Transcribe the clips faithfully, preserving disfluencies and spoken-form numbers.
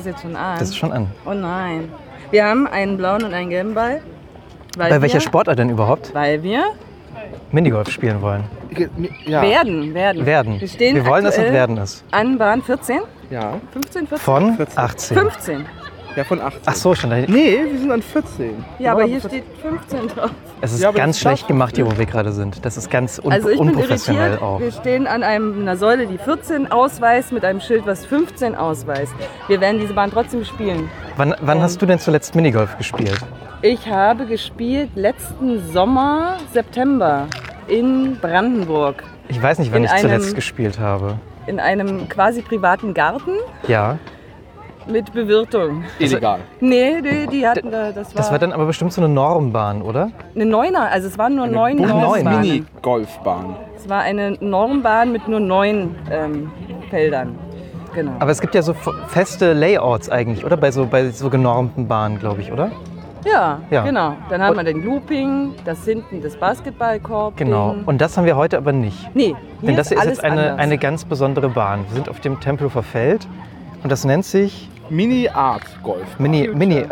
jetzt schon an? Das ist schon an. Oh nein. Wir haben einen blauen und einen gelben Ball. Weil Bei wir, welcher Sportart denn überhaupt? Weil wir Minigolf spielen wollen. Ja. werden, werden. Werden. Wir stehen Wir wollen es und aktuell werden es. an Bahn vierzehn, Ja. fünfzehn, vierzehn? Von vierzehn. achtzehn. fünfzehn. Ja, von achtzehn. Ach so, schon. da- Nee, wir sind an vierzehn. Ja, aber Aber hier das- steht fünfzehn drauf. Es ist Ja, aber ganz das schlecht darf- gemacht hier, wo wir gerade sind. Das ist ganz un Also ich bin unprofessionell irritiert. auch. Wir stehen an einem, einer Säule, die vierzehn ausweist, mit einem Schild, was fünfzehn ausweist. Wir werden diese Bahn trotzdem spielen. Wann, wann Ähm. hast du denn zuletzt Minigolf gespielt? Ich habe gespielt letzten Sommer, September, in Brandenburg. Ich weiß nicht, wann In ich zuletzt einem- gespielt habe. In einem quasi privaten Garten Ja. mit Bewirtung. Illegal. Nee, nee, die hatten da, das war, Das war dann aber bestimmt so eine Normbahn, oder? eine Neuner, also es waren nur neun Ach, neun. Normbahnen. Mini-Golfbahn. Es war eine Normbahn mit nur neun ähm, Feldern. Genau. Aber es gibt ja so f- feste Layouts eigentlich, oder? Bei so, bei so genormten Bahnen, glaube ich, oder? ja, Ja. genau. Dann haben Und- wir den Looping, das hinten das Basketballkorb. Genau. Und das haben wir heute aber nicht. Nee, hier Denn das hier ist alles jetzt eine, anders. eine ganz besondere Bahn. Wir sind auf dem Tempelhofer Feld und das nennt sich Mini-Art-Golf. Mini. Mini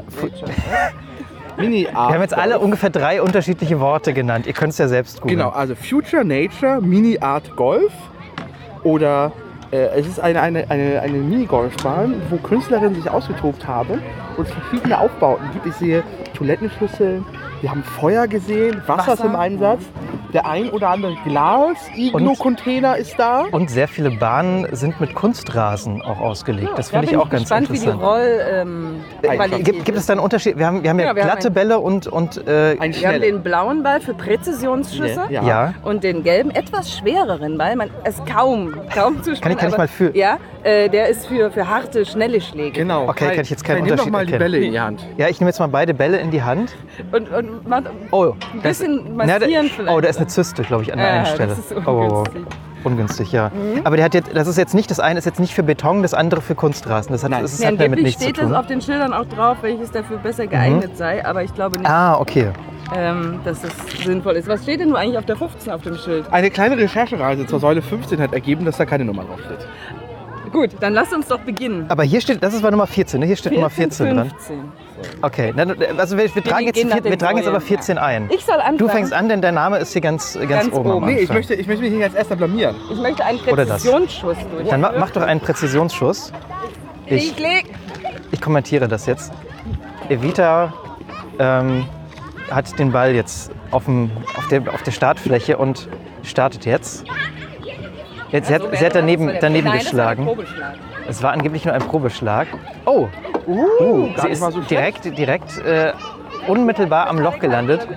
Mini-Art. wir haben jetzt alle ungefähr drei unterschiedliche Worte genannt. Ihr könnt es ja selbst googeln. Genau, also Future Nature Mini-Art Golf oder äh, es ist eine, eine, eine, eine Minigolfbahn, wo Künstlerinnen sich ausgetobt haben und es verschiedene Aufbauten gibt. Ich sehe Toilettenschüsseln, wir haben Feuer gesehen, Wasser, ist im Einsatz, der ein oder andere Glas-Iglo-Container ist da. Und sehr viele Bahnen sind mit Kunstrasen auch ausgelegt. Das finde ich auch ganz gespannt, interessant. Wie die Roll, ähm, Qualität Gibt, gibt es da einen Unterschied? Wir haben, wir haben ja, Ja, wir haben glatte ein- Bälle und, und äh, Ein Wir haben Schnelle. den blauen Ball für Präzisionsschüsse. Ja. ja. Und den gelben, etwas schwereren Ball, man es kaum, kaum zu spielen. Kann ich- kann ich aber- mal für- Ja, äh, der ist für, für harte, schnelle Schläge. Genau. Okay, kann ich jetzt keinen Kai, nimm doch Unterschied mal die erkennen. Bälle in die Hand. Ja, ich nehme jetzt mal beide Bälle in die Hand. Und, und macht Oh, ein da ist- bisschen na, da, massieren vielleicht. oh, da ist eine Zyste, glaube ich, an der Ja, einen das Stelle. ist Oh, oh, oh. ungünstig. Ungünstig, ja. Aber der hat jetzt, das ist jetzt nicht, das eine ist jetzt nicht für Beton, das andere für Kunstrasen. Das hat, Nein. das Ja, hat damit angeblich nichts zu steht es tun. auf den Schildern auch drauf, welches dafür besser geeignet sei, aber ich glaube nicht, Ah, okay. ähm, dass das sinnvoll ist. Was steht denn nur eigentlich auf der fünfzehn auf dem Schild? Eine kleine Recherchereise zur Säule fünfzehn hat ergeben, dass da keine Nummer drauf steht. Gut, dann lasst uns doch beginnen. Aber hier steht, das ist mal Nummer vierzehn, ne? Hier steht Nummer vierzehn dran. fünfzehn. Okay, na, also wir, wir, tragen, jetzt, gehen nach vier, wir dem tragen jetzt aber Neuen, vierzehn ein. Ich soll anfangen. Du fängst an, denn dein Name ist hier ganz, ganz, Ganz oben. am oben. Nee, ich Anfang. möchte, ich möchte mich hier als erster blamieren. Ich möchte einen Oder das. Präzisionsschuss durch. Dann ma, mach doch einen Präzisionsschuss. Ich, Ich leg. ich kommentiere das jetzt. Evita ähm, hat den Ball jetzt auf, dem, auf, der, auf der Startfläche und startet jetzt. Jetzt sie hat, sie hat daneben, daneben Nein, geschlagen. Das war der Probeschlag. Es war angeblich nur ein Probeschlag. Oh, Uh, sie ist direkt, direkt äh, unmittelbar am Loch gelandet.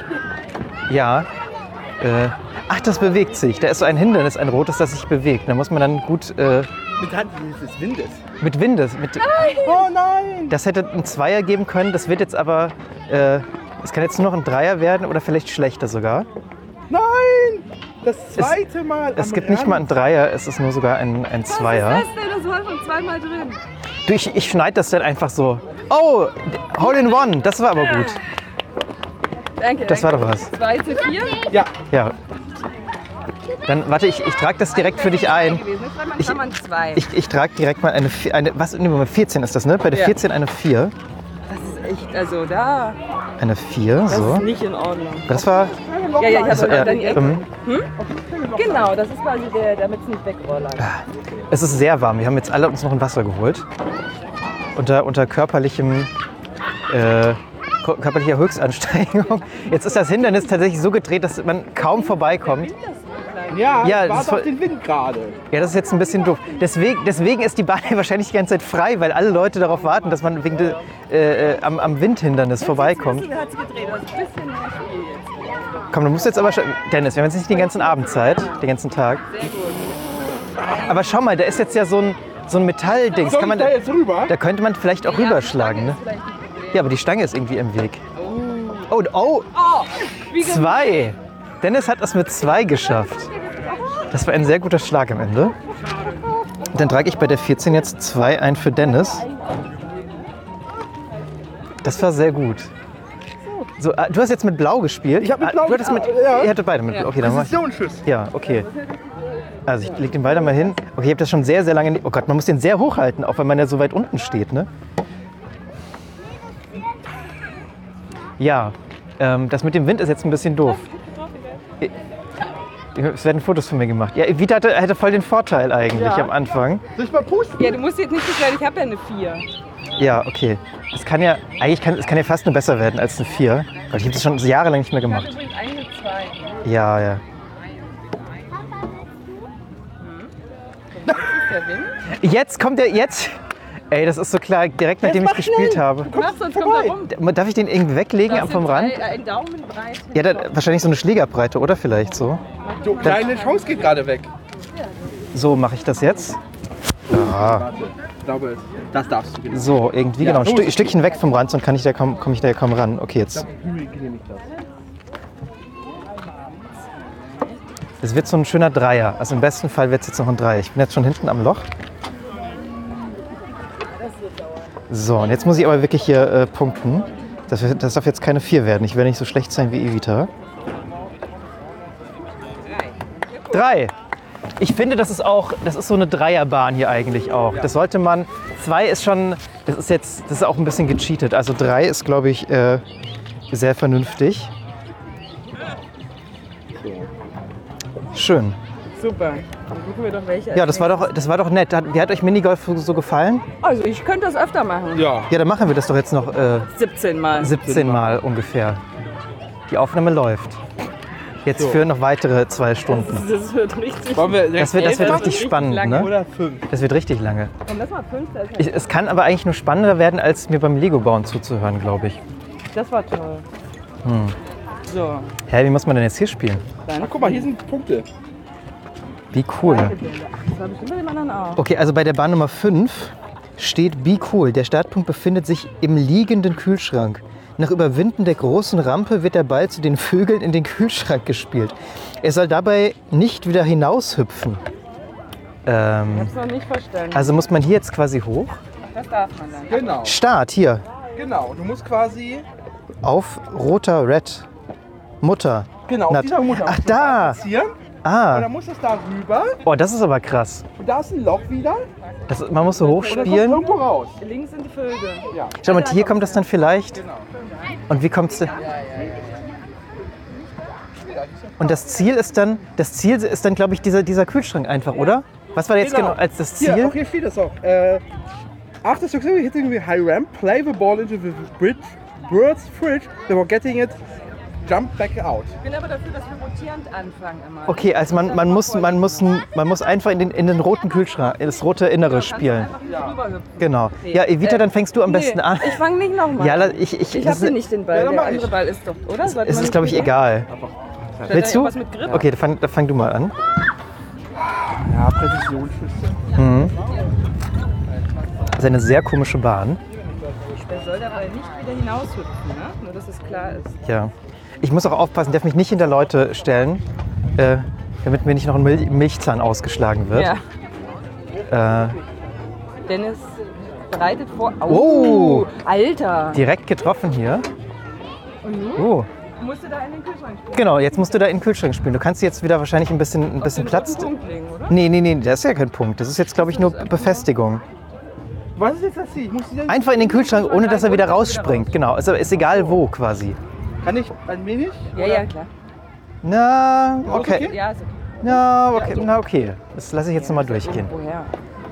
Ja. Äh, ach, das bewegt sich. Da ist so ein Hindernis, ein rotes, das sich bewegt. Da muss man dann gut äh, Mit Hand des Windes. mit Windes. Mit, Oh nein! das hätte ein Zweier geben können. Das wird jetzt aber. Äh, es kann jetzt nur noch ein Dreier werden oder vielleicht schlechter sogar. Nein! Das zweite Mal. Es am gibt nicht mal Rand. einen Dreier, es ist nur sogar ein, ein Zweier. Was ist das denn? Das war schon zweimal drin. Du, ich, ich schneide das dann einfach so. Oh, Hole in One, das war aber gut. Danke, Das war danke. doch was. zwei zu vier Ja, Ja. Dann warte, ich, ich trage das direkt für dich ein. gewesen. Jetzt war man, Ich- war man zwei. Ich, ich trage direkt mal eine, Vi- eine was, nehmen wir mal vierzehn ist das, ne? Bei der Ja. vierzehn eine vier. das ist echt, also da, Eine vier, das so. ist nicht in Ordnung. Das war, Ja, ja, ich also, habe äh, dann die Ecke. ähm, Genau, das ist quasi der, damit es nicht wegrollert. es ist sehr warm. Wir haben jetzt alle uns noch ein Wasser geholt. Unter, unter körperlichem, äh, ko- körperlicher Höchstanstrengung. Jetzt ist das Hindernis tatsächlich so gedreht, dass man kaum vorbeikommt. ja, Ja, das ist warte voll- auf den Wind gerade. Ja, das ist jetzt ein bisschen doof. Deswegen, deswegen ist die Bahn hier wahrscheinlich die ganze Zeit frei, weil alle Leute darauf warten, dass man wegen de, äh, äh, am, am Windhindernis vorbeikommt. Hat sie gedreht, also ein bisschen mehr Spiel jetzt. Komm, du musst jetzt aber schon. Dennis, wir haben jetzt nicht den ganzen Abend Zeit, den ganzen Tag. Aber schau mal, da ist jetzt ja so ein, so ein Metallding. Soll Kann man, ich da jetzt rüber? da könnte man vielleicht auch rüberschlagen. Ne? Ja, aber die Stange ist irgendwie im Weg. Oh, oh, zwei. Dennis hat es mit zwei geschafft. Das war ein sehr guter Schlag am Ende. Dann trage ich bei der vierzehn jetzt zwei ein für Dennis. Das war sehr gut. So, ah, du hast jetzt mit Blau gespielt? Ich hab mit Ah, Blau du hattest mit, ge- ja. Ihr hattet beide mit Blau. Okay, dann mach ich. Präzisionsschuss. Ja, okay. Also ich leg den Ball da mal hin. Okay, ich habe das schon sehr, sehr lange... nicht- Oh Gott, man muss den sehr hoch halten, auch wenn man ja so weit unten steht, ne? Ja, ähm, das mit dem Wind ist jetzt ein bisschen doof. Es werden Fotos von mir gemacht. Ja, Evita hatte, hatte voll den Vorteil eigentlich Ja. am Anfang. Soll ich mal pusten? Ja, du musst jetzt nicht beschweren, ich habe ja eine vier. Ja, okay. Es kann ja, eigentlich kann es kann ja fast nur besser werden als eine vier. Gott, ich habe das schon so jahrelang nicht mehr Ich habe gemacht. übrigens eine zwei. Ja, ja. Das ist der Wind. Jetzt kommt der, jetzt. Ey, das ist so klar, direkt nachdem ich mach gespielt schnell. habe. Mach, sonst kommt er rum. Darf ich den irgendwie weglegen Das vom sind Rand? zwei, äh, ein Daumenbreit. Ja, da, wahrscheinlich so eine Schlägerbreite, oder vielleicht so. So, deine Chance geht gerade weg. So mache ich das jetzt. Ja. Ich glaube, das darfst du genau. So, irgendwie, Ja, genau. Ein so Stück, ist es. Stückchen weg vom Rand, sonst kann ich da kaum, komme ich da kaum ran. Okay, jetzt. Hügel genehmigt das. Es wird so ein schöner Dreier. Also im besten Fall wird es jetzt noch ein Dreier. Ich bin jetzt schon hinten am Loch. So, und jetzt muss ich aber wirklich hier äh, punkten. Das, wird- das darf jetzt keine vier werden. Ich werde nicht so schlecht sein wie Evita. Drei. Ich finde, das ist auch, das ist so eine Dreierbahn hier eigentlich auch. Das sollte man, zwei ist schon, das ist jetzt, das ist auch ein bisschen gecheatet. Also drei ist, glaube ich, äh, sehr vernünftig. Schön. Super. Dann gucken wir doch welche. Ja, das war doch, das war doch nett. Hat- Wie hat euch Minigolf so gefallen? Also ich könnte das öfter machen. Ja. Ja, dann machen wir das doch jetzt noch äh, siebzehn Mal. siebzehn Mal ungefähr. Die Aufnahme läuft. Jetzt für noch weitere zwei Stunden. Das wird richtig. Wollen wir Das wird, das wird Elf richtig ist spannend, richtig lange. ne? oder fünf? Das wird richtig lange. Komm, lass mal fünf. Da ist ja- Ich, es kann aber eigentlich nur spannender werden, als mir beim Lego-Bauen zuzuhören, glaube ich. Das war toll. Hm. So, Hä, wie muss man denn jetzt hier spielen? dann. Ach, guck mal, hier sind Punkte. Wie cool. Das war bestimmt bei dem anderen auch. Okay, also bei der Bahn Nummer fünf steht Be Cool. Der Startpunkt befindet sich im liegenden Kühlschrank. Nach Überwinden der großen Rampe wird der Ball zu den Vögeln in den Kühlschrank gespielt. Er soll dabei nicht wieder hinaushüpfen. Ich Ähm, hab's noch nicht verstanden. also muss man hier jetzt quasi hoch? das darf man dann. Genau. Start, hier. Genau. Du musst quasi. Auf roter Red. Mutter. Genau, Na, auf dieser Mutter. ach, musst du da. platzieren. Und Ah, dann musst du es da rüber. oh, das ist aber krass. Und da ist ein Loch wieder. Das, man muss so Und dann kommt hochspielen. irgendwo raus. Links sind die Vögel. Ja. Schau mal, hier kommt das dann vielleicht. Genau. Und wie kommt's denn? Und das Ziel ist dann, das Ziel ist dann, glaube ich, dieser, dieser Kühlschrank einfach, oder? Was war jetzt genau, als das Hier, Ziel? auch hier steht das auch. Äh, after successfully hitting the high ramp, play the ball into the bridge, bird's fridge before getting it, jump back out. Ich bin aber dafür, dass wir rotierend anfangen immer. Okay, also man, man, muss, man, muss, man muss einfach in den, in den roten Kühlschrank, in das rote Innere spielen. Einfach hier rüberhüpfen. Genau. Ja, Evita, dann fängst du am besten Nee, an. ich fange nicht nochmal. Ja, la- ich, ich, ich das habe ist, nicht den Ja, Ball. dann Der mach ich. andere Ball ist doch, oder? Sollte es man ist, glaube ich, nicht egal. Vielleicht Willst du? irgendwas mit Grip? Okay, dann fang, dann fang du mal an. Ja, Präzisionsschüsse. Mhm. Das ist eine sehr komische Bahn. Der soll dabei nicht wieder hinaushüpfen, ne? Nur, dass es klar ist. Ja. Ich muss auch aufpassen, darf mich nicht hinter Leute stellen, äh, damit mir nicht noch ein Mil Milchzahn ausgeschlagen wird. Ja. Äh, Dennis bereitet vor. Oh! Alter! direkt getroffen hier. Und nun? Oh. Musst du da in den Kühlschrank spielen? Genau, jetzt musst du da in den Kühlschrank spielen. Du kannst jetzt wieder wahrscheinlich ein bisschen, ein bisschen Den Platz. roten Punkt legen, oder? Nee, nee, nee, das ist ja kein Punkt. Das ist jetzt, glaube ich, nur Befestigung. Was ist jetzt das Ziel? Ich muss die Einfach in den Kühlschrank, ohne dass er wieder rausspringt. Genau, also ist egal wo quasi. Kann ich ein wenig? Ja, ja, klar. Na, okay? okay. Ja, ist okay. Na, okay. Na, okay. Das lasse ich jetzt nochmal durchgehen. Woher?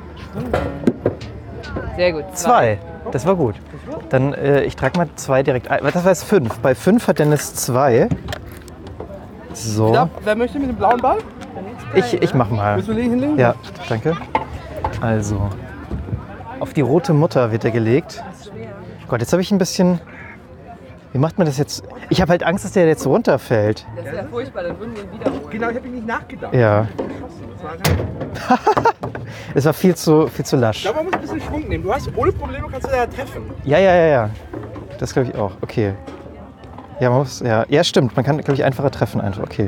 Sehr gut. Zwei. Das war gut. Dann, äh, ich trage mal zwei direkt ein. Das war jetzt fünf. Bei fünf hat Dennis zwei. So. Ja, wer möchte mit dem blauen Ball? Ich, ich mach mal. Willst du den hinlegen? Ja, danke. Also, auf die rote Mutter wird er gelegt. Gott, jetzt habe ich ein bisschen... Wie macht man das jetzt? Ich habe halt Angst, dass der jetzt runterfällt. Das ist ja furchtbar, dann würden wir ihn wieder holen. Genau, ich habe ihn nicht nachgedacht. Ja, Das war rein. es war viel zu, viel zu Ich lasch. glaube, man muss ein bisschen Schwung nehmen. Du hast ohne Probleme kannst du da treffen. Ja, ja, ja, ja. Das glaube ich auch. Okay. Ja, man muss... Ja, ja stimmt. Man kann, glaube ich, einfacher treffen einfach. Okay.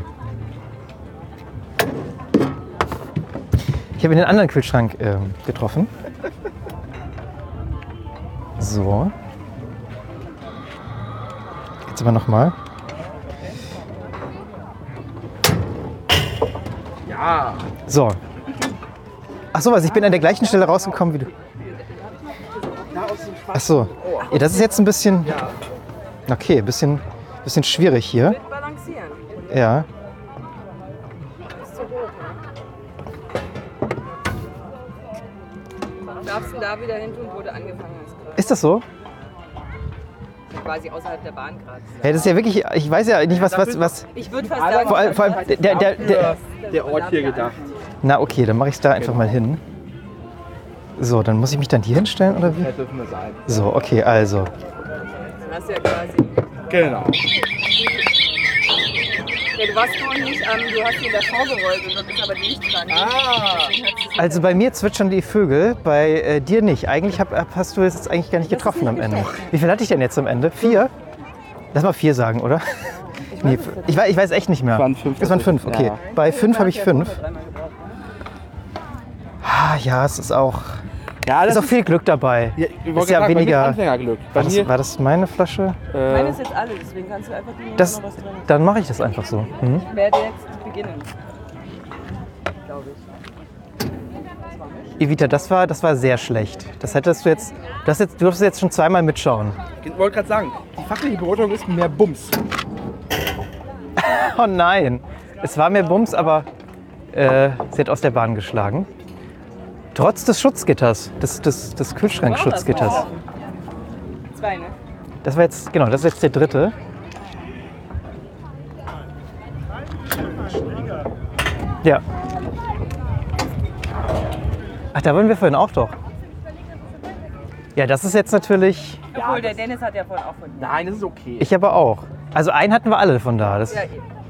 Ich habe in den anderen Kühlschrank ähm, getroffen. So. Jetzt aber nochmal. Ja. So. Ach so, was, ich bin an der gleichen Stelle rausgekommen wie du. Ach so. Ja, das ist jetzt ein bisschen... Okay, ein bisschen, bisschen schwierig hier. Mit balancieren. Ja. Ist zu hoch, ne? Du darfst ihn da wieder hin tun, wo du angefangen hast gerade. Ist das so? Quasi außerhalb der Bahn gerade. Hey, das ist ja wirklich... Ich weiß ja nicht, was... was, was Ich würde fast sagen, vor allem, vor allem der, der, der, Der Ort hier gedacht. Na okay, dann mache ich es da einfach mal hin. So, dann muss ich mich dann hier hinstellen, oder wie? Das dürfen wir sein. So, okay, also. dann hast du ja quasi... Genau. Ja, du warst vorhin nicht an, du hast ihn davor gerollt und dann ist aber die Lichtschranke. Ah. Also bei mir zwitschern die Vögel, bei äh, dir nicht. Eigentlich hab, hast du es jetzt eigentlich gar nicht getroffen am Ende. Wie viel hatte ich denn jetzt am Ende? Vier? Lass mal vier sagen, oder? Ich weiß, nee, ich, weiß, ich weiß echt nicht mehr. Es waren fünf. Es waren fünf, okay. Ja. Bei fünf habe ich fünf. Ah, ja, es ist auch, Ja, das ist auch viel Glück dabei. Ja, ich wollte ist ja sagen, bei mir weniger. Anfängerglück. Bei War das, mir, war das meine Flasche? Meine äh, ist jetzt alle, deswegen kannst du einfach die Das, noch was drin. dann mache ich das einfach so. Mhm. Ich werde jetzt beginnen. Glaube ich. Evita, das war, das war sehr schlecht. Das hättest du jetzt, du hast jetzt, du durfst jetzt schon zweimal mitschauen. ich wollte gerade sagen, die fachliche Beurteilung ist mehr Bums. Oh nein, es war mir Bums, aber äh, sie hat aus der Bahn geschlagen. Trotz des Schutzgitters, des, des, des Kühlschrankschutzgitters. Zwei, ne? Das war jetzt, genau, das ist jetzt der dritte. Ja. Ach, da waren wir vorhin auch doch. Ja, das ist jetzt natürlich, Obwohl, der Dennis hat ja vorhin auch von dir. Nein, das ist okay. ich aber auch. Also einen hatten wir alle von da. Das, Ja, eben.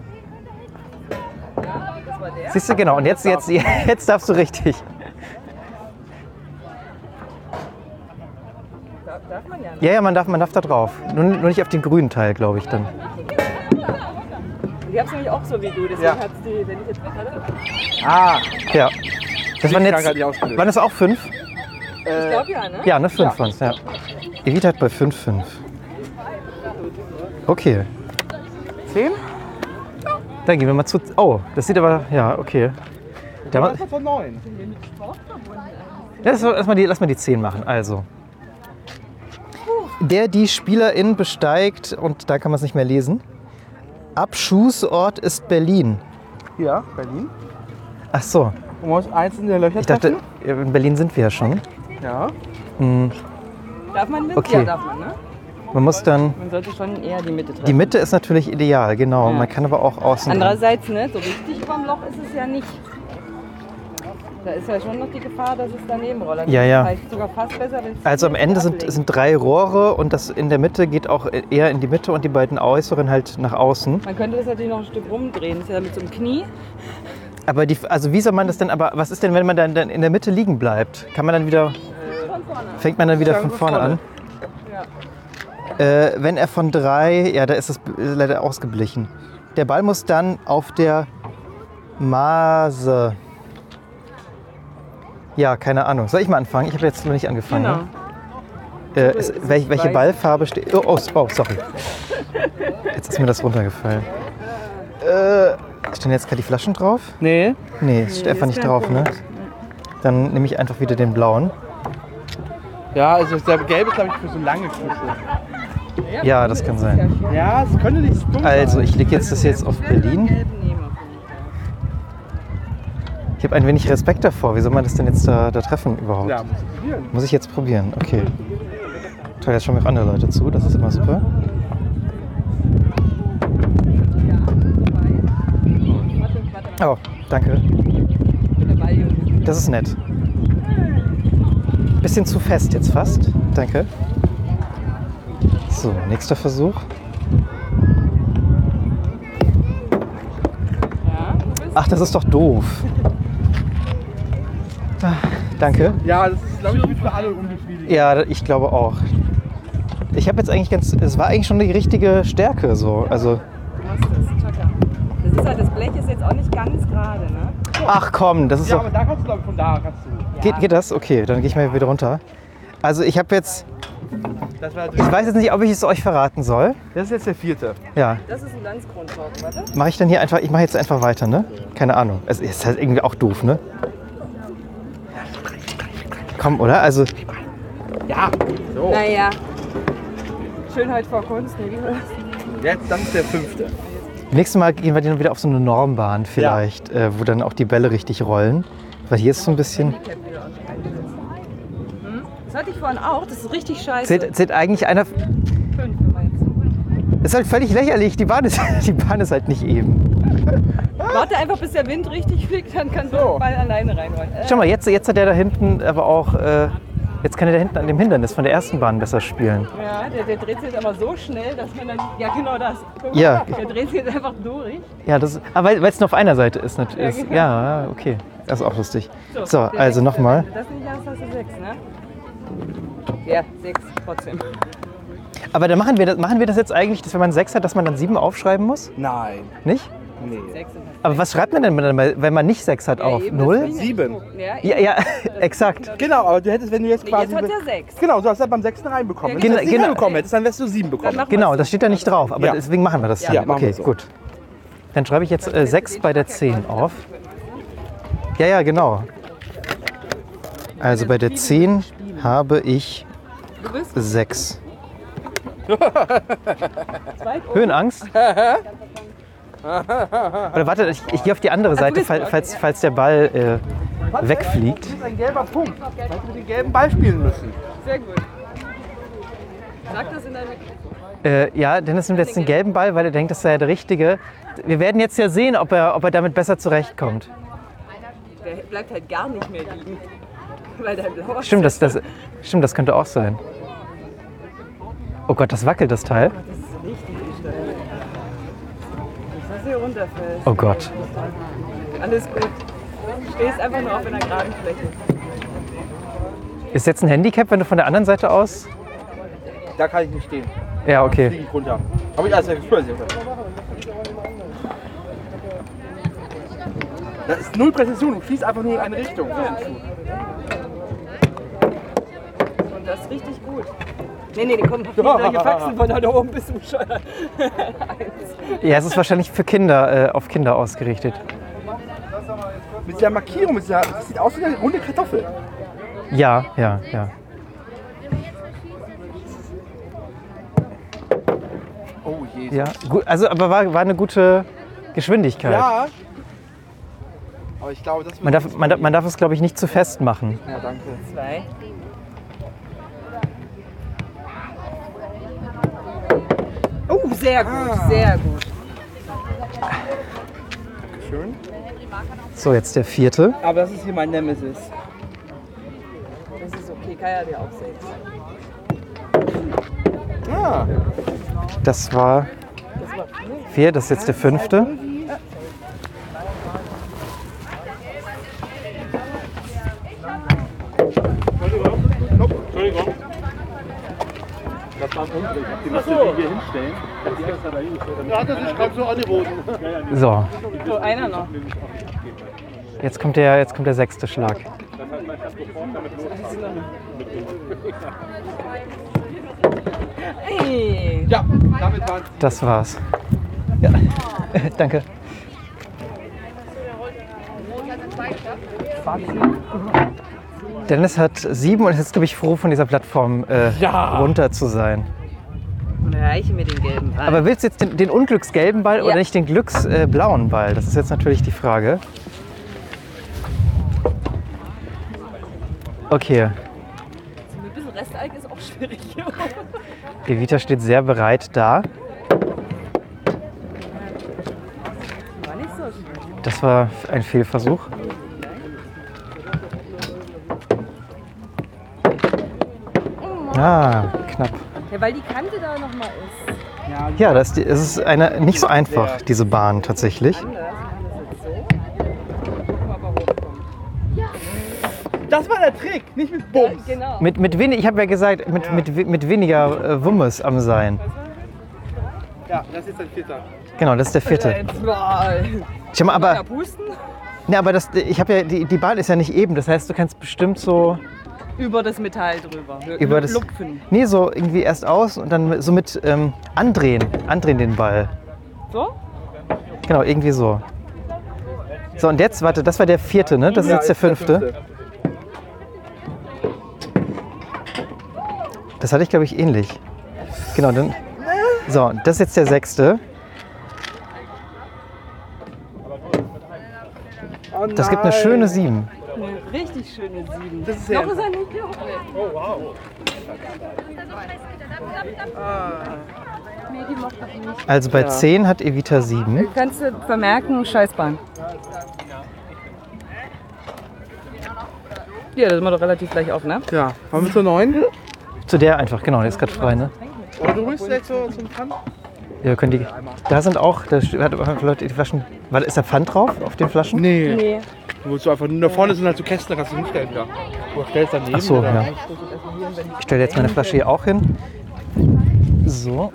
Ja, das war der. siehst du, genau. Und jetzt, jetzt, jetzt darfst du richtig. Darf, darf man ja nicht. Ja, ja, man darf, man darf da drauf. Nur, nur nicht auf den grünen Teil, glaube ich dann. Die hab's nämlich auch so wie du, deswegen Ja. hat's die, wenn ich jetzt was hatte. Ah, Ja. Das waren Lichtschranke hat die jetzt, ausgelöst. waren das auch fünf? Ich glaube ja, ne? Ja, ne, fünf waren es, ja. Evita hat bei fünf, fünf. Okay. zehn? Dann gehen wir mal zu. Oh, das sieht aber. Ja, okay. Da ma- Das von neun. Ja, lass, mal- lass, mal die, lass mal die zehn machen. Also. Der die Spielerin besteigt, und da kann man es nicht mehr lesen. Abschussort ist Berlin. Ja, Berlin. Ach so, Und man muss einzelne Löcher ich dachte, treffen. in Berlin sind wir ja schon. Ja. Hm, Darf man mit? Okay. Ja, darf man, ne? man muss dann. Man sollte schon eher die Mitte treffen. Die Mitte ist natürlich ideal, genau. Ja. Man kann aber auch außen. Andererseits, ne, so richtig vom Loch ist es ja nicht. Da ist ja schon noch die Gefahr, dass es daneben rollt. Ja, ja. Vielleicht sogar fast besser, wenn es Also am Ende sind, ablegt. sind drei Rohre und das in der Mitte geht auch eher in die Mitte und die beiden äußeren halt nach außen. Man könnte das natürlich noch ein Stück rumdrehen. Das ist ja mit so einem Knie. Aber die, also wie soll man das denn, aber was ist denn, wenn man dann, dann in der Mitte liegen bleibt? Kann man dann wieder, Von vorne. fängt man dann wieder von vorne an? Ja. Äh, wenn er von drei, ja, da ist es leider ausgeblichen. Der Ball muss dann auf der Maße. Ja, keine Ahnung. Soll ich mal anfangen? Ich habe jetzt noch nicht angefangen. Genau. Äh, ist, welche, welche Ballfarbe steht? Oh, oh, oh, sorry. Jetzt ist mir das runtergefallen. Äh, stehen jetzt gerade die Flaschen drauf? Nee. Nee, es steht einfach ist nicht kein drauf, ne? Punkt. Dann nehme ich einfach wieder den blauen. Ja, also der gelbe ist, glaube ich, für so lange Küsse. Ja, das kann sein. Ja, es könnte nicht so dumm Also, sein. ich lege jetzt das jetzt auf Berlin. Gelb nehmen auf jeden Fall. Ich habe ein wenig Respekt davor. Wie soll man das denn jetzt da, da treffen überhaupt? Ja, muss ich probieren. Muss ich jetzt probieren? Okay. Toll, jetzt schauen mir auch andere Leute zu. Das ist immer super. Ja, vorbei. Warte, warte. Oh, danke. Der Ball, Junge. Das ist nett. Bisschen zu fest jetzt fast. Danke. So, nächster Versuch. Ja, du bist Ach, das ist doch doof. Ah, danke. Ja, das ist, glaube ich, für alle unbefriedigend. Ja, ich glaube auch. Ich habe jetzt eigentlich ganz, es war eigentlich schon die richtige Stärke so. Also, Du machst das, Chaka. Das ist halt, das Blech ist jetzt auch nicht ganz gerade, ne? ach komm, das ist Ja, doch. aber da kannst du, glaube ich, von da kannst du. Geht, geht das? Okay, dann gehe ich mal wieder runter. Also ich habe jetzt Das, war Ich weiß jetzt nicht, ob ich es euch verraten soll. das ist jetzt der vierte. Ja. Das ist ein Landskronkorken, warte. Mache ich dann hier einfach, ich mache jetzt einfach weiter, ne? Keine Ahnung. Es ist halt irgendwie auch doof, ne? Komm, oder? Also, Ja. So. Naja. Schönheit vor Kunst, ne? Jetzt, das ist der fünfte. nächstes Mal gehen wir dann wieder auf so eine Normbahn vielleicht, äh, wo dann auch die Bälle richtig rollen. Weil hier ist so ein bisschen... Das hatte ich vorhin auch, das ist richtig scheiße. Zählt, zählt eigentlich einer... Fünf, wenn man jetzt. Ist halt völlig lächerlich, die Bahn ist, die Bahn ist halt nicht eben. Warte einfach, bis der Wind richtig fliegt, dann kannst du den Ball alleine reinrollen. Äh, Schau mal, jetzt, jetzt hat der da hinten aber auch... Äh, jetzt kann er da hinten an dem Hindernis von der ersten Bahn besser spielen. Ja, der, der dreht sich jetzt aber so schnell, dass man dann... Ja, genau das. Guck mal, Ja. Der dreht sich jetzt einfach durch. Ja, das, aber weil es nur auf einer Seite ist. Nicht, Ja, ist genau. ja, okay. Das ist auch lustig. So, der also sechste, nochmal. Wenn du das nicht hast, hast du sechs, ne? Ja, sechs, trotzdem. Aber dann machen wir, das, machen wir das jetzt eigentlich, dass wenn man sechs hat, dass man dann sieben aufschreiben muss? Nein. Nicht? Nee. Sechs sind Aber was schreibt man denn, dann, wenn man nicht sechs hat, auf? eben, Null? deswegen- Sieben. Ja, Ja, ja, exakt. Genau, aber du hättest, wenn du jetzt Nee, quasi... jetzt hat er sechs. Genau, du hast ja beim sechsten reinbekommen. Ja, Wenn du genau. das nicht Genau. bekommen hättest, dann wärst du sieben bekommen. Dann mach- Genau, das steht da nicht drauf, aber Ja. deswegen machen wir das dann. Ja, machen okay, wir so. gut. Dann schreibe ich jetzt äh, sechs bei der zehn auf. Ja, ja, genau. Also bei der zehn habe ich Du bist Oh. sechs. zweit oben. Höhenangst? Oder warte, ich, ich gehe auf die andere Seite, bist- fall- okay. falls, falls der Ball äh, wegfliegt. Das ist ein gelber Punkt. Weil wir mit dem gelben Ball spielen müssen. Sehr gut. Sag das in deinem Mikrofon. Äh, ja, Dennis nimmt jetzt den gelben Ball, weil er denkt, das sei der richtige. Wir werden jetzt ja sehen, ob er, ob er damit besser zurechtkommt. Der bleibt halt gar nicht mehr liegen. Weil dein blauer Stimmt, das, das, stimmt, das könnte auch sein. Oh Gott, das wackelt, das Teil. Das ist richtig gesteuert. Dass das hier runterfällt. Oh Gott. Alles gut. Du stehst einfach nur auf einer geraden Fläche. Ist jetzt ein Handicap, wenn du von der anderen Seite aus... Da kann ich nicht stehen. Ja, Fliege okay. ich runter. Habe ich alles explodiert. Das ist null Präzision, du fließt einfach nur in eine Richtung. Und das ist richtig gut. Nee, nee, die kommen noch solche Faxen von da oben bis zum Scheuer. Ja, es ist wahrscheinlich für Kinder, äh, auf Kinder ausgerichtet. Mit dieser Markierung, mit dieser, das sieht aus wie eine runde Kartoffel. Ja, ja, ja. Oh je. Ja, gut, also aber war, war eine gute Geschwindigkeit. Ja. Aber ich glaube, das wird Man darf, man, darf- man darf es, glaube ich, nicht zu fest machen. Ja, danke. Zwei. Oh, sehr gut, sehr gut. Schön. So, jetzt der vierte. Aber das ist hier mein Nemesis. Das ist okay, Kai hat ja auch sechs. Ah. Das war Das war vier, das ist jetzt der fünfte. Entschuldigung. Das war ein Unglück. Die musst du hier hinstellen. Ja, hat er sich gerade so angeboten. So, so einer noch. jetzt kommt der, jetzt kommt der sechste Schlag. Hey. Ja, damit waren Das war's. Ja, danke. Dennis hat sieben und ist jetzt, glaube ich, froh, von dieser Plattform äh, Ja. runter zu sein. Und erreiche mir den gelben Ball. Aber willst du jetzt den, den unglücksgelben Ball oder Ja. nicht den glücksblauen Ball? Das ist jetzt natürlich die Frage. Okay, Ein bisschen Resteig ist auch schwierig. Evita steht sehr bereit da. War nicht so schwierig. Das war ein Fehlversuch. Ah, knapp. Ja, weil die Kante da nochmal ist. Ja, das ist, die, es ist eine, nicht so einfach, diese Bahn tatsächlich. Anders. Das ist so. Gucken, ob er hochkommt. Das war der Trick, nicht mit Bums. Genau. Mit, mit wenig, ich habe ja gesagt, mit, mit, mit weniger äh, Wummes am Sein. Ja, das ist ein Vierter. Genau, das ist der vierte. Jetzt mal. Schau mal, Ja, aber, pusten. ne, aber das, ich habe ja, die, die Bahn ist ja nicht eben. Das heißt, du kannst bestimmt so Über das Metall drüber. Wir Über das, lupfen. nee, so irgendwie erst aus und dann so mit ähm, andrehen. Andrehen den Ball. So? Genau, irgendwie so. So, und jetzt, warte, das war der vierte, ne? Das ist Ja, jetzt der ist der fünfte. fünfte. Das hatte ich, glaube ich, ähnlich. Genau, dann. So, das ist jetzt der sechste. Oh Das gibt eine nein. schöne sieben. Eine richtig schöne sieben. Das ist ja- Noch ist er nicht geholt. Also bei Ja. zehn hat Evita sieben. Kannst du vermerken, Scheißbahn. Ja, das ist wir doch relativ gleich auf, ne? Ja, haben wir zur neun? Zu der einfach, genau, der ist gerade frei, ne? Oder du bist jetzt so zum Pfand? Ja, wir können die. Da sind auch, da hat aber Leute die Flaschen. War, ist da Pfand drauf auf den Flaschen? Nee. Nee. Du willst so einfach, nur da vorne sind halt so Kästen, da kannst du hinstellen. Ja. Du stellst daneben. Ach so, oder? ja. Ich stelle jetzt meine Flasche hier auch hin. So.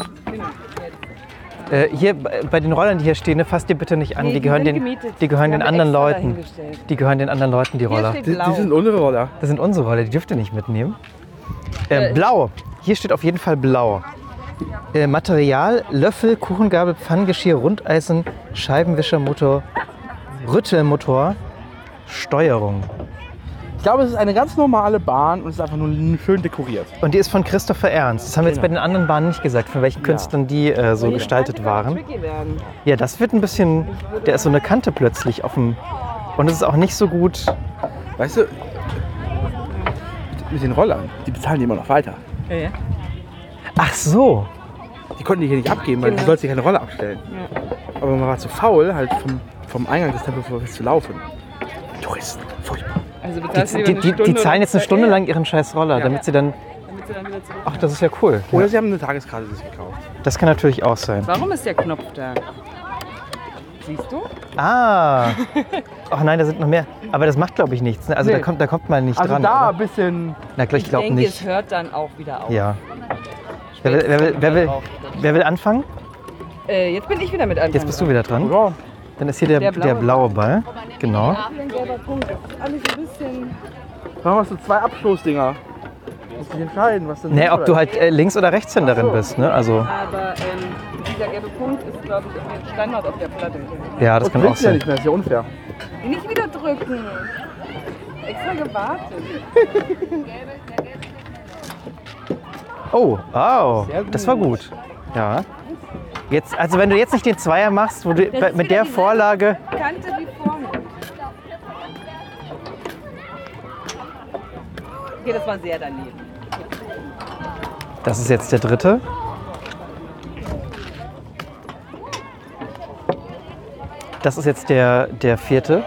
Äh, hier bei bei den Rollern, die hier stehen, ne, fasst ihr bitte nicht an. Nee, die die gehören sind den, gemietet. die gehören Die den haben anderen extra Leuten. dahingestellt. Die gehören den anderen Leuten, die Hier Roller. steht Die, blau. die sind unsere Roller. Das sind unsere Roller, die dürft ihr nicht mitnehmen. Äh, Äh, blau. Hier steht auf jeden Fall blau. Äh, Material: Löffel, Kuchengabel, Pfannengeschirr, Rundeisen, Scheibenwischermotor, Rüttelmotor, Steuerung. Ich glaube, es ist eine ganz normale Bahn und es ist einfach nur schön dekoriert. Und die ist von Christopher Ernst. Das haben wir jetzt Genau. bei den anderen Bahnen nicht gesagt, von welchen Künstlern die äh, so Hier gestaltet könnte waren. tricky werden. Ja, das wird ein bisschen. Der ist so eine Kante plötzlich auf dem. Und es ist auch nicht so gut. Weißt du, mit den Rollern, die bezahlen die immer noch weiter. Ja, ja. Ach so. Die konnten die hier nicht abgeben, weil Genau. du sollst dir keine Rolle abstellen. Aber man war zu faul, halt vom, vom Eingang des Tempels zu laufen. Touristen, furchtbar. Also Die, bezahlst du lieber die, eine die, die Stunde zahlen jetzt eine oder- Stunde Ja, lang ihren scheiß Roller, Ja. damit sie dann. damit sie dann wieder zurück. Ach, das ist ja cool. Oder Ja, sie haben eine Tageskarte sich gekauft. das kann natürlich auch sein. Warum ist der Knopf da? Siehst du? Ah. Ach nein, da sind noch mehr. Aber das macht, glaube ich, nichts. Ne? Also Nee. da, kommt, da kommt man nicht Also dran. da oder? ein bisschen. Na klar, ich glaube denke, nicht. es hört dann auch wieder auf. Ja. Wer will, wer, will, wer, will, wer will anfangen? Äh, jetzt bin ich wieder mit einem. Jetzt bist du wieder dran. Ja. Dann ist hier der, Der der blaue blaue Ball. Genau. Ein gelber Punkt. Das ist alles ein bisschen. Machen wir so zwei Abstoßdinger. Muss dich entscheiden, was denn. Nee, ob du halt äh, Links- oder Rechtshänderin bist. Ne? Also, Aber ähm, dieser gelbe Punkt ist, glaube ich, irgendwie Standard auf der Platte. ja, das das kann auch ja sein. nicht mehr, ist ja unfair. Nicht wieder drücken. Extra gewartet. Oh, oh, Sehr gut. das war gut. Ja. Jetzt, also wenn du jetzt nicht den Zweier machst, wo du Das bei- ist mit wieder der die Vorlage. Kante wie vorne. Okay, das war sehr daneben. Das ist jetzt der dritte. Das ist jetzt der, der vierte.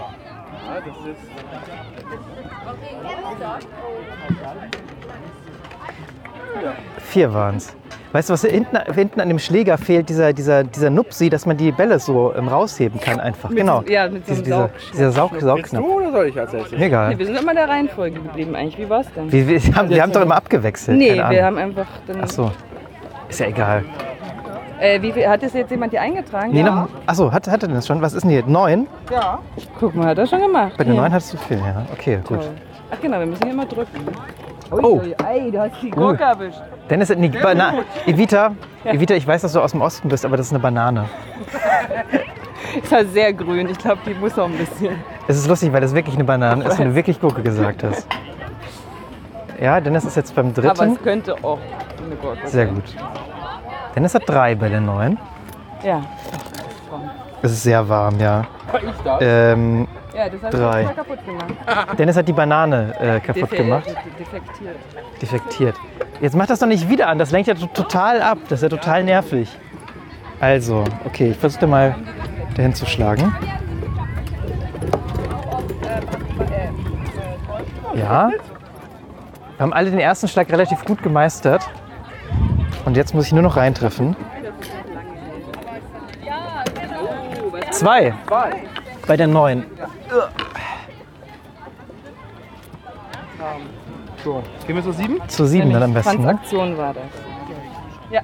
Vier waren es. Weißt du, was hinten, hinten an dem Schläger fehlt? Dieser, dieser, dieser Nupsi, dass man die Bälle so ähm, rausheben kann einfach. Mit genau. so- ja, mit so einem dieser, Saugschnupf. dieser Saug, Willst Saugnapf. du oder soll ich als erstes? Egal. Nee, wir sind immer der Reihenfolge geblieben eigentlich. Wie war's denn? Wir, wir, haben, wir haben doch immer abgewechselt. Nee, Keine wir Ahnung. haben einfach dann. Ach so. Ist ja egal. Äh, wie viel, hat das jetzt jemand hier eingetragen? Nee, noch, achso, hat, hat er denn das schon? Was ist denn hier? Neun? Ja. Guck mal, hat er schon gemacht. Bei den Hier. neun hattest du viel, ja. Okay, gut. Toll. Ach genau, wir müssen hier immer drücken. Oh. Ey, du hast die Gurke erwischt. Dennis, nee, Bana Evita, Evita, ich weiß, dass du aus dem Osten bist, aber das ist eine Banane. Ist halt sehr grün. Ich glaube, die muss noch ein bisschen. Es ist lustig, weil das wirklich eine Banane ist, wenn du wirklich Gurke gesagt hast. Ja, Dennis ist jetzt beim Aber dritten. es könnte auch eine Gurke Sehr sein. gut. Dennis hat drei bei den neun. Ja. Es ist sehr warm, ja. War ich da? Ähm, Ja, das hat Drei. ich kaputt gemacht. Dennis hat die Banane äh, kaputt Defe- gemacht. de- Defektiert. Defektiert. Jetzt mach das doch nicht wieder an, das lenkt ja to- total ab. Das ist ja total nervig. Also, okay, ich versuche mal dahin zu schlagen. Ja. Wir haben alle den ersten Schlag relativ gut gemeistert. Und jetzt muss ich nur noch reintreffen. Zwei. Bei der neun. So, gehen wir zur sieben? Zu sieben dann am besten. Ne? Transaktion war das. Ja.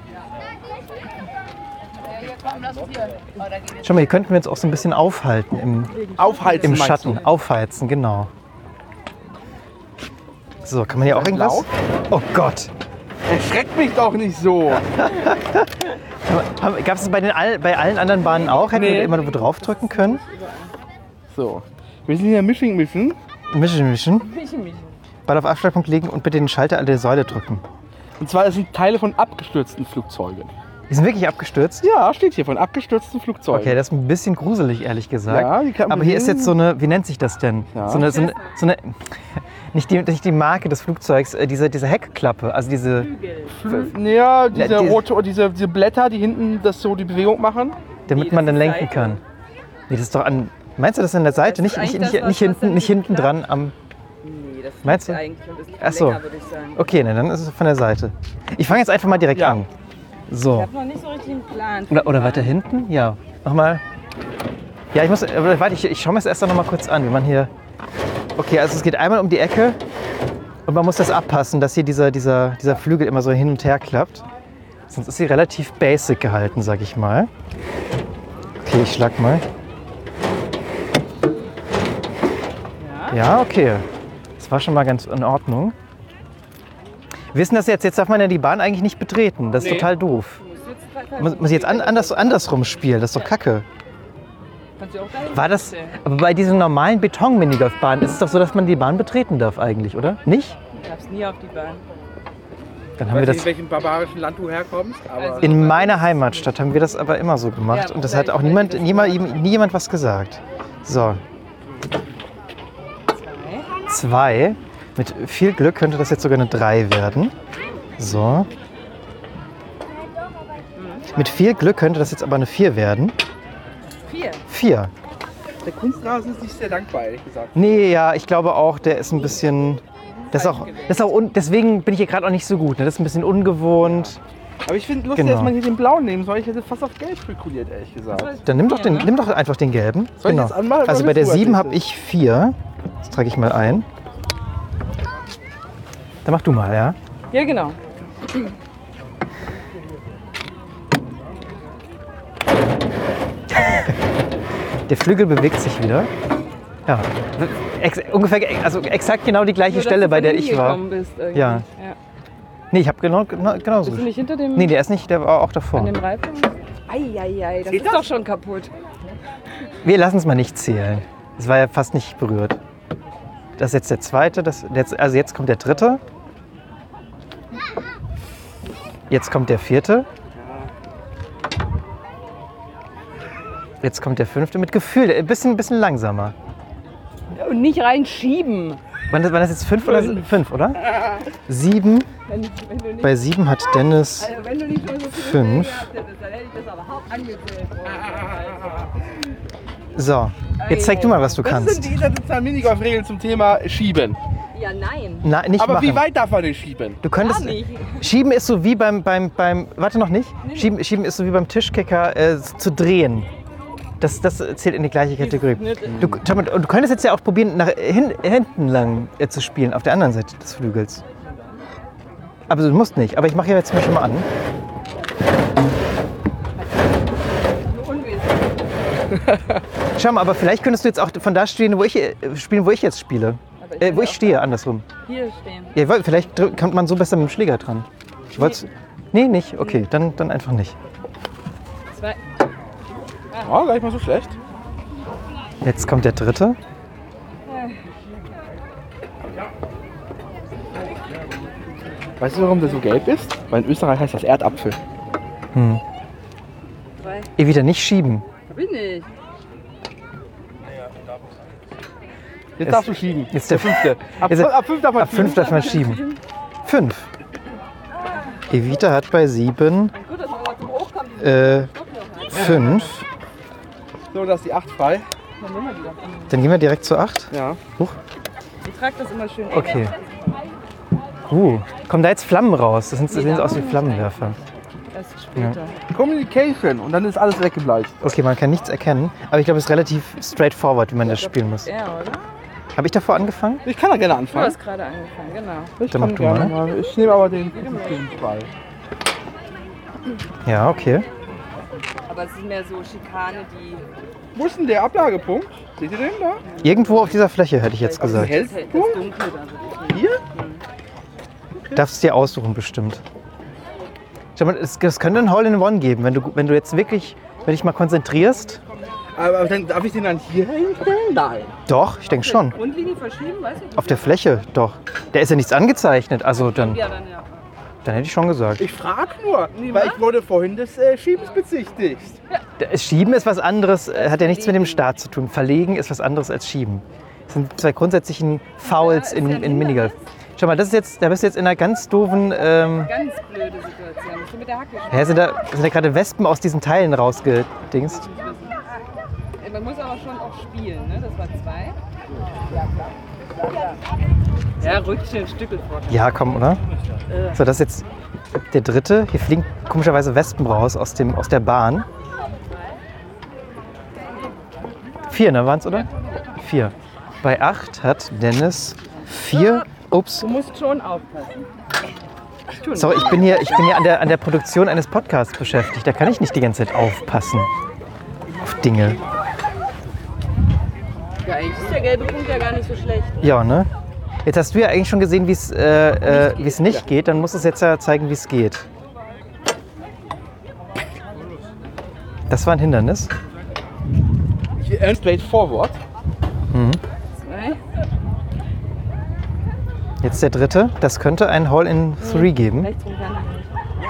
Schau mal, hier könnten wir uns auch so ein bisschen aufhalten im, Aufheizen im meinst Schatten. du? Aufheizen, genau. So, kann man hier auch irgendwas? laut? Oh Gott. Erschreckt mich doch nicht so. Gab es bei, den all, bei allen anderen Bahnen auch? Hätten Nee. wir immer wo draufdrücken können? So, wir sind hier Mischen Mischen. Mischen, mischen. Ball auf Abschlagpunkt legen und bitte den Schalter an der Säule drücken. Und zwar, das sind Teile von abgestürzten Flugzeugen. Die sind wirklich abgestürzt? Ja, steht hier, von abgestürzten Flugzeugen. Okay, das ist ein bisschen gruselig, ehrlich gesagt. Ja, die kann man Aber hier ist sehen. jetzt so eine, wie nennt sich das denn? Ja. So eine, so eine, so eine nicht, die, nicht die Marke des Flugzeugs, äh, diese, diese Heckklappe, also diese, Ja, diese, Ja, die- rote, diese, diese Blätter, die hinten das so die Bewegung machen. damit Nee, man das dann ist lenken Seite. kann. Nee, das ist doch an, meinst du das an der Seite? Das ist Nicht, nicht, eigentlich nicht, das, nicht was- hinten, was nicht dann hinten klappt. dran am... Nee, das Meinst liegt du? eigentlich ein bisschen Ach so. länger, würde ich sagen. Okay, ne, dann ist es von der Seite. Ich fange jetzt einfach mal direkt Ja. an. Ich So. habe noch nicht so richtig einen Plan. für Oder, die oder Bahn. weiter hinten? Ja. Nochmal. Ja, ich muss. äh, Warte, ich, ich schaue mir das erst noch mal kurz an, wie man hier. Okay, also es geht einmal um die Ecke und man muss das abpassen, dass hier dieser, dieser, dieser Flügel immer so hin und her klappt. Sonst ist sie relativ basic gehalten, sag ich mal. Okay, ich schlag mal. Ja? Ja, okay. Das war schon mal ganz in Ordnung. Wir wissen das jetzt, jetzt darf man ja die Bahn eigentlich nicht betreten. Das ist Nee. total doof. Du musst jetzt halt- Muss muss ich jetzt an, anders, andersrum spielen? Das ist doch kacke. Kannst du auch dahin War das, stellen. aber bei diesen normalen Beton-Minigolfbahnen ist es doch so, dass man die Bahn betreten darf eigentlich, oder? Nicht? Du darfst nie auf die Bahn. Dann haben wir Ich weiß nicht, das. in welchem barbarischen Land du herkommst, aber Also- In meiner Heimatstadt haben wir das aber immer so gemacht Ja, und das hat auch vielleicht niemand, das niemand, nie jemand was gesagt. So, Zwei. zwei. Mit viel Glück könnte das jetzt sogar eine drei werden. So. Mit viel Glück könnte das jetzt aber eine vier werden. Vier. vier. der Kunstrasen ist nicht sehr dankbar, ehrlich gesagt. Nee, ja, ich glaube auch, der ist ein bisschen. Das ist auch, das ist auch un, deswegen bin ich hier gerade auch nicht so gut. Ne? Das ist ein bisschen ungewohnt. Aber ich finde lustig, Genau. dass man hier den blauen nehmen soll. Ich hätte fast auf Gelb spekuliert, ehrlich gesagt. Dann nimm doch, den, nimm doch einfach den gelben. Soll ich jetzt anmachen oder Also bei willst der du als sieben habe nächstes? ich vier. Das trage ich mal ein. Dann mach du mal, ja? Ja, genau. Der Flügel bewegt sich wieder. Ja. Ex ungefähr, also exakt genau die gleiche Nur, dass Stelle, du bei von der hinten ich war. gekommen Bist irgendwie. Ja. ja. Nee, ich habe genau, genau, genauso. Bist du nicht hinter dem, Nee, der ist nicht, der war auch davor. an dem Reifen? Eieiei, das Geht ist das? doch schon kaputt. Wir lassen es mal nicht zählen. Es war ja fast nicht berührt. Das ist jetzt der zweite, das, jetzt, also jetzt kommt der dritte. Jetzt kommt der vierte. Jetzt kommt der fünfte mit Gefühl, ein bisschen, bisschen langsamer. Und nicht reinschieben. Wann das, wann das jetzt fünf oder fünf, oder? Sieben. Wenn, wenn du nicht, Bei sieben hat Dennis also wenn du nicht schon so viele fünf. Schläge gehabt hättest, dann hätte ich das aber hart angezählt. So, jetzt zeig du mal, was du Das kannst. sind die internationalen Minigolf-Regeln zum Thema Schieben. Ja, nein. Na, nicht Aber machen. wie weit darf man denn schieben? Du könntest. Gar nicht. Schieben ist so wie beim, beim, beim warte noch nicht. Schieben, Schieben ist so wie beim Tischkicker äh, zu drehen. Das, das zählt in die gleiche Kategorie. Du, Tom, du könntest jetzt ja auch probieren, nach hin, hinten lang äh, zu spielen, auf der anderen Seite des Flügels. Aber du musst nicht. Aber ich mache ja jetzt mal schon mal an. Unwesentlich. Schau mal, aber vielleicht könntest du jetzt auch von da spielen, wo ich, äh, spielen, wo ich jetzt spiele. Aber ich Äh, will wo ich auch stehe, andersrum. Hier stehen. Ja, ich wollt- vielleicht drück- kommt man so besser mit dem Schläger dran. Ich wollt's- Nee, nicht? Okay, dann, dann einfach nicht. Zwei. Oh, gar nicht mal so schlecht. Jetzt kommt der dritte. Weißt du, warum der so gelb ist? Weil in Österreich heißt das Erdapfel. Drei. Ihr wieder nicht schieben. Bin ich. Jetzt Es- darfst du schieben. Jetzt der fünfte. Ab, Jetzt- fün- ab fünf darf man Ab fünf darf man schieben. Fünf. Evita hat bei sieben Gut, dass man mal zum Hochkommen. äh, fünf. So, da ist die acht frei. Dann nehmen wir die doch an. Dann gehen wir direkt zu acht. Ja. Huch. Ich trage das immer schön. Okay. Uh, kommen da jetzt Flammen raus? Das, sind, das sehen aus wie Flammenwerfer. Erst später. Communication und dann ist alles weggebleicht. Okay, man kann nichts erkennen, aber ich glaube, es ist relativ straightforward, wie man das spielen muss. Ja, oder? Habe ich davor angefangen? Ich kann da gerne Du anfangen. hast gerade angefangen, genau. Ich Dann kann mach du gerne mal. mal. Ich nehme aber den, den Ball. Ja, okay. Aber es ist mehr so Schikane, die. Wo ist denn der Ablagepunkt? Seht ihr den da? Irgendwo auf dieser Fläche hätte ich jetzt Also gesagt. hell- Das, das Dunkle da. So. Hier? kriegst. Darfst dir aussuchen bestimmt. Schau mal, es, es könnte ein Hole-in-One geben, wenn du, wenn du jetzt wirklich, wenn du dich mal konzentrierst. Aber dann darf ich den dann hier hinstellen? Nein. Doch, ich denke schon. Grundlinie verschieben, weiß ich Auf der Fläche, doch. Der ist ja nichts angezeichnet, also dann, Ja, dann ja. dann hätte ich schon gesagt. Ich frage nur, weil ich wurde vorhin des äh, Schiebens bezichtigt. Das Schieben ist was anderes, äh, hat ja nichts mit dem Start zu tun. Verlegen ist was anderes als Schieben. Das sind zwei grundsätzlichen Fouls in, in Minigolf. Schau mal, das ist jetzt, da bist du jetzt in einer ganz doofen... Ähm, Ganz blöde Situation. Musst du mit der Hacke hä, sind da, sind da gerade Wespen aus diesen Teilen rausgedingst? Man muss aber schon auch spielen, ne? Das war zwei. Ja, Rückchen ein Stück vor. Ja, komm, oder? So, das ist jetzt der dritte. Hier fliegen komischerweise Wespen raus aus, dem, aus der Bahn. Vier, ne, waren es, oder? Vier. Bei acht hat Dennis vier. Ups. Du musst schon aufpassen. Sorry, ich bin hier, ich bin hier an, der, an der Produktion eines Podcasts beschäftigt. Da kann ich nicht die ganze Zeit aufpassen. Auf Dinge. Ja, eigentlich ist der gelbe Punkt ja gar nicht so schlecht. Ja, ne? Jetzt hast du ja eigentlich schon gesehen, wie es äh, äh, wie es nicht geht. Dann musst du es jetzt ja zeigen, wie es geht. Das war ein Hindernis. Straight forward. Mhm. Zwei. Jetzt der dritte. Das könnte ein Hole-in-Three geben. Rechts rum kann ich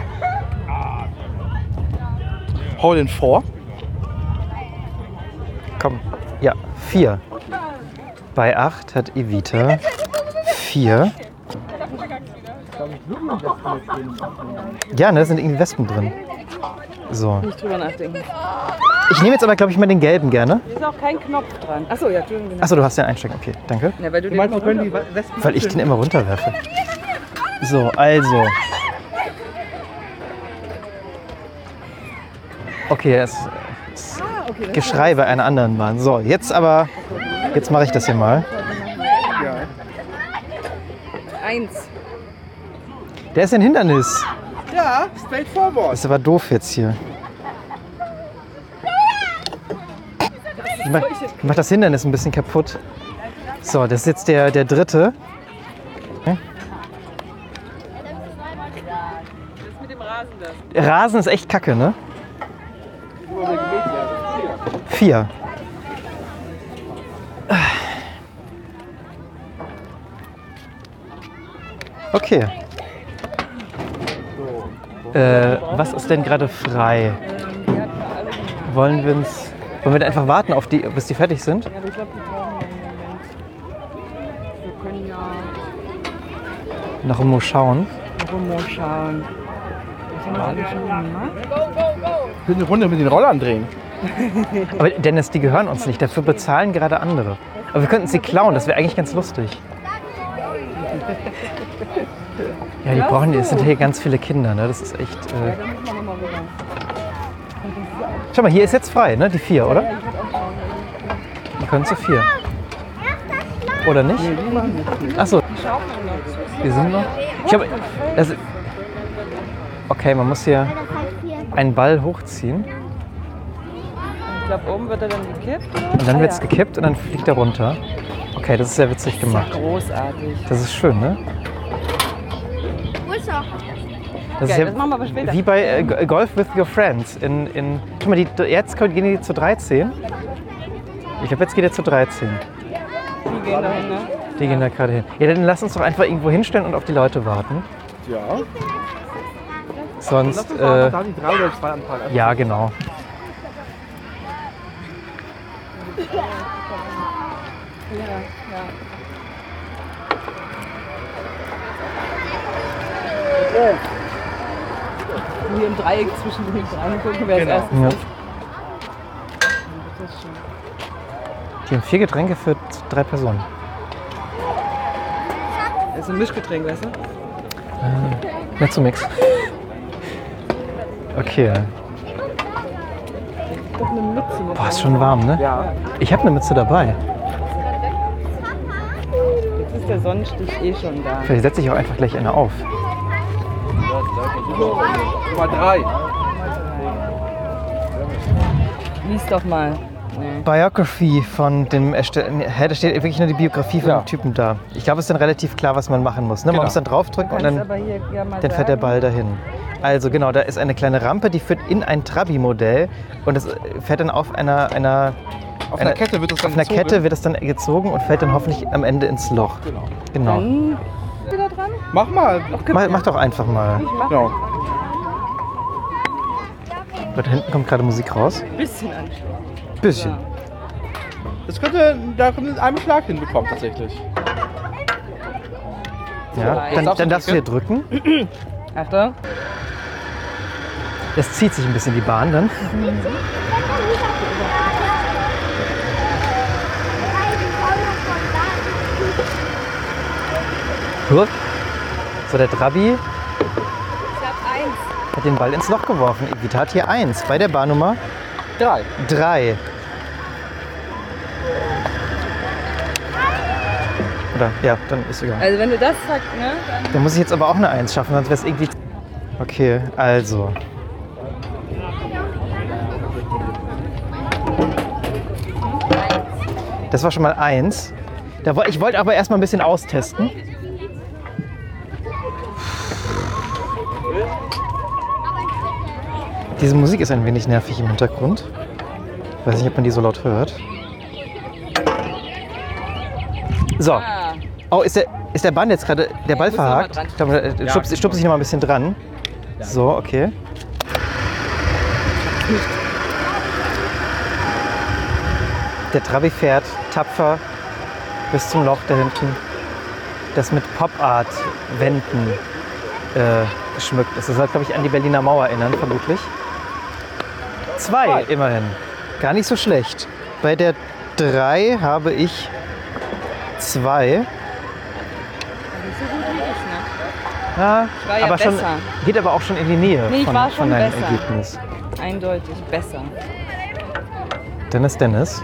nicht. Hole in four. Komm. Ja, vier. Bei acht hat Evita vier. Ja, ne, sind irgendwie Wespen drin. So. Nicht drüber nachdenken. Ich nehme jetzt aber, glaube ich, mal den gelben gerne. Hier ist auch kein Knopf dran. Achso, ja, Entschuldigung. Genau. Achso, du hast den einstecken. Okay, danke. Ja, weil du Du den meinst, wir immer können die runter- Wespen... Weil ich den immer runterwerfe. So, also. Okay, es ist Geschrei bei einer anderen Bahn. So, jetzt aber, jetzt mache ich das hier mal. Ja. Eins. Der ist ein Hindernis. Ja, straight forward. Ist aber doof jetzt hier. Ich mach, ich mach das Hindernis ein bisschen kaputt. So, das ist jetzt der, der dritte. Okay. Das mit dem Rasen da. Der Rasen ist echt kacke, ne? Vier. Okay. Äh, was ist denn gerade frei? Wollen wir uns, wollen wir da einfach warten, auf die, bis die fertig sind? Ja, aber ich glaube, die brauchen einen Moment. Wir können ja Noch mal schauen. noch mal schauen. Das haben wir alle schon gemacht. Ich will eine Runde mit den Rollern drehen. Aber Dennis, die gehören uns nicht. Dafür bezahlen gerade andere. Aber wir könnten sie klauen. Das wäre eigentlich ganz lustig. Ja, die brauchen, es sind hier ganz viele Kinder, ne? Das ist echt. Äh Schau mal, hier ist jetzt frei, ne? Die vier, oder? Wir können zu vier. Oder nicht? Achso. Wir sind noch. Ich habe. Das, okay, man muss hier einen Ball hochziehen. Ich glaube, oben wird er dann gekippt. Oder? Und dann Ah, wird es ja. gekippt und dann fliegt er runter. Okay, das ist sehr witzig gemacht. Großartig. Das ist schön, ne? Das ist Geil, ja das machen wir aber später. wie bei äh, Go- Golf with your friends. In, in, schau mal, die, jetzt gehen die zu dreizehn. Ich glaube, jetzt geht er zu dreizehn. Die gehen da hin, ne? Die gehen da gerade hin. Ja, dann lass uns doch einfach irgendwo hinstellen und auf die Leute warten. Ja. Sonst, Lass uns äh, einfach da die drei oder zwei anfangen. ja, genau. Hier im Dreieck zwischen den dreien gucken, wer Genau. als erstes Ja. ist. Die haben vier Getränke für drei Personen. Das ist ein Mischgetränk, weißt du? Nicht so Mix. Okay. Doch eine Mütze mit. Boah, ist schon warm, ne? Ja. Ich habe eine Mütze dabei. Jetzt ist der Sonnenstich eh schon da. Vielleicht setze ich auch einfach gleich eine auf. Nummer drei. Lies doch mal. Biography von dem Erstellen. Hä, da steht wirklich nur die Biografie von Ja. dem Typen da. Ich glaube, es ist dann relativ klar, was man machen muss. Ne? Man Genau. muss dann draufdrücken und dann, aber hier ja mal dann fährt der sagen. Ball dahin. Also genau, da ist eine kleine Rampe, die führt in ein Trabi-Modell und es fährt dann auf einer, einer, Auf einer eine- Kette wird das dann auf einer gezogen. Kette wird es dann gezogen und fällt dann hoffentlich am Ende ins Loch. Genau. Genau. Dann wieder dran? Mach mal. Mach, mach doch einfach mal. Genau. Da hinten kommt gerade Musik raus. Bisschen anstrengend. Bisschen. Das könnte da mit einem Schlag hinbekommen tatsächlich. Ja. Dann, darfst du dann darfst du hier drücken. Achtung. Das zieht sich ein bisschen die Bahn dann. Hup. So, der Trabi hat den Ball ins Loch geworfen. Evita hat hier eins bei der Bahnnummer Drei. drei. Oder, ja, dann ist egal. Also wenn du das sagst, ne? Dann Dann muss ich jetzt aber auch eine eins schaffen, sonst wäre es irgendwie... Okay, also. Das war schon mal eins. Da, woll- ich wollte aber erstmal ein bisschen austesten. Diese Musik ist ein wenig nervig im Hintergrund. Ich weiß nicht, ob man die so laut hört. So. ah, Oh, ist der, ist der Band jetzt gerade, der Ball muss noch mal verhakt? dran. Ich glaube, äh, stupst, stupst sich noch mal ein bisschen dran. So, okay. Der Trabi fährt tapfer bis zum Loch da hinten, das mit Pop-Art-Wänden äh, geschmückt ist. Das soll, glaube ich, an die Berliner Mauer erinnern, vermutlich. Zwei, Zwei. immerhin. Gar nicht so schlecht. Bei der drei habe ich zwei. nicht so gut wie ich, ne? Ja, Ich war ja aber schon, besser. geht aber auch schon in die Nähe Nee, ich von, war von schon deinem besser. Ergebnis. Eindeutig besser. Dennis, Dennis.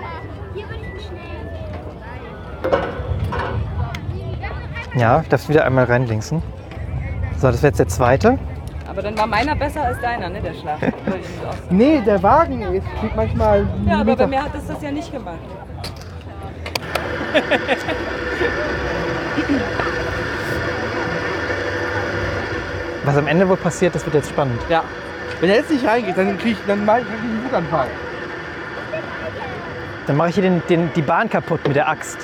Ja, darfst wieder einmal reinlinksen. So, das wäre jetzt der zweite. Aber dann war meiner besser als deiner, ne, der Schlag. Wollte ich nicht auch sagen. Nee, der Wagen ist, fliegt manchmal. Ja, aber bei Millimeter- mir hat es das ja nicht gemacht. Was am Ende wohl passiert, das wird jetzt spannend. Ja. Wenn er jetzt nicht reingeht, dann kriege ich, dann mach ich einen Wutanfall. Dann mache ich hier den, den, die Bahn kaputt mit der Axt.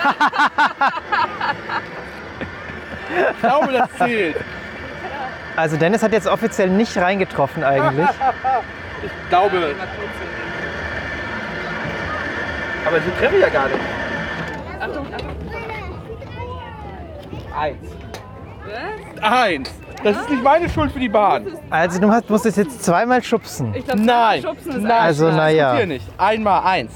Ich glaube, das zählt. Also Dennis hat jetzt offiziell nicht reingetroffen eigentlich. Ich glaube. Aber so treffe ich ja gar nicht. Achtung, Achtung. Eins. Eins. Das ist nicht meine Schuld für die Bahn. Also du hast, musst es jetzt zweimal schubsen. Ich glaube, Nein. Schubsen ist Nein. Also, Einschlag. na ja. Hier nicht. Einmal eins.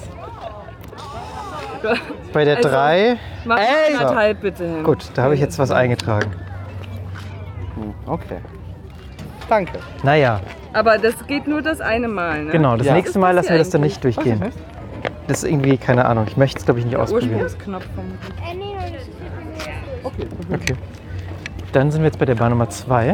Bei der Also- drei. Mach Ey! anderthalb bitte hin. Gut, da habe ich jetzt was eingetragen. Okay. Danke. Naja, Aber das geht nur das eine Mal, ne? genau. Das Ja. nächste Mal Was lassen wir das ist dann das nicht durchgehen. Das ist irgendwie, keine Ahnung. Ich möchte es, glaube ich, nicht ausprobieren. Ursprungsknopf vom Okay. Okay. Dann sind wir jetzt bei der Bahn Nummer zwei.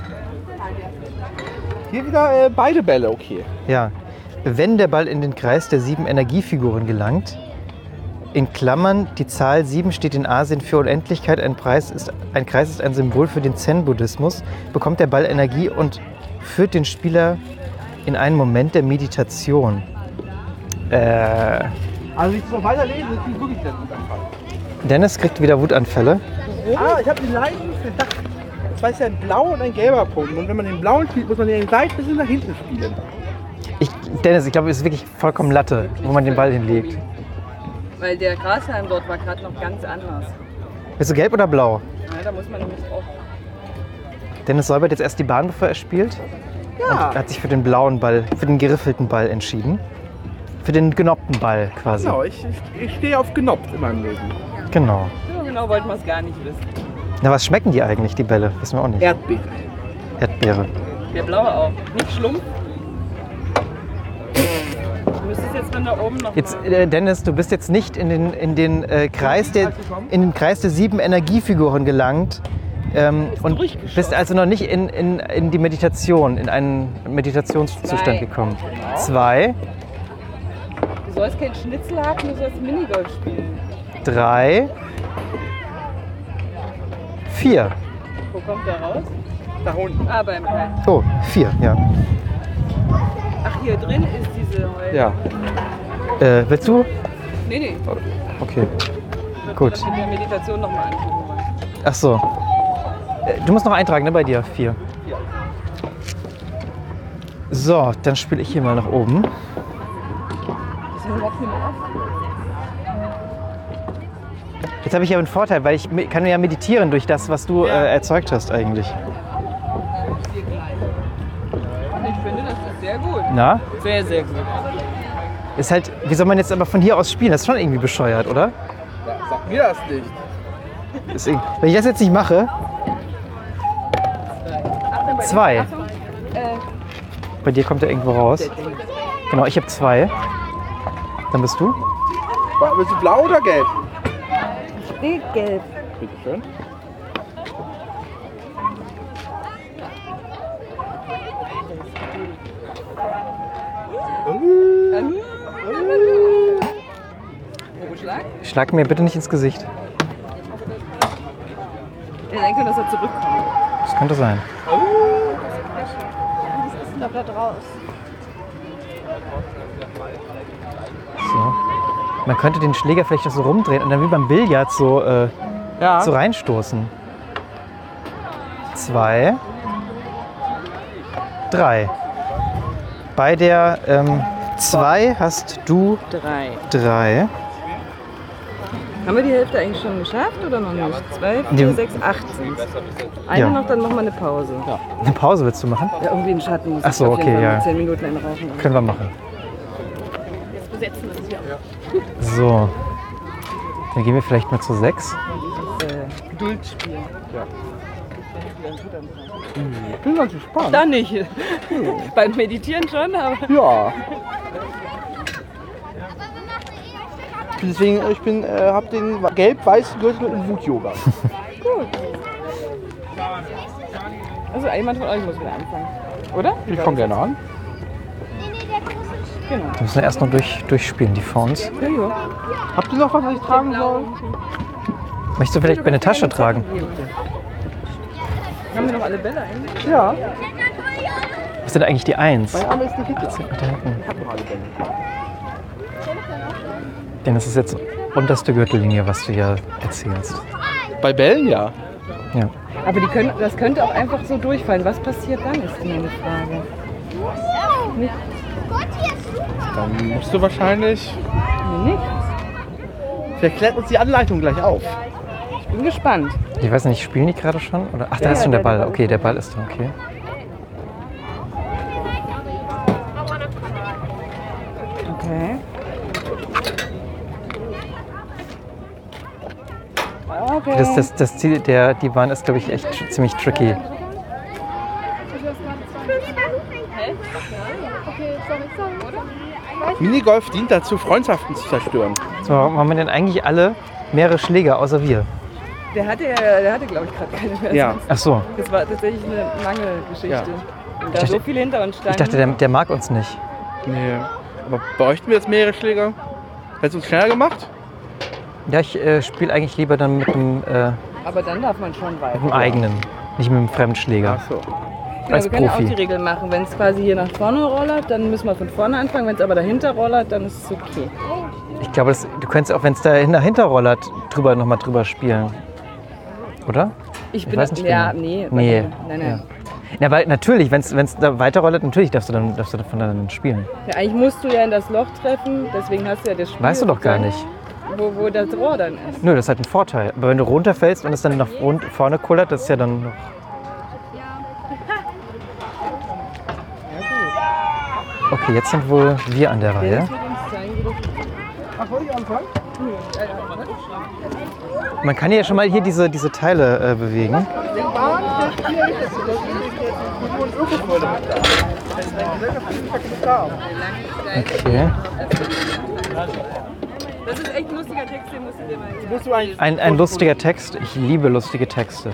Hier wieder äh, beide Bälle, okay. Ja. Wenn der Ball in den Kreis der sieben Energiefiguren gelangt, in Klammern, die Zahl sieben steht in Asien für Unendlichkeit, ein, Preis ist, ein Kreis ist ein Symbol für den Zen-Buddhismus, bekommt der Ball Energie und führt den Spieler in einen Moment der Meditation. Äh, Also, wenn ich noch weiter lese, ist es wirklich der Wutanfall. Dennis kriegt wieder Wutanfälle. Ah, ich habe den leichten Verdacht. Das ist ja ein blauer und ein gelber Punkt. Und wenn man den blauen spielt, muss man den leicht ein bisschen nach hinten spielen. Ich, Dennis, ich glaube, es ist wirklich vollkommen Latte, wo man den Ball hinlegt. Weil der Grashalm dort war gerade noch ganz anders. Bist du gelb oder blau? Ja, da muss man nämlich auch. Dennis säubert jetzt erst die Bahn, bevor er spielt. Ja. Er hat sich für den blauen Ball, für den geriffelten Ball entschieden. Für den genoppten Ball quasi. Genau, ich, ich, ich stehe auf genoppt in meinem Leben. Genau. So genau wollten wir es gar nicht wissen. Na, was schmecken die eigentlich, die Bälle? Wissen wir auch nicht. Erdbeere. Erdbeere. Der blaue auch. Nicht schlumpf. Du müsstest jetzt von da oben noch Jetzt, mal. äh, Dennis, du bist jetzt nicht in den, in den, äh, Kreis, der, in den Kreis der sieben Energiefiguren gelangt. Ähm, und durchgeschossen. bist also noch nicht in, in, in die Meditation, in einen Meditationszustand Zwei. gekommen. Zwei. sollst keinen Schnitzelhaken, du sollst Minigolf spielen. Drei. Vier. Wo kommt der raus? Da unten. Ah, beim Teil. Oh, vier, ja. Ach, hier drin ist diese Heu. Ja. Äh, willst du? Nee, nee. Okay. Gut. Ich mit der Meditation nochmal angucken. Ach so. Äh, Du musst noch eintragen, ne, bei dir? Vier. So, dann spiele ich hier mal nach oben. Das ist überhaupt nicht mehr auf. Jetzt habe ich ja einen Vorteil, weil ich me- kann ja meditieren durch das, was du äh, erzeugt hast eigentlich. Ich finde, das ist sehr gut. Na? Sehr, sehr gut. Ist halt, wie soll man jetzt aber von hier aus spielen? Das ist schon irgendwie bescheuert, oder? Sag mir das nicht. Ist irg- Wenn ich das jetzt nicht mache, Achtung, bei Zwei. Achtung, äh, bei dir kommt er irgendwo raus. Genau, ich habe zwei. Dann bist du. Willst du blau oder gelb? nee, gelb. Bitte schön. Probeschlag. Schlag mir bitte nicht ins Gesicht. Ich denke, dass er zurückkommt. Das könnte sein. Da bleibt raus. So. Man könnte den Schläger vielleicht auch so rumdrehen und dann wie beim Billard so, äh, Ja. so reinstoßen. Zwei. Drei. Bei der ähm, zwei hast du Drei. drei. Haben wir die Hälfte eigentlich schon geschafft oder noch nicht? Zwei, Nee. vier, sechs, acht sind Eine Ja. noch, dann machen wir eine Pause. Ja, Eine Pause willst du machen? irgendwie einen Schatten muss Ach ich so, auf jeden okay, Fall ja. mal zehn Minuten einrauchen. Können wir machen. Jetzt besetzen wir das hier. So. Dann gehen wir vielleicht mal zu sechs. Äh, Geduldspiel. Ich bin ganz gespannt. Dann nicht. Beim Meditieren schon, aber. Ja. Deswegen, ich bin, äh, hab den gelb-weißen Gürtel in Wut-Yoga. Also jemand von euch muss wieder anfangen. Oder? Ich komme gerne an. Genau. Wir müssen erst noch durch, durchspielen, die Phones. Ja, ja. Habt ihr noch was, was ich tragen soll? Möchtest du vielleicht meine Tasche tragen? Haben wir noch alle Bälle eigentlich? Ja. Was ist denn eigentlich die Eins? Mein Name ist Nikita. Da hinten. Ich hab noch alle Bälle. Denn das ist jetzt unterste Gürtellinie, was du ja erzählst. Bei Bällen ja. Ja. Aber die können, das könnte auch einfach so durchfallen. Was passiert dann, ist meine Frage. Nicht, Dann musst du wahrscheinlich. nee, nichts. Vielleicht klärt uns die Anleitung gleich auf. Ich bin gespannt. Ich weiß nicht, spielen die gerade schon? Oder? Ach, da Ja, ist ja, schon der der- der Ball. Ball Okay, ist der Ball ist da, okay. Okay. Okay. Das, das, das Ziel, der, die Bahn ist, glaube ich, echt tr- ziemlich tricky. Minigolf dient dazu, Freundschaften zu zerstören. So, warum haben wir denn eigentlich alle mehrere Schläger, außer wir? Der hatte, der hatte glaube ich, gerade keine mehr. Ja. Ach so, Das war tatsächlich eine Mangelgeschichte. Ja. Und da dachte- so viel hinter uns stand. ich dachte, der, der mag uns nicht. Nee. Aber bräuchten wir jetzt mehrere Schläger? Hättest du uns schneller gemacht? Ja, ich äh, spiele eigentlich lieber dann mit dem, äh, Aber dann darf man schon weiter. mit dem eigenen, nicht mit dem Fremdschläger. so. Genau, als wir können ja auch Profi. die Regel machen. Wenn es quasi hier nach vorne rollert, dann müssen wir von vorne anfangen. Wenn es aber dahinter rollert, dann ist es okay. Ich glaube, das, du könntest auch, wenn es da dahinter rollert, drüber, nochmal drüber spielen. Oder? Ich Ich bin weiß nicht ja, genau. nee, Nee. nein, nein. Ja, weil natürlich, wenn es da weiterrollert, natürlich darfst du dann darfst du davon dann spielen. Ja, eigentlich musst du ja in das Loch treffen, deswegen hast du ja das Spiel. Weißt du doch gar nicht. Wo, wo das Rohr dann ist. Nö, das ist halt ein Vorteil. Aber wenn du runterfällst und es dann nach rund- vorne kullert, das ist ja dann noch. Okay, jetzt sind wohl wir an der Der Reihe. ist mit uns zeigen, wie das Ach, wollte ich anfangen? Man kann ja schon mal hier diese, diese Teile äh, bewegen. Okay. Das ist echt ein lustiger Text, den musst du dir mal Musst du eigentlich Ein, ein lustiger Text. Ich liebe lustige Texte.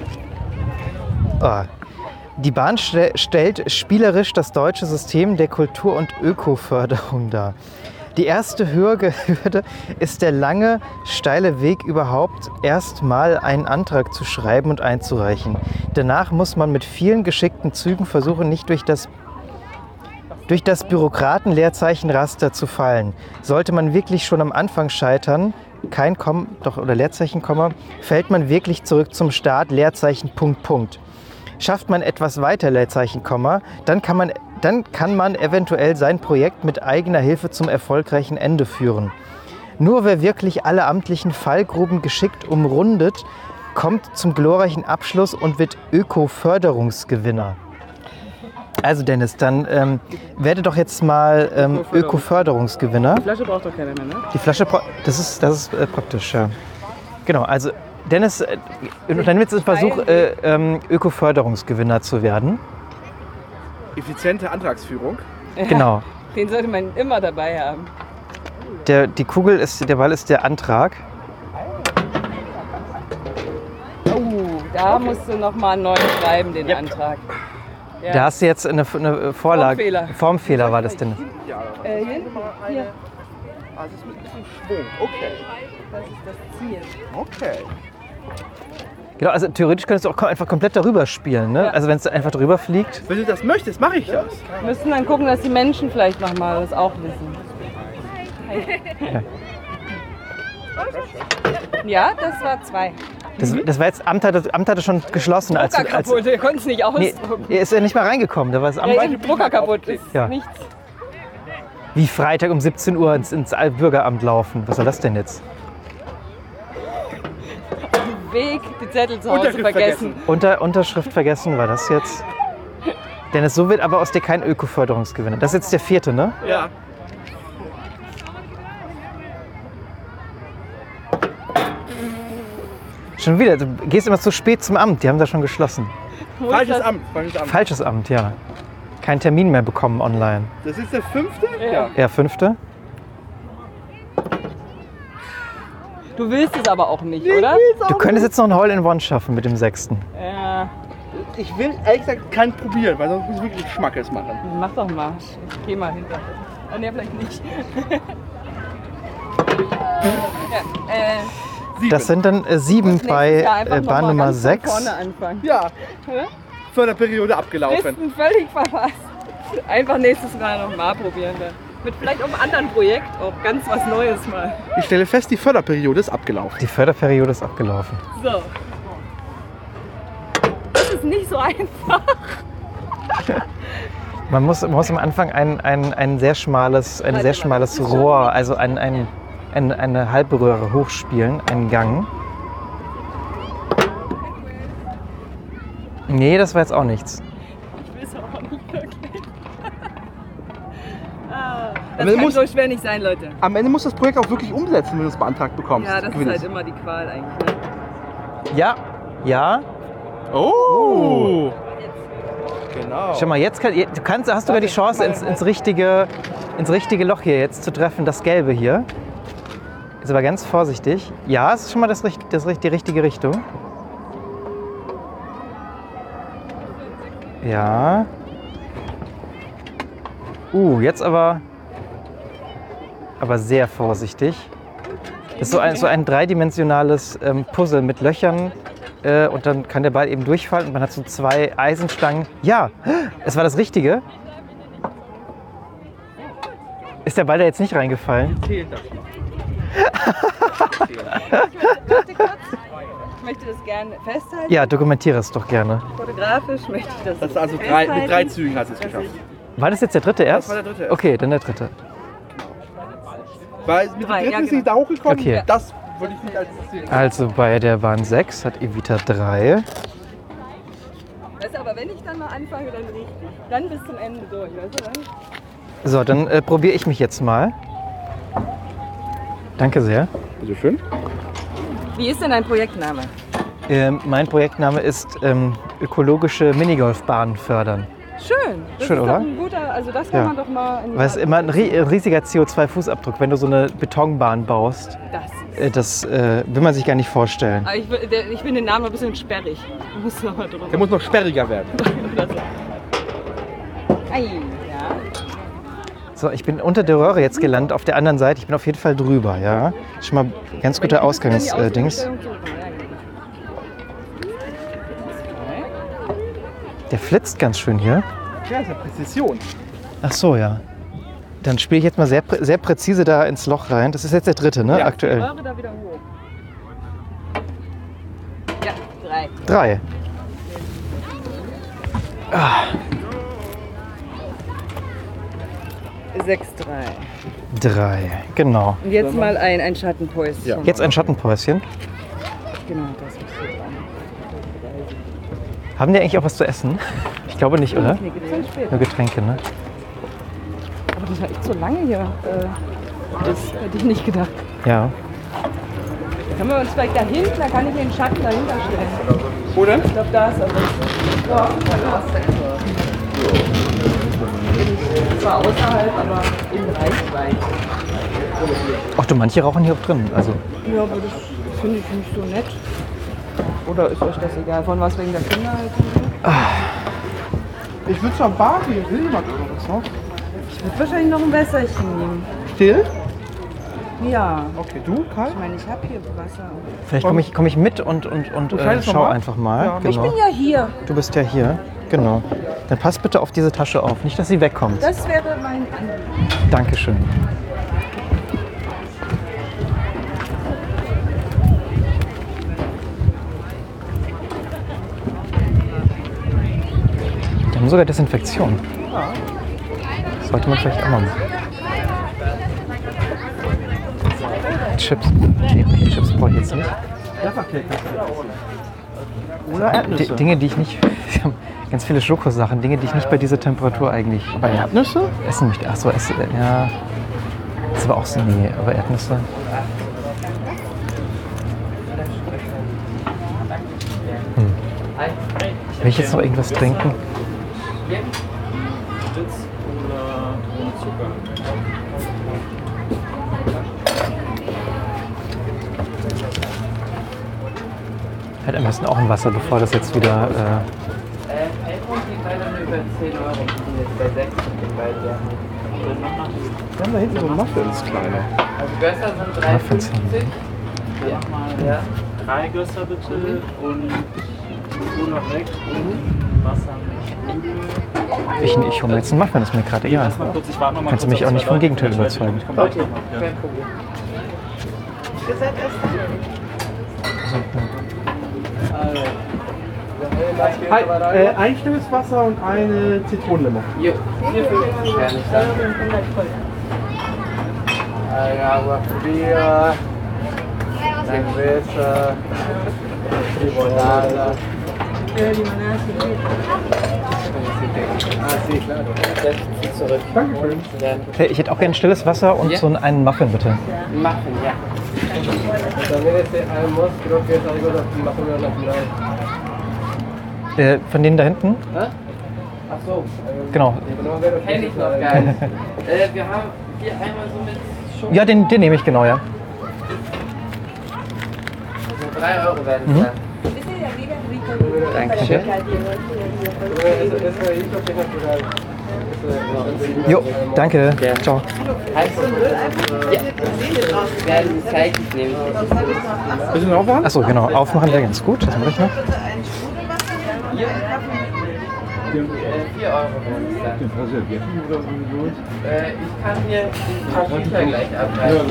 Ah. Die Bahn ste stellt spielerisch das deutsche System der Kultur- und Ökoförderung dar. Die erste Hürde Hürde ist der lange, steile Weg überhaupt, erst mal einen Antrag zu schreiben und einzureichen. Danach muss man mit vielen geschickten Zügen versuchen, nicht durch das, durch das Bürokraten-Leerzeichenraster zu fallen. Sollte man wirklich schon am Anfang scheitern, kein Komma, doch, oder Leerzeichen, Komma, fällt man wirklich zurück zum Start, Leerzeichen, Punkt, Punkt. Schafft man etwas weiter, Leerzeichen, Komma, dann kann man Dann kann man eventuell sein Projekt mit eigener Hilfe zum erfolgreichen Ende führen. Nur wer wirklich alle amtlichen Fallgruben geschickt umrundet, kommt zum glorreichen Abschluss und wird Öko-Förderungsgewinner. Also Dennis, dann ähm, werde doch jetzt mal ähm, Öko-Förderungsgewinner. Die Flasche braucht doch keiner mehr, ne? Die Flasche, bra- das ist, das ist äh, praktisch, ja. Genau, also Dennis, äh, dann wird es ein Versuch, äh, ähm, Öko-Förderungsgewinner zu werden. Effiziente Antragsführung. Genau. Den sollte man immer dabei haben. Der, die Kugel ist, der Ball ist der Antrag. Oh, da musst du noch mal neu schreiben, den Antrag. Ja. Da hast du jetzt eine, eine Vorlage. Formfehler. Formfehler war das denn. Äh, hier? Hier. Also es ist mit ein bisschen Schwung. Okay. Das ist das Ziel. Okay. Genau, also theoretisch könntest du auch einfach komplett darüber spielen, ne? Ja. Also wenn es einfach drüber fliegt. Wenn du das möchtest, mache ich das. Wir müssen dann gucken, dass die Menschen vielleicht noch mal das auch wissen. Ja, das war zwei. Das, das war jetzt, Amt hatte, Amt hatte schon geschlossen. Als, Drucker als, kaputt, wir konnten es nicht nee, ausdrucken. er ist ja nicht mal reingekommen. Da war das Amt Ja, eben, Drucker kaputt ist Ja. nichts. wie Freitag um siebzehn Uhr ins, ins Bürgeramt laufen. Was soll das denn jetzt? Weg, die Zettel zu Hause Unterschrift vergessen. Unter, Unterschrift vergessen war das jetzt. Dennis, so wird aber aus dir kein Öko-Förderungsgewinner. Das ist jetzt der vierte, ne? Ja. Schon wieder, du gehst immer zu spät zum Amt. Die haben da schon geschlossen. Wo ist Falsches das? Amt. Falsches Amt. Falsches Amt, ja. Kein Termin mehr bekommen online. Das ist der fünfte? Ja. Ja, fünfte. Du willst es aber auch nicht, oder? Du könntest jetzt noch ein Hole-in-One schaffen mit dem sechsten. Ja, Ich will ehrlich gesagt keinen probieren, weil sonst muss ich wirklich Schmackes machen. mach doch mal. Ich geh mal hinter. Oh, ne, vielleicht nicht. ja, äh, Sieben. Das sind dann äh, sieben nächstes bei Jahr einfach äh, noch mal Bahn Nummer ganz von sechs. vorne anfangen. Ja, Hä? Förderperiode abgelaufen. Listen völlig verpasst. Einfach nächstes Mal noch mal probieren dann. Mit vielleicht auch einem anderen Projekt, auch ganz was Neues mal. Ich stelle fest, die Förderperiode ist abgelaufen. Die Förderperiode ist abgelaufen. So. Das ist nicht so einfach. Man muss, man muss am Anfang ein, ein, ein sehr schmales, ein sehr schmales Rohr, also ein, ein, ein, eine halbe Röhre hochspielen, einen Gang. Nee, das war jetzt auch nichts. Ich will es auch nicht wirklich. ah, Aber das du kann musst- so schwer nicht sein, Leute. Am Ende musst du das Projekt auch wirklich umsetzen, wenn du es beantragt bekommst. Ja, das ist Gewinnst. halt immer die Qual eigentlich. Ne? Ja, ja. Oh! Genau. Schau mal, jetzt kann, du kannst, hast sogar die Chance, ins, ins, richtige, ins richtige Loch hier jetzt zu treffen, das Gelbe hier. Ist aber ganz vorsichtig. Ja, es ist schon mal das, richt- das, richt- die richtige Richtung. Ja. Uh, jetzt aber, aber sehr vorsichtig. Das ist so ein, so ein dreidimensionales ähm, Puzzle mit Löchern. Äh, und dann kann der Ball eben durchfallen und man hat so zwei Eisenstangen. Ja, es war das Richtige. Ist der Ball da jetzt nicht reingefallen? Zählt das noch. Warte kurz. Ich möchte das gerne festhalten. Ja, dokumentiere es doch gerne. Fotografisch möchte ich das Das ist also drei, festhalten. mit drei Zügen hast du es dass geschafft. War das jetzt der dritte erst? war der dritte erst. Okay, dann der dritte. Weil mit dem Drei, dritten ja, ist genau. nicht da hochgekommen. Okay. Das würde ich nicht als Ziel. Also bei der Bahn sechs hat Evita drei. Weißt du, aber wenn ich dann mal anfange, dann richtig. Dann bis zum Ende durch, weißt du dann? So, dann äh, probiere ich mich jetzt mal. Danke sehr. Bitte schön. Wie ist denn dein Projektname? Ähm, mein Projektname ist ähm, ökologische Minigolfbahnen fördern. Schön. Das Schön, ist oder? Doch ein guter, also das kann Ja. man doch mal in die Weil es ist immer ein ri- riesiger C O zwei Fußabdruck, wenn du so eine Betonbahn baust. Das ist. Äh, das äh, will man sich gar nicht vorstellen. Aber ich, will- der, ich finde den Namen ein bisschen sperrig. Du musst noch mal drüber. Der muss noch sperriger werden. Oder so. Ei, ja. So, ich bin unter der Röhre jetzt gelandet, auf der anderen Seite. Ich bin auf jeden Fall drüber, ja. Schon mal ganz guter Ausgangsdings. Der flitzt ganz schön hier. Ja, ist ja Präzision. Ach so, ja. Dann spiele ich jetzt mal sehr, prä- sehr präzise da ins Loch rein. Das ist jetzt der dritte, ne? Ja. Aktuell. Röhre da wieder hoch. Ja, drei. Drei. Sechs, drei. Drei, genau. Und jetzt mal ein, ein Schattenpäuschen. Ja. Jetzt ein Schattenpäuschen. Genau, das ist so dran. Haben die eigentlich auch was zu essen? Ich glaube nicht, oder? Nee, gibt's dann später. Nur Getränke, ne? Aber das war echt so lange hier. Äh, das hätte ich nicht gedacht. Ja. Können wir uns vielleicht da hinten, da kann ich den Schatten dahinter stellen. Wo denn? Ich glaube, da ist er. Ja, da. Zwar außerhalb, aber in Reichweite. Ach du, manche rauchen hier auch drin. Also, Ja, aber das finde ich nicht so nett. Oder ist euch das egal? Von was wegen der Kinder halt? Ich würde zur Bar gehen. Will jemand irgendwas noch? Ich würde wahrscheinlich noch ein Wässerchen nehmen. Still? Ja. Okay, du, Karl? Ich meine, ich habe hier Wasser. vielleicht komme ich, komm ich mit und, und, und Du äh, kleines schau nochmal? einfach mal. Ja. Ich Genau. bin ja hier. Du bist ja hier. Genau. Dann pass bitte auf diese Tasche auf. Nicht, dass sie wegkommt. Das wäre mein Anliegen. Dankeschön. Die haben sogar Desinfektion. Sollte man vielleicht auch mal machen. Chips. Nee, okay, Chips brauche ich jetzt nicht. Oder Die, Erdnüsse. Dinge, die ich nicht. Wir haben ganz viele Schokosachen, Dinge, die ich nicht bei dieser Temperatur eigentlich Aber Erdnüsse? essen möchte. Ach so, esse, ja. Das war auch so, nee, aber Erdnüsse. Hm. Will ich jetzt noch irgendwas trinken? Halt am besten auch ein Wasser, bevor das jetzt wieder. Äh, iPhone geht leider nur über zehn Euro. Die sind jetzt bei sechs und bei der. Wir haben da hinten so Muffins, kleine. Also Gösser sind drei Muffins fünfzig. Ja. Ja. Drei Gösser bitte und so noch weg und Wasser mit ich ich hole mir jetzt einen Muffin, ist mir gerade egal. Erstmal kurz, ich warte noch mal Kannst du kurz mich auf auch nicht zwei vom Leute. Gegenteil Ich weiß nicht, überzeugen. ich komm gleich Okay, noch mal. kein Problem. Hi, äh, ein stilles Wasser und eine Zitronenlimo. Jo, vier fünfzig kann ich sagen. Agua fría, cerveza, limonada. Ah, sí, claro. Das ist zurück. Dankeschön. Ja. Hey, ich hätte auch gerne stilles Wasser und Ja. so einen Muffin, bitte. Machen, ja. También este almost creo que es algo más o menos natural. Äh, von denen da hinten? Hä? Ach so. Genau. Kenn ich noch gar nicht. äh, wir haben hier einmal so mit Schoko. Ja, den, den nehme ich, genau, ja. So drei Euro werden es Mhm. dann. Dankeschön. Eso, eso ahí lo que es natural. Eso, no. Jo, danke. Ja. Ciao. Heißt ja, werden zeitlich nämlich. Willst du noch was? Achso, genau. Aufmachen wäre ganz gut. Das mache ich noch. vier Euro werden es dann. Äh, ich kann hier den paar Bücher gleich abreißen.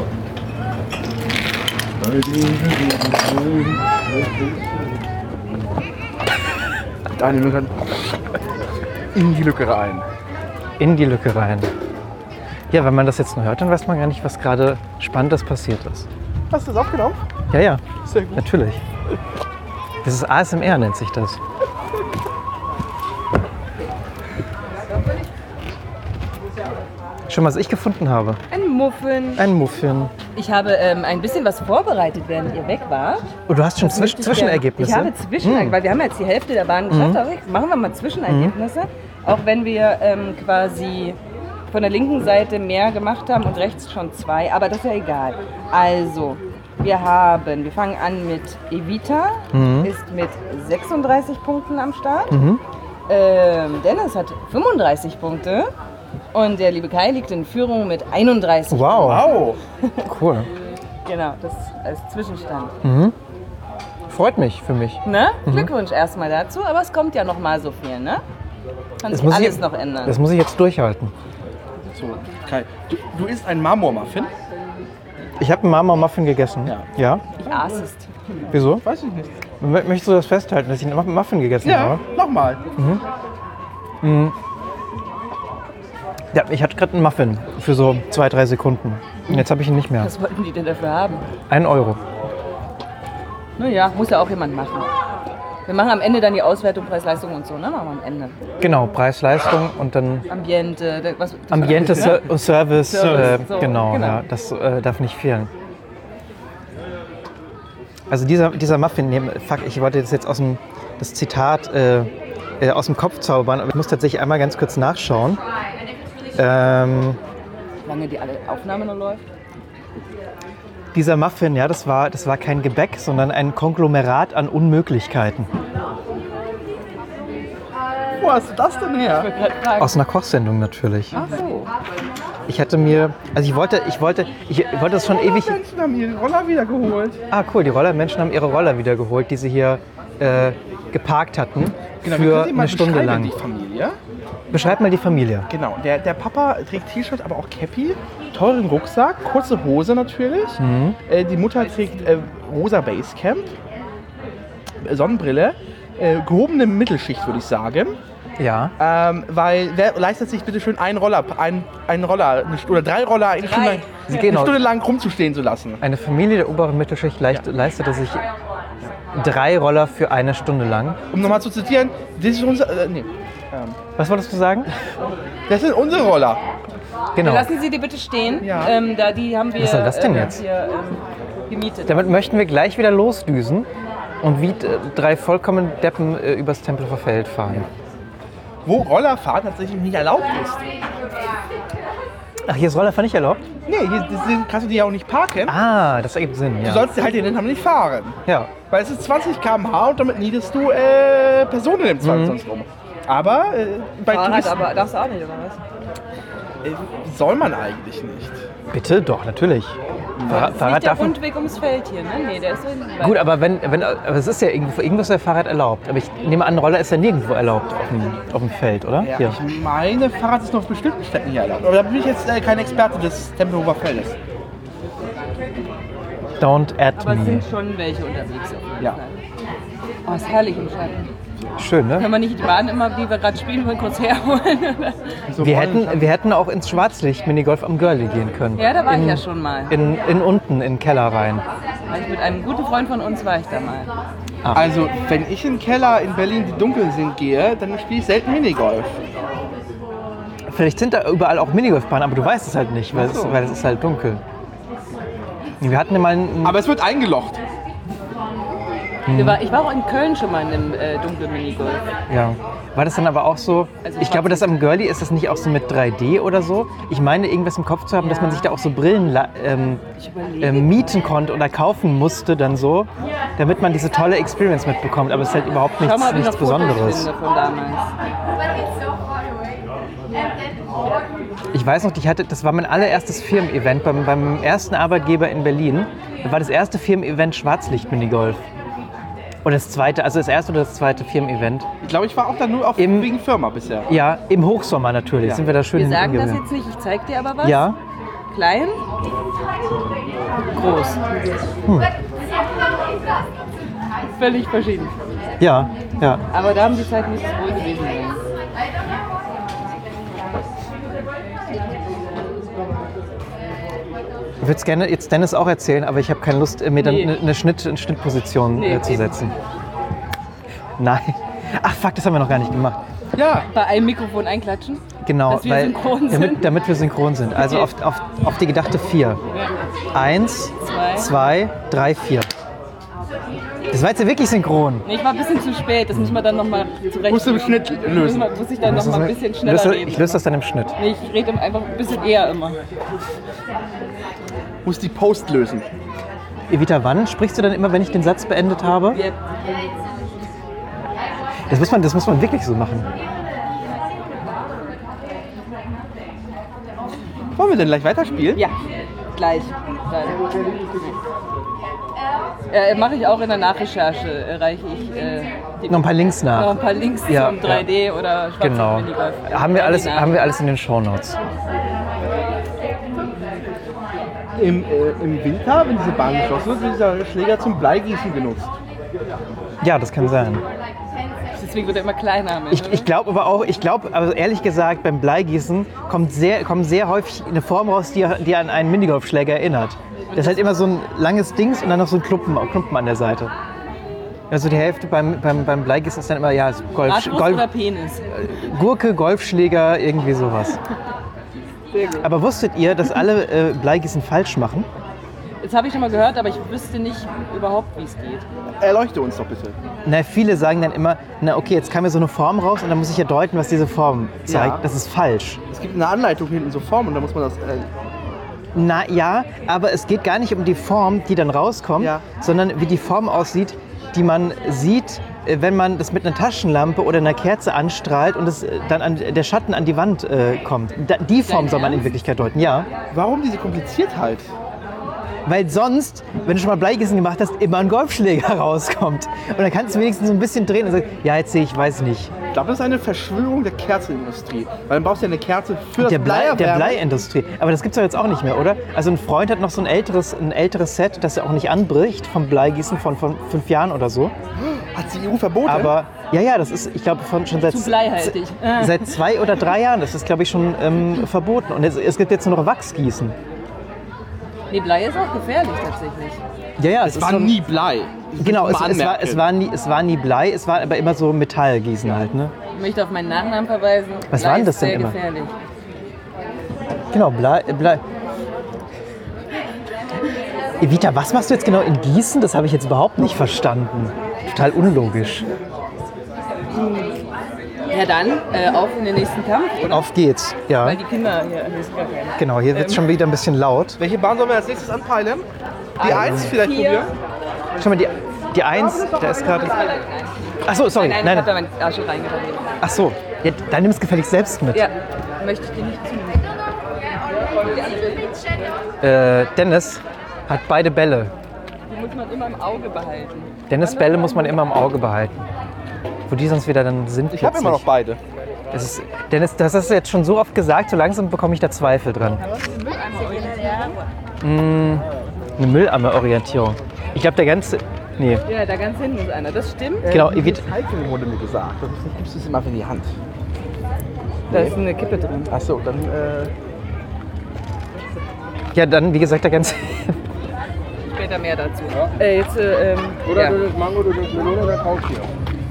Daniel, wir können in die Lücke rein. In die Lücke rein. Ja, wenn man das jetzt nur hört, dann weiß man gar nicht, was gerade Spannendes passiert ist. Hast du das aufgenommen? Ja, ja, Sehr gut. natürlich. Das ist A S M R, nennt sich das. Schon, was ich gefunden habe. Ein Muffin. Ein Muffin. Ich habe ähm, ein bisschen was vorbereitet, während ihr weg wart. Oh, du hast schon Das Zwisch möchte ich Zwischenergebnisse? gerne- Ich habe Zwischenergebnisse, Mm. weil wir haben jetzt die Hälfte der Bahn geschafft. Aber jetzt machen wir mal Zwischenergebnisse. Auch wenn wir ähm, quasi von der linken Seite mehr gemacht haben und rechts schon zwei. Aber das ist ja egal. Also, wir haben, wir fangen an mit Evita, Mhm. ist mit sechsunddreißig Punkten am Start. Mhm. Ähm, Dennis hat fünfunddreißig Punkte. Und der liebe Kai liegt in Führung mit einunddreißig. Wow, Wow. cool. Genau, das als Zwischenstand. Freut mich für mich. Ne? Glückwunsch erstmal dazu, aber es kommt ja noch mal so viel, ne? Kann sich muss alles ich, noch ändern. Das muss ich jetzt durchhalten. So, Kai, du, du isst einen Marmormuffin? Ich habe einen Marmor-Muffin gegessen. Ja. Ja? Ich aß es. Wieso? Weiß ich nicht. M- Möchtest du das festhalten, dass ich einen Muffin gegessen Ja, habe? nochmal. Ja, ich hatte gerade einen Muffin für so zwei, drei Sekunden. Und jetzt habe ich ihn nicht mehr. Was wollten die denn dafür haben? Ein Euro. Naja, muss ja auch jemand machen. Wir machen am Ende dann die Auswertung, Preis-Leistung und so, ne? Machen wir am Ende. Genau, Preis-Leistung und dann Ambiente, das- was... das Ambiente, war- Ser Service, Service, äh, so, genau, genau. Ja, das äh, darf nicht fehlen. Also dieser, dieser Muffin, nee, fuck, ich wollte das jetzt aus dem das Zitat äh, äh, aus dem Kopf zaubern, aber ich muss tatsächlich einmal ganz kurz nachschauen. Ähm, Lange die alle Aufnahme noch läuft. dieser Muffin, ja, das war, das war kein Gebäck, sondern ein Konglomerat an Unmöglichkeiten. Wo hast du das denn her? Ich wollte gerade fragen. Aus einer Kochsendung natürlich. Ach so. Ich hatte mir, also ich wollte, ich wollte, ich wollte das schon ewig. Menschen haben ihren Roller wieder geholt. Ah, cool, die Rollermenschen haben ihre Roller wieder geholt, die sie hier äh, geparkt hatten Genau, wir für können Sie mal eine Stunde beschreiben, lang. die Familie. Beschreib mal die Familie. Genau, der, der Papa trägt T-Shirt, aber auch Cappy, teuren Rucksack, kurze Hose natürlich. Äh, die Mutter trägt äh, rosa Basecamp, äh, Sonnenbrille, äh, gehobene Mittelschicht würde ich sagen. Ja. Ähm, weil wer leistet sich bitte schön einen Roller, ein, einen Roller eine, St- oder drei Roller eine, Drei. Stunde, Sie eine gehen auch- Stunde lang rumzustehen zu lassen? Eine Familie der oberen Mittelschicht leicht, leistete sich drei Roller für eine Stunde lang. Um nochmal zu zitieren, das ist unser, äh, nee, Was wolltest du sagen? das sind unsere Roller. Genau. Lassen Sie die bitte stehen. Ja. Ähm, da die haben wir Was soll das denn äh, jetzt? hier ähm, gemietet. Damit möchten wir gleich wieder losdüsen und wie äh, drei vollkommen Deppen äh, übers Tempelhofer Feld fahren. Wo Rollerfahren tatsächlich nicht erlaubt ist. Ach, hier ist Rollerfahren nicht erlaubt? Nee, hier hier kannst du die ja auch nicht parken. Ah, das ergibt Sinn, Du ja. sollst halt den nicht fahren. Ja. Weil es ist zwanzig Kilometer pro Stunde und damit niedest du äh, Personen im Zweifel sonst rum. Aber äh, bei Fahrrad, Touristen aber darfst du auch nicht, oder was? äh, soll man eigentlich nicht. Bitte? Doch, natürlich. Fahrrad, Das ist Fahrrad nicht der darf man. Rundweg ums Feld hier, ne? Nee, der ist so in Gut, aber wenn, wenn, aber es ist ja irgendwo, irgendwo ist der Fahrrad erlaubt. Aber ich nehme an, Roller ist ja nirgendwo erlaubt auf dem, auf dem Feld, oder? Ja, Hier. ich meine, Fahrrad ist nur auf bestimmten Strecken hier erlaubt. Aber da bin ich jetzt äh, kein Experte des Tempelhofer Feldes. Don't add Aber es me. sind schon welche unterwegs. Auf jeden Ja. Fall. Oh, ist herrlich im Schatten. Schön, ne? Können wir nicht die Bahn immer, wie wir gerade spielen, mal kurz herholen? So Wir wollen- hätten, wir hätten auch ins Schwarzlicht Minigolf am Görli gehen können. Ja, da war in, ich ja schon mal. In, in unten, in den Keller rein. Weil ich mit einem guten Freund von uns war ich da mal. Also, wenn ich in den Keller in Berlin, die dunkel sind, gehe, dann spiele ich selten Minigolf. Vielleicht sind da überall auch Minigolfbahnen, aber du weißt es halt nicht, weil, Ach so. es, weil es ist halt dunkel. Wir hatten ja mal einen, Aber es wird eingelocht. Wir war, ich war auch in Köln schon mal in einem äh, dunklen Minigolf. ja. War das dann aber auch so, Also ich glaube, dass am Görli ist das nicht auch so mit drei D oder so? Ich meine, irgendwas im Kopf zu haben, dass man sich da auch so Brillen la- ähm, Ich überlege. ähm, mieten konnte oder kaufen musste dann so, damit man diese tolle Experience mitbekommt. Aber es ist halt überhaupt Schau nichts, mal, ob ich nichts noch Fotos Besonderes. finde von damals. Ich weiß noch, ich hatte, das war mein allererstes Firmen-Event beim, beim ersten Arbeitgeber in Berlin. Das war das erste Firmen-Event Schwarzlicht-Minigolf. Oder das zweite, also das erste oder das zweite Firmen-Event. Ich glaube, ich war auch da nur auf Im- wegen Firma bisher. Ja, im Hochsommer natürlich, Ja. sind wir da schön Wir sagen das hingegangen. jetzt nicht, ich zeig dir aber was. Ja, Klein, groß. Hm. Völlig verschieden. ja, ja. Aber da haben die Zeit nicht so wohl gewesen sein. Ich würde es gerne jetzt Dennis auch erzählen, aber ich habe keine Lust, mir dann Nee. eine, eine, Schnitt, eine Schnittposition Nee, äh, zu eben. setzen. Nein. Ach fuck, das haben wir noch gar nicht gemacht. Ja, Bei einem Mikrofon einklatschen. Genau, Dass wir weil, synchron sind. damit, damit wir synchron sind. Also Okay. auf, auf, auf die gedachte vier. Eins, Zwei. zwei, drei, vier. Das war jetzt ja wirklich synchron. Nee, ich war ein bisschen zu spät, das müssen wir dann nochmal zurecht. Musst du im Schnitt lösen. Muss, muss ich dann noch mal ein bisschen Ich schneller löse, reden. ich löse das dann im Schnitt. Nee, ich rede einfach ein bisschen eher immer. muss die Post lösen. Evita, wann sprichst du dann immer, wenn ich den Satz beendet habe? Wir, Das muss man, das muss man wirklich so machen. Wollen wir denn gleich weiterspielen? Ja, gleich. Äh, Mache ich auch in der Nachrecherche, erreiche ich äh, die Noch ein paar Links nach. noch ein paar Links Ja, zum drei D ja. oder schwarz Genau. Minigolf. Haben wir, alles, Original. haben wir alles in den Shownotes. Im, äh, Im Winter, wenn diese Bahn geschlossen wird, wird dieser Schläger zum Bleigießen genutzt. Ja, das kann sein. Deswegen wird er immer kleiner. Am Ende, Ich, ich glaube aber auch, ich glaube, also ehrlich gesagt, beim Bleigießen kommt sehr, kommt sehr häufig eine Form raus, die, die an einen Minigolfschläger erinnert. Das ist halt immer so ein langes Dings und dann noch so ein Klumpen, Klumpen an der Seite. Also die Hälfte beim, beim, beim Bleigießen ist dann immer, ja, Golf, Arschbrust Golf, oder Penis? Gurke, Golfschläger, irgendwie sowas. Sehr gut. Aber wusstet ihr, dass alle äh, Bleigießen falsch machen? Das habe ich schon mal gehört, aber ich wüsste nicht überhaupt, wie es geht. Erleuchte uns doch bitte. Na, viele sagen dann immer, na okay, jetzt kam mir so eine Form raus und dann muss ich ja deuten, was diese Form zeigt. Ja. Das ist falsch. Es gibt eine Anleitung hinten, so Form, und da muss man das... Äh, Na ja, aber es geht gar nicht um die Form, die dann rauskommt, Ja. sondern wie die Form aussieht, die man sieht, äh, wenn man das mit einer Taschenlampe oder einer Kerze anstrahlt und es äh, dann an, der Schatten an die Wand äh, kommt. Da, die Form soll man in Wirklichkeit deuten, ja. warum diese Kompliziertheit? Weil sonst, wenn du schon mal Bleigießen gemacht hast, immer ein Golfschläger rauskommt. Und dann kannst du wenigstens so ein bisschen drehen und sagen, ja, jetzt sehe ich, weiß nicht. Ich glaube, das ist eine Verschwörung der Kerzenindustrie. Weil dann brauchst du ja eine Kerze für das Der, Blei, der Bleierwärmen. Bleiindustrie. Aber das gibt es doch jetzt auch nicht mehr, oder? Also ein Freund hat noch so ein älteres, ein älteres Set, das er auch nicht anbricht, vom Bleigießen von, von fünf Jahren oder so. Hat die E U verboten? Aber ja, ja, das ist, ich glaube, von schon seit, Zu bleihaltig. Ah. seit zwei oder drei Jahren. Das ist, glaube ich, schon ähm, verboten. Und es, es gibt jetzt nur noch Wachsgießen. Nee, Blei ist auch gefährlich tatsächlich. Ja, ja, es, es ist war schon, nie Blei. Das Genau, muss es, man es, war, anmerken. es, war nie, es war nie Blei, es war aber immer so Metallgießen halt, ne? Ich möchte auf meinen Nachnamen verweisen. Was Blei war denn das ist denn sehr immer? gefährlich. Genau, Blei, Blei. Evita, was machst du jetzt genau in Gießen? Das habe ich jetzt überhaupt nicht verstanden. Total unlogisch. Ja dann, äh, auf in den nächsten Kampf, oder? Auf geht's, ja. Weil die Kinder hier, hier ist gar keine. Genau, hier wird es schon wieder ein bisschen laut. Welche Bahn sollen wir als nächstes anpeilen? Die eins vielleicht vier. probieren? Schau mal, die, die eins, da ist gerade... Ach so, sorry, Nein, nein, ich hab da nein. meinen Arsch reingetan. Ach so, ja, dann nimm es gefälligst selbst mit. Ja, möchte ich dir nicht zu. Äh, Dennis hat beide Bälle. Die muss man immer im Auge behalten. Dennis Bälle muss man immer im Auge behalten. Wo die sonst wieder dann sind. Ich habe immer noch beide. Es ist, Dennis, das hast du jetzt schon so oft gesagt, so langsam bekomme ich da Zweifel dran. Mm, eine Mülleimer-Orientierung. Ich glaube, der ganze... Nee, Ja, da ganz hinten ist einer. Das stimmt. genau. Äh, Evita, Recycling wurde mir gesagt. Das ist, gibst du es immer in die Hand. Da ist eine Kippe drin. Achso, dann äh, ja, dann, wie gesagt, der ganze... Später mehr dazu. Äh, jetzt, äh, ähm, Oder ja. du nimmst Mango, du nimmst Melone oder Couch hier.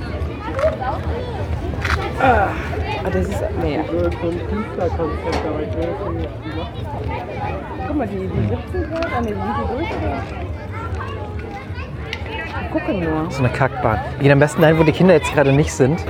Ah, das ist mehr. So ein Dienstag kannst du da rein. Guck mal, die, die sitzen gerade an den Video durch. Oder? Die gucken nur. So eine Kackbahn. Wir gehen am besten dahin, wo die Kinder jetzt gerade nicht sind.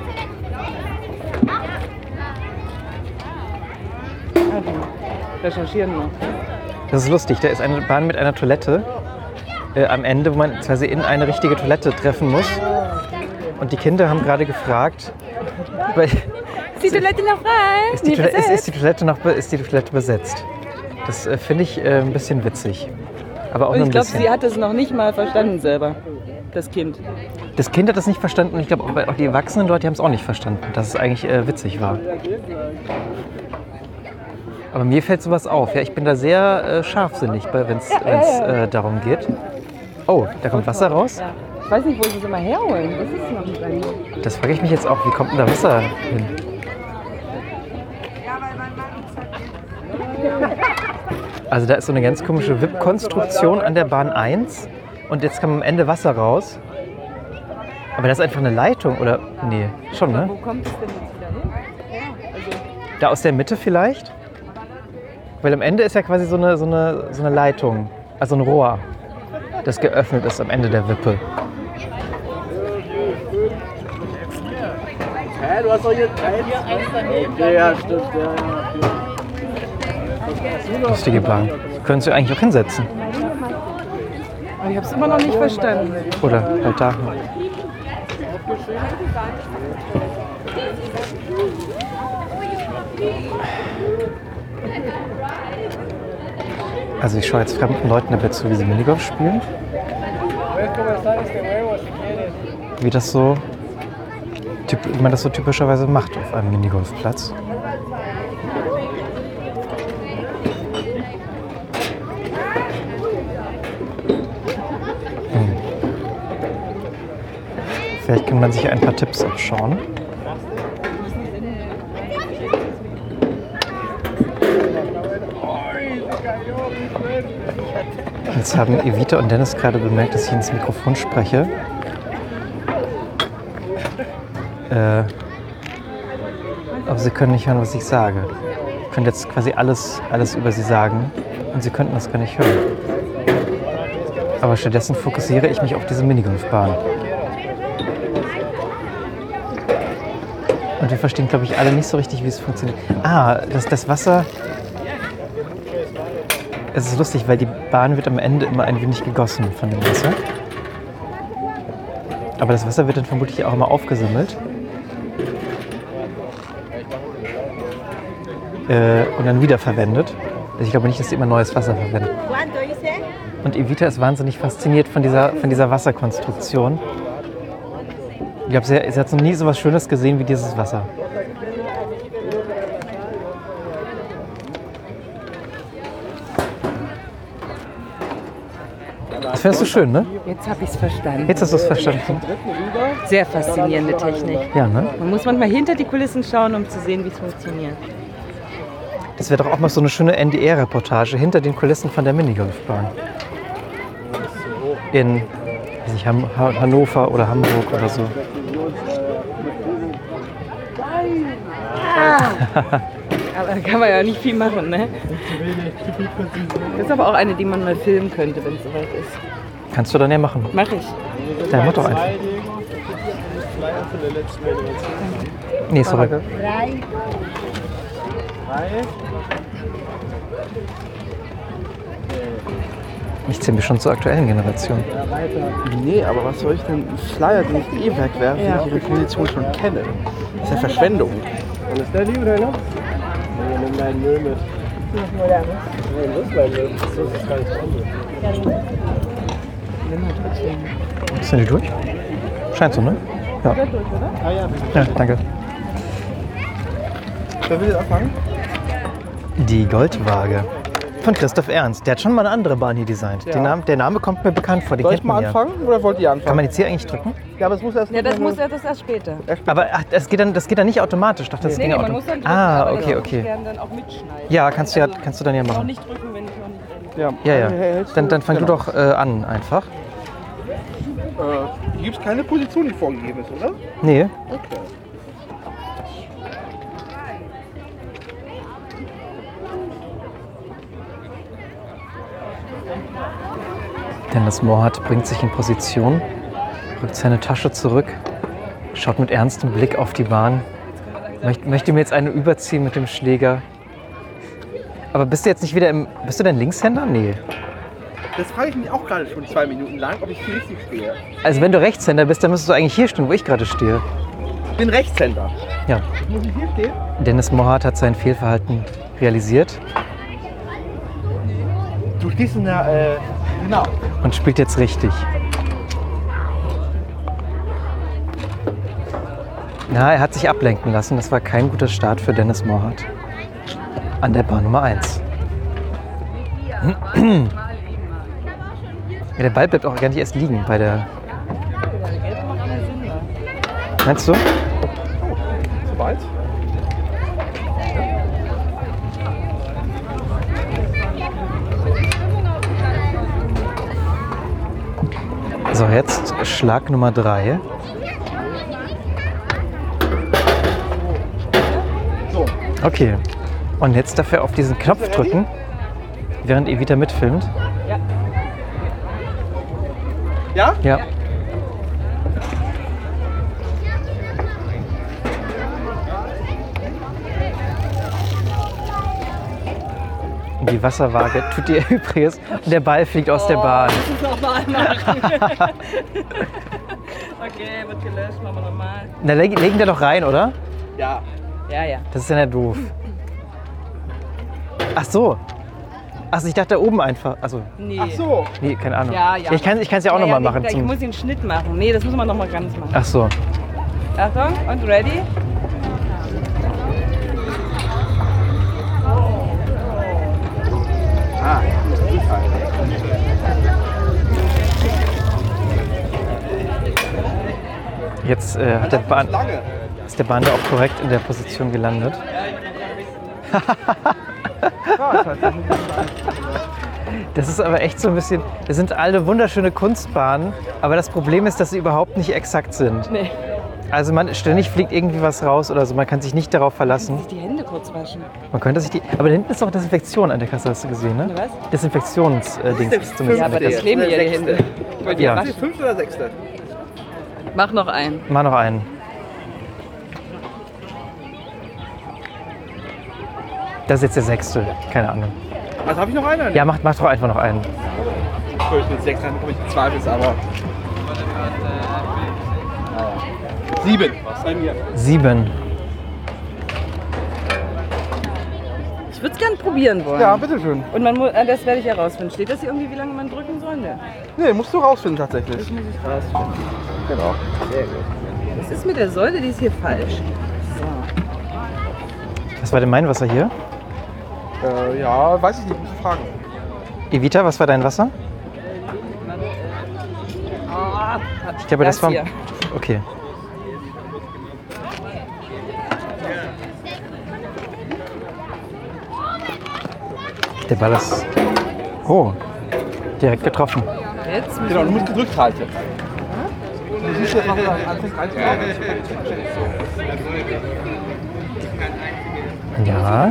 Ah, die recherchieren nur. Das ist lustig, da ist eine Bahn mit einer Toilette äh, am Ende, wo man quasi in eine richtige Toilette treffen muss. Und die Kinder haben gerade gefragt, weil, Ist die Toilette noch frei? ist, die Toilette, ist, ist, die Toilette noch, be- ist die Toilette besetzt? Das äh, finde ich äh, ein bisschen witzig. Aber auch Und nur ich ein glaube, bisschen. sie hat es noch nicht mal verstanden selber. Das Kind. Das Kind hat das nicht verstanden und ich glaube auch die Erwachsenen dort, die haben es auch nicht verstanden, dass es eigentlich äh, witzig war. Aber mir fällt sowas auf. Ja, ich bin da sehr äh, scharfsinnig, wenn es äh, darum geht. Oh, da kommt Wasser raus. Ja. Ich weiß nicht, wo sie es immer herholen. Das ist noch nicht bei mir. Das frage ich mich jetzt auch. Wie kommt denn da Wasser hin? Also da ist so eine ganz komische W I P-Konstruktion an der Bahn eins und jetzt kam am Ende Wasser raus. Aber das ist einfach eine Leitung, oder? Nee, schon, ne? Wo kommt es denn jetzt wieder hin? Also, Da aus der Mitte vielleicht? Weil am Ende ist ja quasi so eine, so eine, so eine Leitung, also ein Rohr, das geöffnet ist am Ende der Wippe. Hä, du hast doch jetzt eins. Ja, ja, stimmt. Ja, ja. Lustige Bahn. Könntest du eigentlich auch hinsetzen. aber ich habe es immer noch nicht verstanden. Oder halt da. Also ich schaue jetzt fremden Leuten dabei zu, wie sie Minigolf spielen. Wie das so, typ, wie man das so typischerweise macht auf einem Minigolfplatz. Hm. Vielleicht kann man sich ein paar Tipps abschauen. Jetzt haben Evita und Dennis gerade bemerkt, dass ich ins Mikrofon spreche. Äh, aber sie können nicht hören, was ich sage. Ich könnte jetzt quasi alles, alles über sie sagen und sie könnten das gar nicht hören. Aber stattdessen fokussiere ich mich auf diese Minigolfbahn. Und wir verstehen, glaube ich, alle nicht so richtig, wie es funktioniert. Ah, das, das Wasser... Es ist lustig, weil die Bahn wird am Ende immer ein wenig gegossen von dem Wasser. Aber das Wasser wird dann vermutlich auch immer aufgesammelt. Äh, und dann wiederverwendet. Also ich glaube nicht, dass sie immer neues Wasser verwenden. Und Evita ist wahnsinnig fasziniert von dieser, von dieser Wasserkonstruktion. Ich glaube, sie, sie hat noch nie so was Schönes gesehen wie dieses Wasser. Das findest du schön, ne? Jetzt habe ich es verstanden. Jetzt hast du es verstanden. Sehr faszinierende Technik. Ja, ne? Man muss manchmal hinter die Kulissen schauen, um zu sehen, wie es funktioniert. Das wäre doch auch mal so eine schöne N D R-Reportage hinter den Kulissen von der Minigolfbahn. In weiß nicht, Han- Hannover oder Hamburg oder so. Aber da kann man ja nicht viel machen, ne? Das ist aber auch eine, die man mal filmen könnte, wenn es soweit ist. Kannst du dann ja machen. Mach ich. Dann mach doch einfach. Nee, sorry. Ich zähle mich schon zur aktuellen Generation. Nee, aber was soll ich denn einen Flyer, den ich eh wegwerfe, Ja. den ich ihre Kondition schon kenne? Das ist ja Verschwendung. ist der liebe, oder? Nee, nimm deinen Müll mit. Nee, das ist mein Müll. Das ist gar nicht anders. Sind die durch? Scheint so, ne? Ja. Ah ja, Ja, danke. Wer will jetzt anfangen? Die Goldwaage. Von Christoph Ernst. Der hat schon mal eine andere Bahn hier designt. Ja. Den Namen, der Name kommt mir bekannt vor. Den Soll ich kennt man mal ja. anfangen oder wollt ihr anfangen? Kann man jetzt hier eigentlich drücken? Ja, aber es muss erst Ja, das noch eine- muss er das erst später. Aber ach, das, geht dann, das geht dann nicht automatisch. Ich dachte, das Nee, ging nee, man automatisch. muss dann drücken, Ah, aber okay, das würde ich okay. gerne dann auch mitschneiden. Ja, kannst du, ja, kannst du dann ja Auch machen. nicht drücken, wenn ich noch nicht drin Ja, Ja, ja. hältst du- Dann, dann fang genau. du doch äh, an einfach. Äh, hier gibt es keine Position, die vorgegeben ist, oder? Nee. Okay. Dennis Mohart bringt sich in Position, rückt seine Tasche zurück, schaut mit ernstem Blick auf die Bahn. Möcht, möchte mir jetzt eine überziehen mit dem Schläger. Aber bist du jetzt nicht wieder im... Bist du denn Linkshänder? Nee. Das frage ich mich auch gerade schon zwei Minuten lang, ob ich hier richtig stehe. Also wenn du Rechtshänder bist, dann müsstest du eigentlich hier stehen, wo ich gerade stehe. Ich bin Rechtshänder. Ja. Muss ich hier stehen? Dennis Mohart hat sein Fehlverhalten realisiert Du stehst in der, äh, genau. und spielt jetzt richtig. Na, er hat sich ablenken lassen. Das war kein guter Start für Dennis Mohart. An der Bahn Nummer eins. Ja, der Ball bleibt auch gar nicht erst liegen bei der... Meinst du? Soweit? So, jetzt Schlag Nummer drei. So. Okay. Und jetzt dafür auf diesen Knopf drücken, während Evita mitfilmt. Ja? Ja. Und die Wasserwaage tut ihr Übriges und der Ball fliegt aus der Bahn. Nochmal machen. Okay, wird gelöscht, machen wir nochmal. Na, leg, legen wir doch rein, oder? Ja. Ja, ja. Das ist ja nicht doof. Ach so. Achso, ich dachte da oben einfach. Also, Nee. Ach so. nee, keine Ahnung. Ja, ja. Ich kann es ja auch Ja, nochmal ja, machen. Ich, ich Zum, muss den Schnitt machen. Nee, das muss man nochmal ganz machen. ach so. Achtung, und ready? Ah, Jetzt äh, hat der Bahn, lange. ist der Bahn da auch korrekt in der Position gelandet. Das ist aber echt so ein bisschen, das sind alle wunderschöne Kunstbahnen, aber das Problem ist, dass sie überhaupt nicht exakt sind. Nee. Also man, ständig fliegt irgendwie was raus oder so, man kann sich nicht darauf verlassen. Sich die Hände kurz waschen. Man könnte sich die, aber da hinten ist auch Desinfektion an der Kasse, hast du gesehen, ne? Was? Desinfektionsdings der ist zumindest. Ja, aber das Jetzt kleben der ja die sechste. Hände. Wollt ihr Ja. waschen? Fünfte oder sechste? Mach noch einen. Mal noch einen. Das ist jetzt der sechste, keine Ahnung. Was, habe ich noch einen? Ja, mach, mach doch einfach noch einen. Ich ich mit sechs, dann komme ich in Zweifels, aber... Sieben. Bei mir. Sieben. Ich würde es gerne probieren wollen. Ja, bitteschön. Und man muss, äh, das werde ich herausfinden. Steht das hier irgendwie, wie lange man drücken soll? Ne? Nee, musst du rausfinden tatsächlich. Das muss ich rausfinden. Genau. Was ist mit der Säule? Die ist hier falsch. Was war denn mein Wasser hier? Äh, ja, weiß ich nicht, muss ich fragen. Evita, was war dein Wasser? Ah, Ich glaube, das, das war... hier. Okay. Der Ball ist... Oh, direkt getroffen. Jetzt müssen Genau, du musst gedrückt halten. Du siehst jetzt, was du anfängst einzubauen. Ja.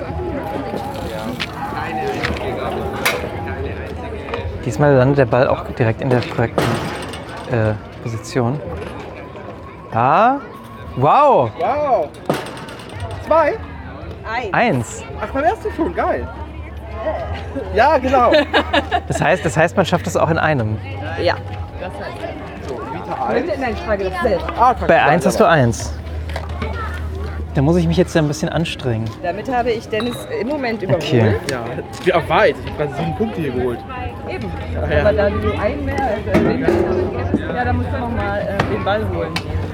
Diesmal landet der Ball auch direkt in der korrekten äh, Position. Ja. Wow. Wow. Zwei? ein. Eins. Ach, beim ersten schon, geil. Ja, genau. Das heißt, das heißt, man schafft es auch in einem. Ja. So, Vita eins. Nein, ich frage das selber. Ah, Bei eins hast du eins. Da muss ich mich jetzt ja ein bisschen anstrengen. Damit habe ich Dennis im Moment überholt. Okay. Ja, wir auch weit. Ich habe gerade sieben Punkte hier geholt. Eben. ja. Aber da du einen mehr als den ja, da musst du noch mal äh, den Ball holen.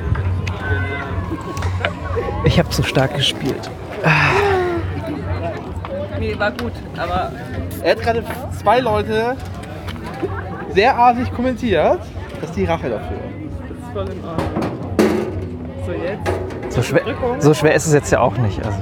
Ich habe zu stark gespielt. Nee, war gut, aber Er hat gerade zwei Leute sehr asig kommentiert. Das ist die Rache dafür. das ist voll in Ordnung. So, jetzt. So schwer, so schwer ist es jetzt ja auch nicht. Also.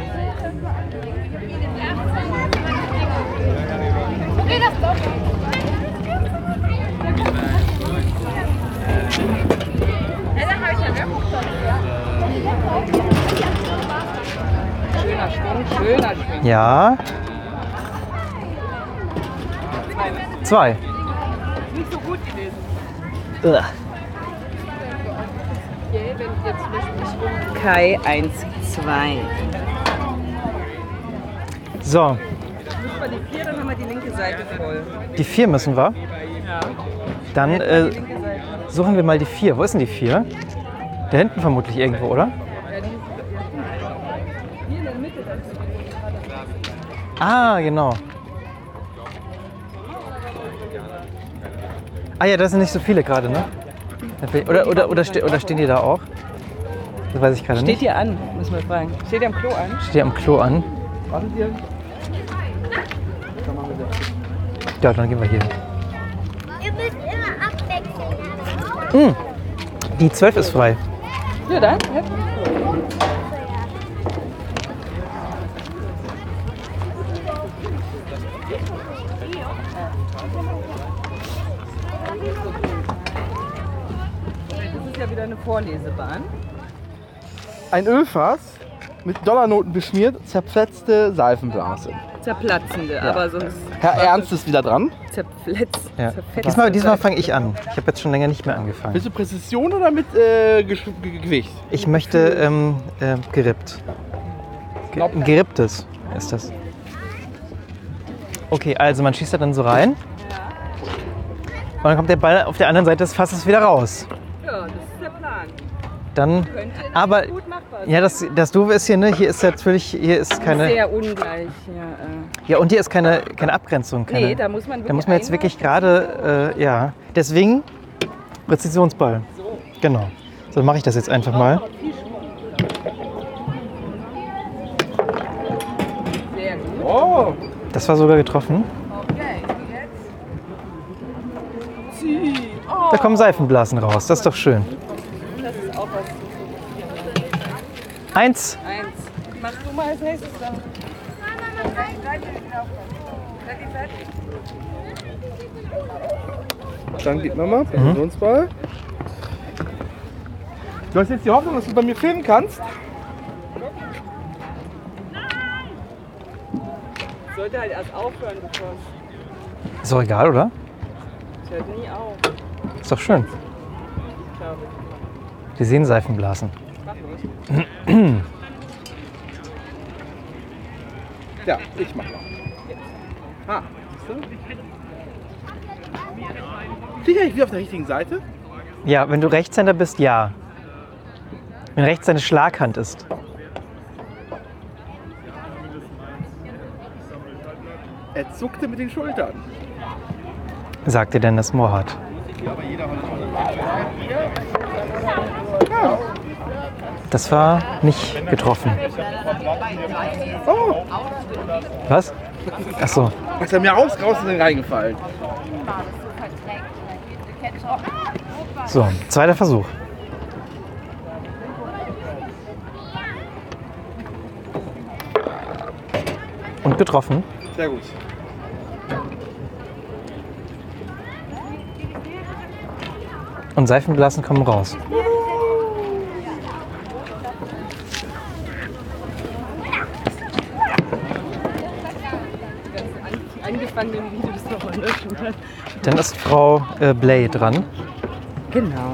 Schöner Schwung, schöner Schwung. Ja. Zwei. Nicht so gut gewesen. Ugh. Kai eins, zwei. So, Müssen wir die vier, dann haben wir die linke Seite voll. die vier müssen wir. Ja. Dann äh, Die linke Seite. suchen wir mal die vier. Wo ist denn die vier? Da hinten vermutlich irgendwo, oder? Ja, die, hier in der Mitte. Dann. Ah, genau. Ah ja, da sind nicht so viele gerade, ne? Oder, oder, oder, ste oder stehen die da auch? Das weiß ich gerade Steht nicht. hier an, müssen wir fragen. Steht hier am Klo an? Steht die am Klo an? Wartet ihr? Ja, dann gehen wir hier. Ihr müsst immer abwechseln. Mm, die zwölf ist frei. Ja, dann. Ja. Das ist ja wieder eine Vorlesebahn. Ein Ölfass mit Dollarnoten beschmiert, zerfetzte Seifenblase. Zerplatzende, aber sonst. Herr Ernst ist wieder dran. Zerfletzt. Ja. zerfetzte Diesmal, diesmal Seite. fange ich an. Ich habe jetzt schon länger nicht mehr angefangen. Willst du Präzision oder mit äh, Gesch- Ge- Gewicht? Ich möchte ähm, äh, gerippt. Ge ein geripptes ist das. Okay, also man schießt da dann so rein. Und dann kommt der Ball auf der anderen Seite des Fasses wieder raus. Ja, das ist der Plan. dann. Aber Gut machbar. ja, das, das Doofe ist hier, ne? Hier ist natürlich, hier ist keine. Sehr ungleich. Ja, äh. Ja, und hier ist keine, keine Abgrenzung. Keine, Nee, da muss man wirklich Da muss man jetzt wirklich einhaken. gerade, äh, ja. Deswegen Präzisionsball. Genau. So mache ich das jetzt einfach mal. Sehr gut. Oh, Das war sogar getroffen. Okay, jetzt. Da kommen Seifenblasen raus. Das ist doch schön. Das ist auch was. Eins. Eins. Mach du mal als nächstes dann. dann gib mir mal Präzisionsball. Du hast jetzt die Hoffnung, dass du bei mir filmen kannst. Ich sollte halt erst aufhören, bevor es. Ist doch egal, oder? Es hört nie auf. Ist doch schön. Ciao. Die sehen Seifenblasen. Ja, ich mach mal. Ah, siehst du? Sicher, ich bin auf der richtigen Seite. Ja, wenn du Rechtshänder bist, ja. Wenn rechts deine Schlaghand ist. Er zuckte mit den Schultern. Sagt dir Dennis Mohart. Ja. Das war nicht getroffen. Oh, Was? Ach so. ist er mir raus, raus ist er reingefallen. So, zweiter Versuch. Und getroffen. Sehr gut. Und Seifenblasen kommen raus. Angefangenen Videos noch löschen. Dann ist Frau äh, Bley dran. Genau.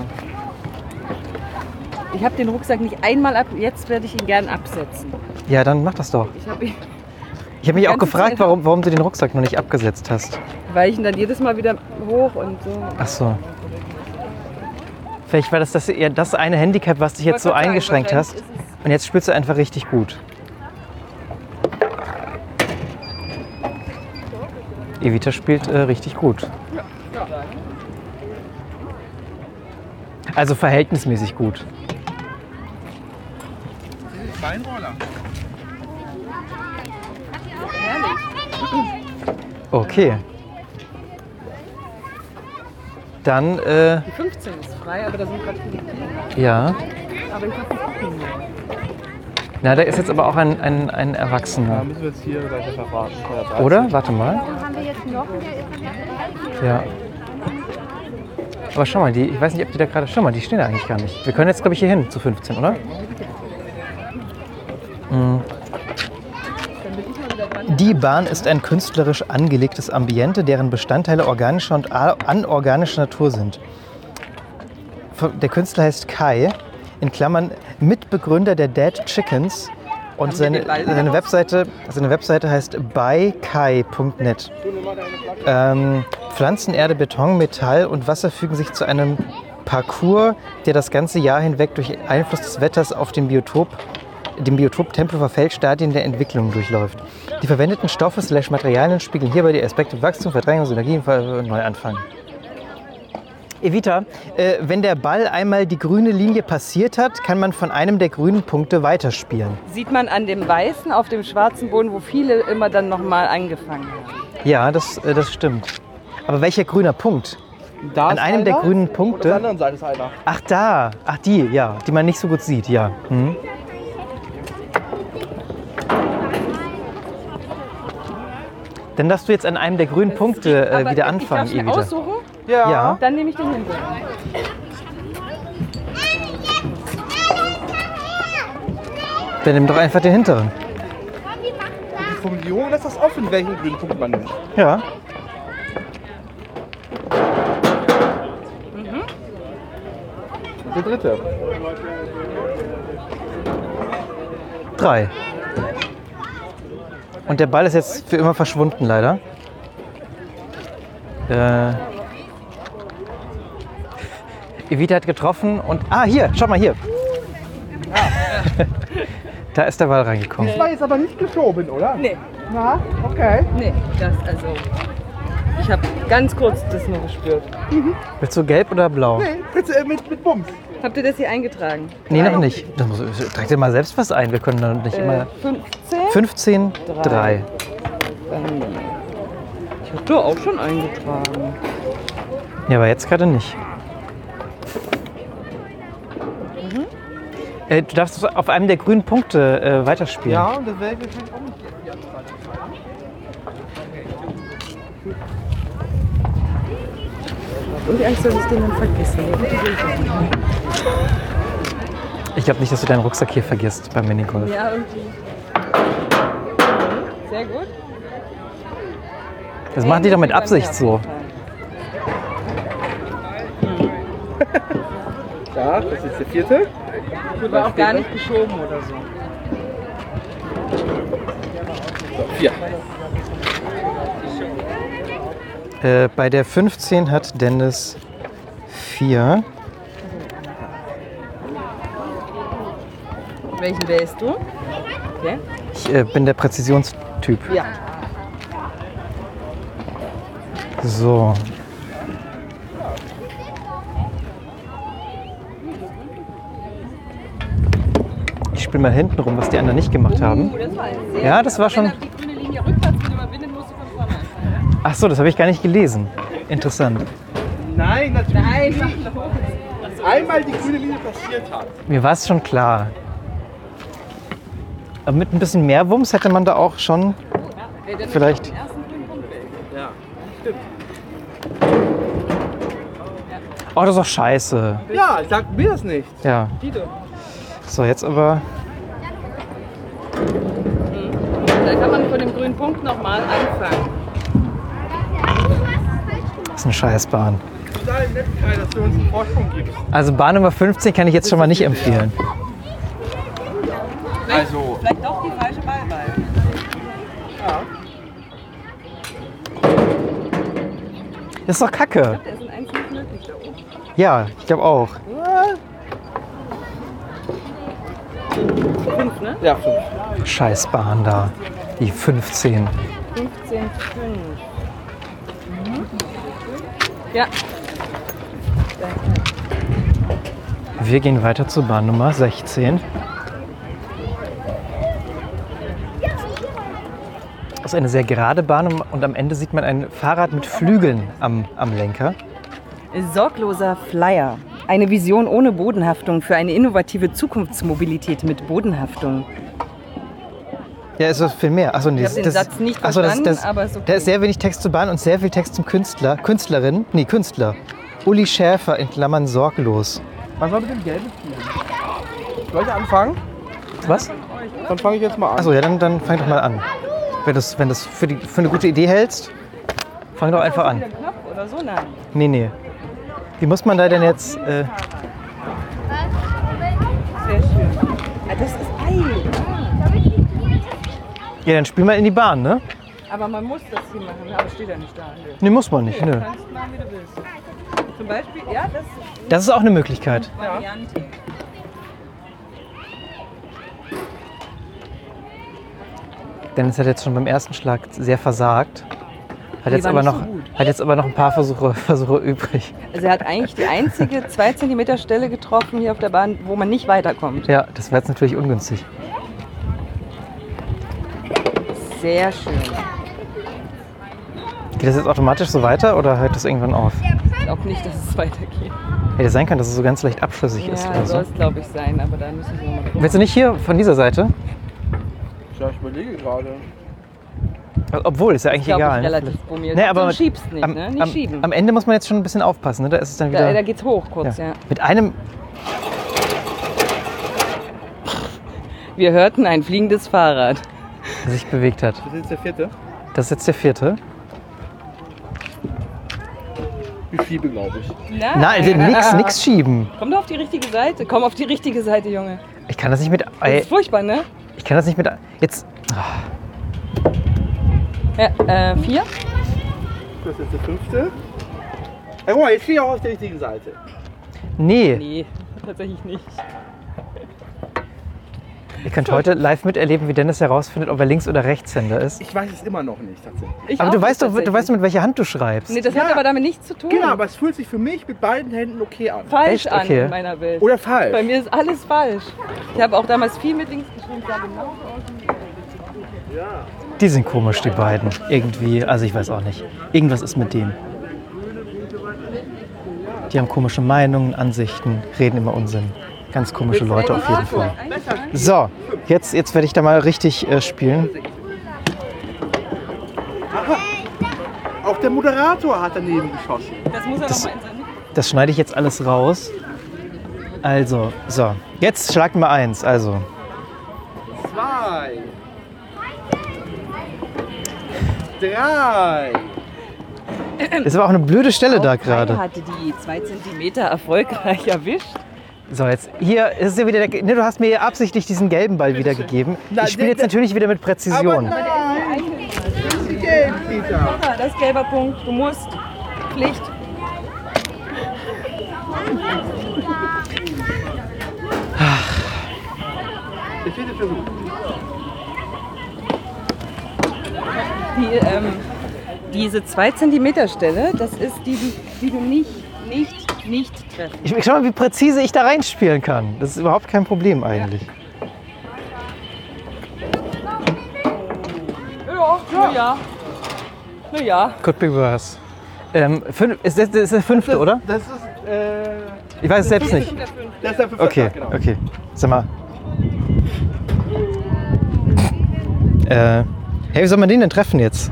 Ich habe den Rucksack nicht einmal ab. Jetzt werde ich ihn gern absetzen. Ja, dann mach das doch. Ich habe ihn, Ich habe mich Die auch ganze gefragt, Zeit- warum, warum du den Rucksack noch nicht abgesetzt hast. weil ich ihn dann jedes Mal wieder hoch und so. Ach so. Vielleicht war das das, eher das eine Handicap, was dich jetzt so wollte gerade eingeschränkt sagen, hast. wahrscheinlich ist Und jetzt spielst du einfach richtig gut. Evita spielt äh, richtig gut. Also verhältnismäßig gut. Beinroller. Okay. Dann, äh, Die fünfzehn ist frei, aber da sind gerade viele Kinder. ja. Aber ich habe die Kinder. Na, da ist jetzt aber auch ein, ein, ein Da Erwachsener. müssen wir jetzt hier gleich einfach warten. Oder? Warte mal. Haben wir jetzt noch? Ja. Aber schau mal, die, ich weiß nicht, ob die da gerade. Schau mal, die stehen da eigentlich gar nicht. Wir können jetzt, glaube ich, hier hin zu fünfzehn, oder? Mhm. Die Bahn ist ein künstlerisch angelegtes Ambiente, deren Bestandteile organischer und a- anorganischer Natur sind. Der Künstler heißt Kai, in Klammern Mitbegründer der Dead Chickens, und seine, seine, Webseite, seine Webseite heißt by kai punkt net. Ähm, Pflanzen, Erde, Beton, Metall und Wasser fügen sich zu einem Parcours, der das ganze Jahr hinweg durch Einfluss des Wetters auf den Biotop, dem Biotop Tempelhofer Feld Stadien der Entwicklung durchläuft. Die verwendeten Stoffe slash Materialien spiegeln hierbei die Aspekte Wachstum, Verdrängung, Synergie und Neuanfang. Evita, äh, wenn der Ball einmal die grüne Linie passiert hat, kann man von einem der grünen Punkte weiterspielen. Sieht man an dem weißen auf dem schwarzen Boden, wo viele immer dann nochmal angefangen haben. Ja, das, äh, das stimmt. Aber welcher grüner Punkt? Da An ist einem der einer grünen und auf Punkte? der anderen Seite ist einer. Ach, da. Ach, die, ja. Die man nicht so gut sieht, ja. Mhm. Dann darfst du jetzt an einem der grünen Punkte äh, Aber wieder ich anfangen, darf schnell Evita. aussuchen, Ja. dann nehme ich den hinteren. Dann nimm doch einfach den hinteren. Die Formulierung lässt das offen, welchen grünen Punkt man nimmt. Ja. Der dritte. Drei. Und der Ball ist jetzt für immer verschwunden, leider. Äh, Evita hat getroffen und... Ah, hier, schau mal hier. Da ist der Ball reingekommen. Das war jetzt aber nicht geschoben, oder? Nee, Na, okay. nee, das also. Ich habe ganz kurz das nur gespürt. Willst du gelb oder blau? Nee, bitte, äh, mit, mit Bums. Habt ihr das hier eingetragen? Nee, noch nicht. Das muss, trag dir mal selbst was ein. Wir können dann nicht Äh, immer. fünfzehn? fünfzehn, drei. Ähm, ich hab da auch schon eingetragen. Ja, aber jetzt gerade nicht. Mhm. Äh, du darfst auf einem der grünen Punkte äh, weiterspielen. Ja, und das wäre wahrscheinlich auch nicht die Anzahl. Und die Angst, dass ich den dann vergesse. Nee, bitte will ich das nicht. Ich glaube nicht, dass du deinen Rucksack hier vergisst beim Minigolf. Ja, irgendwie. Sehr gut. Das machen die doch mit Absicht so. Ja, das ist der vierte. Ich war auch gar nicht geschoben oder so. So, vier. Äh, bei der fünfzehn hat Dennis vier. Welchen wählst du? Okay. Ich äh, bin der Präzisionstyp. Ja. So. Ich spiele mal hinten rum, was die anderen nicht gemacht haben. Uh, das war ein sehr Ja, das war schon. Wenn er die grüne Linie rückwärts wieder überwindet, musst du von vorne anfangen. Ach so, das habe ich gar nicht gelesen. Interessant. Nein, natürlich Nein, nicht. Einmal die grüne Linie passiert hat. Mir war es schon klar. Aber mit ein bisschen mehr Wumms hätte man da auch schon Wer denn vielleicht. den ersten grünen Punkt wählt. Ja, stimmt. Oh, das ist doch scheiße. Ja, sag mir das nicht. Ja. Dito. So, jetzt aber. Da kann man von dem grünen Punkt nochmal anfangen. Das ist eine Scheißbahn. Total nett, Kai, dass du uns einen Vorsprung gibst. Also Bahn Nummer fünfzehn kann ich jetzt schon mal nicht empfehlen. Also, Vielleicht doch die falsche Ballwahl. ja. Das ist doch kacke. Da ist ein eins nicht möglich da oben. Ja, ich glaube auch. fünf, ne? Ja, fünf. Scheißbahn da. Die fünfzehn. fünfzehn, fünf. Mhm. Ja. Wir gehen weiter zur Bahn Nummer sechzehn. Das ist eine sehr gerade Bahn und am Ende sieht man ein Fahrrad mit Flügeln am, am Lenker. Sorgloser Flyer. Eine Vision ohne Bodenhaftung für eine innovative Zukunftsmobilität mit Bodenhaftung. Ja, ist das viel mehr. Achso, nee, Ich hab den Satz nicht achso, das, verstanden, das, aber ist okay. Da ist sehr wenig Text zur Bahn und sehr viel Text zum Künstler. Künstlerin? Nee, Künstler. Uli Schäfer in Klammern sorglos. Was war mit dem gelben Spiel? Soll ich anfangen? Was? Dann fange ich jetzt mal an. Achso, ja, dann, dann fang doch mal an. Wenn du es wenn du's für, die- für eine gute Idee hältst, fang doch einfach an. Der Knopf oder so? Nein. Nee, nee. Wie muss man da denn jetzt... Äh, Sehr schön. Ah, das ist eilig. ja, dann spiel mal in die Bahn, ne? Aber man muss das hier machen. Aber steht ja nicht da. Nö. Nee, muss man nicht, Du nö. kannst machen, wie du willst. Zum Beispiel, ja, das ist Das ist auch eine Möglichkeit. eine Variante. Dennis hat jetzt schon beim ersten Schlag sehr versagt. Hat Die jetzt, war aber nicht noch, so gut. hat jetzt aber noch ein paar Versuche, Versuche übrig. Also er hat eigentlich die einzige zwei Zentimeter Stelle getroffen hier auf der Bahn, wo man nicht weiterkommt. Ja, das wäre jetzt natürlich ungünstig. Sehr schön. Geht das jetzt automatisch so weiter oder hört das irgendwann auf? Ich glaube nicht, dass es weitergeht. Hätte sein können, dass es so ganz leicht abschüssig ist Ja, oder so. soll es glaube ich sein, aber da müssen wir mal gucken. Willst du nicht hier von dieser Seite? Ja, ich überlege gerade. Obwohl, ist ja Das eigentlich ist, glaub egal. ich, ne? relativ bombiert. Nee, aber du schiebst nicht, am, ne? Nicht am, schieben. am Ende muss man jetzt schon ein bisschen aufpassen. Ne? Da ist es dann da, wieder. da geht's hoch kurz, ja. ja. Mit einem. Wir hörten ein fliegendes Fahrrad. das sich bewegt hat. Das ist jetzt der vierte. Das ist jetzt der vierte. Ich schiebe, glaube ich. Nein, Nein, nix, nix schieben. Komm doch auf die richtige Seite. Komm auf die richtige Seite, Junge. Ich kann das nicht mit. Das Ey, ist furchtbar, ne? ich kann das nicht mit. Jetzt. Ja, äh, vier. Das ist jetzt der fünfte. Ja, guck mal, jetzt stehe ich auch auf der richtigen Seite. Nee. Nee, tatsächlich nicht. Ihr könnt heute live miterleben, wie Dennis herausfindet, ob er Links- oder Rechtshänder ist. Ich weiß es immer noch nicht tatsächlich. Ich Aber auch du nicht weißt doch, du tatsächlich. weißt doch, mit welcher Hand du schreibst. Nee, das Ja. hat aber damit nichts zu tun. Genau, aber es fühlt sich für mich mit beiden Händen okay an. falsch Echt? an Okay. in meiner Welt. Oder falsch. Bei mir ist alles falsch. Ich habe auch damals viel mit links geschrieben. Sah genau so aus. Die sind komisch, die beiden. Irgendwie, also ich weiß auch nicht. Irgendwas ist mit denen. Die haben komische Meinungen, Ansichten, reden immer Unsinn. Ganz komische Leute auf jeden Fall. So, jetzt, jetzt werde ich da mal richtig äh, spielen. Auch der Moderator hat daneben geschossen. Das muss er Das- noch mal in sein. Das schneide ich jetzt alles raus. Also, so. Jetzt schlagt mal eins. Also, Zwei. Drei. das war auch eine blöde Stelle da Auch Kai gerade. hatte die zwei Zentimeter erfolgreich erwischt. So, jetzt hier ist ja wieder der. Ne, du hast mir absichtlich diesen gelben Ball wiedergegeben. Na, Ich spiele jetzt der- natürlich wieder mit Aber Präzision. nein. Das ist die Gelb, Peter. Ja, das ist gelber Punkt. Du musst. Pflicht. Der vierte Versuch. Die, ähm, diese zwei Zentimeter Stelle, das ist die, die, die du nicht, nicht, nicht treffen. Ich, schau mal, wie präzise ich da reinspielen kann. Das ist überhaupt kein Problem eigentlich. Ja, na ja. Na ja. Could be worse. Ähm, fünf, ist das, das ist der fünfte, oder? Das ist, äh, Ich weiß es selbst nicht. das ist der fünfte. Okay, genau. okay. Sag mal. Äh, hey, wie soll man den denn treffen jetzt?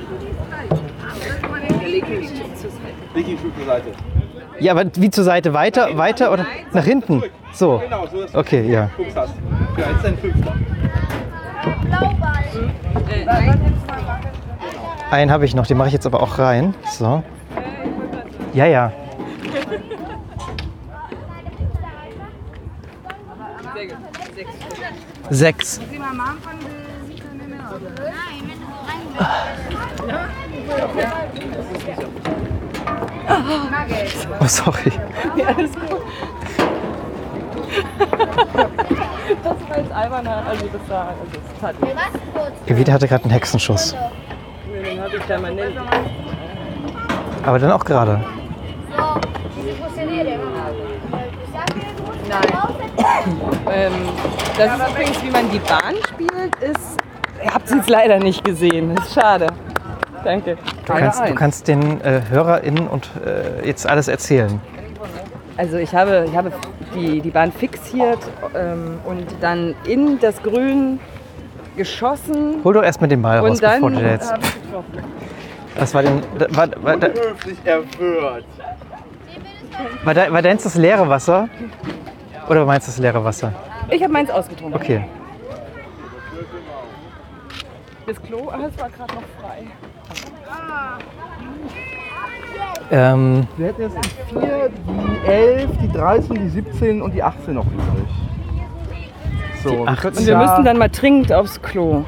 Leg ihn schön zur Seite. Ja, aber wie zur Seite? Weiter, weiter oder nach hinten? So. Genau, so dass du Okay, ja. Fuchs hast. Ja, jetzt dein Fünfter. Einen habe ich noch, den mache ich jetzt aber auch rein. So. Ja, ja. Sechs. Oh, sorry. Ja, alles gut. Das war jetzt alberner, also das war, also das hat Evita hatte gerade einen Hexenschuss. den habe ich permanent. Aber dann auch gerade. Ähm, das ist übrigens, wie man die Bahn spielt, ist, ihr habt es jetzt leider nicht gesehen, das ist schade. Danke. Du kannst, du kannst den äh, HörerInnen und äh, jetzt alles erzählen. Also ich habe, ich habe die, die Bahn fixiert ähm, und dann in das Grün geschossen Hol doch erstmal den Ball raus, und dann bevor du jetzt. habe ich getroffen. Was war denn. da- War, war, da- Höflich erwürgt. war, da- war deins das leere Wasser? Oder meinst du das leere Wasser? Ich habe meins ausgetrunken. Okay. Das Klo, ah, es war gerade noch frei. Ähm, Wir hätten jetzt die vier, die elf, die dreizehn, die siebzehn und die achtzehn noch übrig. So, wir achtzehn. könnten Und wir ja- müssten dann mal dringend aufs Klo.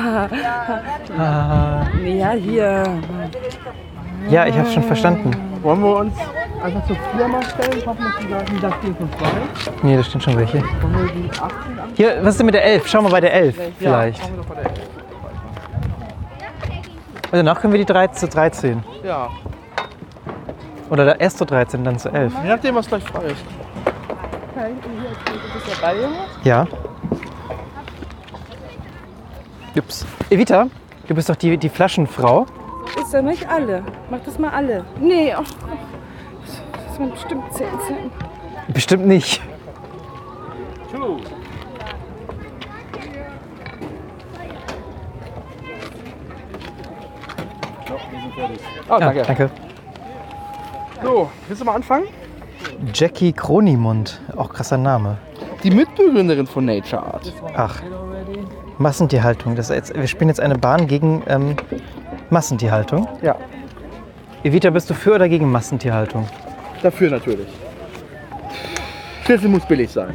ah, Ja, hier. ja, ich habe schon verstanden. Wollen wir uns einfach zur vier mal stellen? Hoffen, dass die sagen, da stehen schon zwei. Nee, da stehen schon welche. Wollen wir die achtzehn an? Hier, was ist denn mit der elf? Schau mal bei der elf vielleicht. Machen wir doch bei der elf. Und danach können wir die drei zu dreizehn. Ja, Oder da erst zu dreizehn, dann zu elf. je nachdem, was gleich frei ist. Ist der Ball, Junge? Ja. Ups. Evita, du bist doch die, die Flaschenfrau. Ist ja nicht alle. Mach das mal alle. Nee, ach, das waren bestimmt zehn Cent. Bestimmt nicht. Two. Oh, Ja, danke. danke. So, willst du mal anfangen? Jackie Kronimund, auch krasser Name. Die Mitbegründerin von Nature Art. Ach, Massentierhaltung. Das ist jetzt, wir spielen jetzt eine Bahn gegen ähm, Massentierhaltung. Ja, Evita, bist du für oder gegen Massentierhaltung? dafür natürlich. Schlüssel muss billig sein.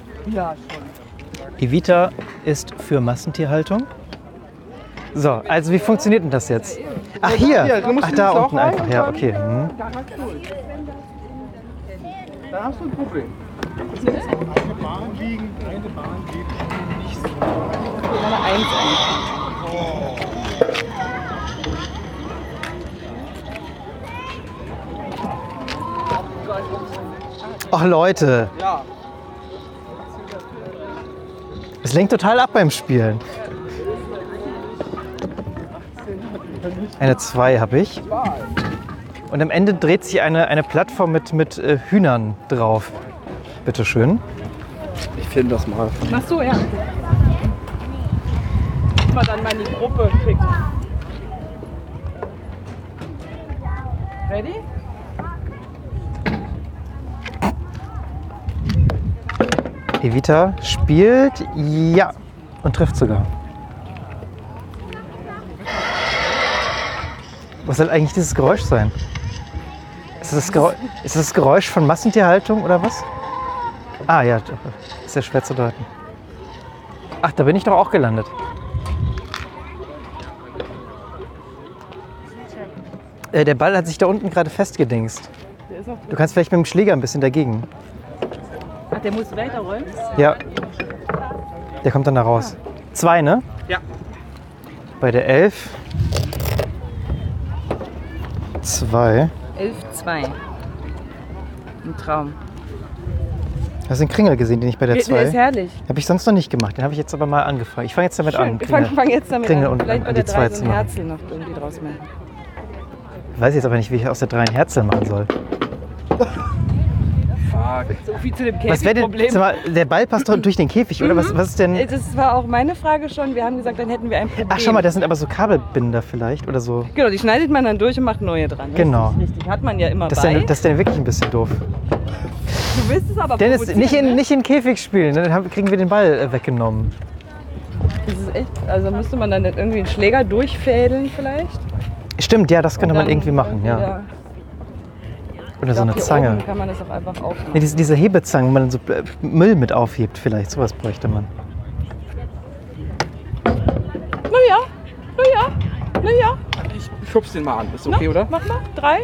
Evita ist für Massentierhaltung. So, also wie funktioniert denn das jetzt? Ach hier, hier, du musst ach dieses da Loch unten rein einfach, und ja, dann- okay. Hm. Da hast du ein Problem. nicht so. Ich will eine Eins ein. Ach Leute. Es lenkt total ab beim Spielen. Eine zwei habe ich. Und am Ende dreht sich eine, eine Plattform mit, mit äh, Hühnern drauf. Bitte schön. Ich finde das mal. Ach so, ja. Mal dann mal in die Gruppe kriegt. Ready? Evita spielt, ja, und trifft sogar. Was soll eigentlich dieses Geräusch sein? Ist das das Geräusch, ist das, das Geräusch von Massentierhaltung oder was? Ah ja, ist ja schwer zu deuten. Ach, da bin ich doch auch gelandet. Äh, der Ball hat sich da unten gerade festgedingst. Der ist auch Du kannst vielleicht mit dem Schläger ein bisschen dagegen. Ach, der muss weiterrollen? Ja. Der kommt dann da raus. Zwei, ne? Ja. Bei der elf. Zwei. elf zwei. Ein Traum. Hast du den Kringel gesehen, den ich bei der Der, der ist zwei? herrlich. Habe ich sonst noch nicht gemacht. Den habe ich jetzt aber mal angefangen. Ich fange jetzt damit Schön. an. Wir fangen fang jetzt damit Kringel an. und Vielleicht an bei die der zwei drei zu so ein machen. Herzl noch irgendwie draus machen. Ich weiß jetzt aber nicht, wie ich aus der drei ein Herzl machen soll. So viel zu dem Was wäre denn, Käfigproblem. sag mal, der Ball passt doch durch den Käfig, oder? Was, was ist denn? Das war auch meine Frage schon. Wir haben gesagt, dann hätten wir ein Problem. Ach, schau mal, das sind aber so Kabelbinder vielleicht oder so. Genau, die schneidet man dann durch und macht neue dran. Genau. Richtig, richtig. Hat man ja immer Das ist, bei. dann, das ist dann wirklich ein bisschen doof. Du willst es aber Dennis, provozieren, nicht in, ne? nicht in den Käfig spielen, dann haben- kriegen wir den Ball äh, weggenommen. Das ist echt, also müsste man dann nicht irgendwie einen Schläger durchfädeln vielleicht? Stimmt, ja, das könnte Und man dann irgendwie machen, ja. ja. Oder Ich so glaub, eine hier Zange. oben kann man das auch einfach aufmachen. Nee, diese, diese Hebezangen, wo man dann so äh, Müll mit aufhebt vielleicht, sowas bräuchte man. Naja, naja, naja. Ich schub's den mal an. Ist okay, oder? Mach mal, drei.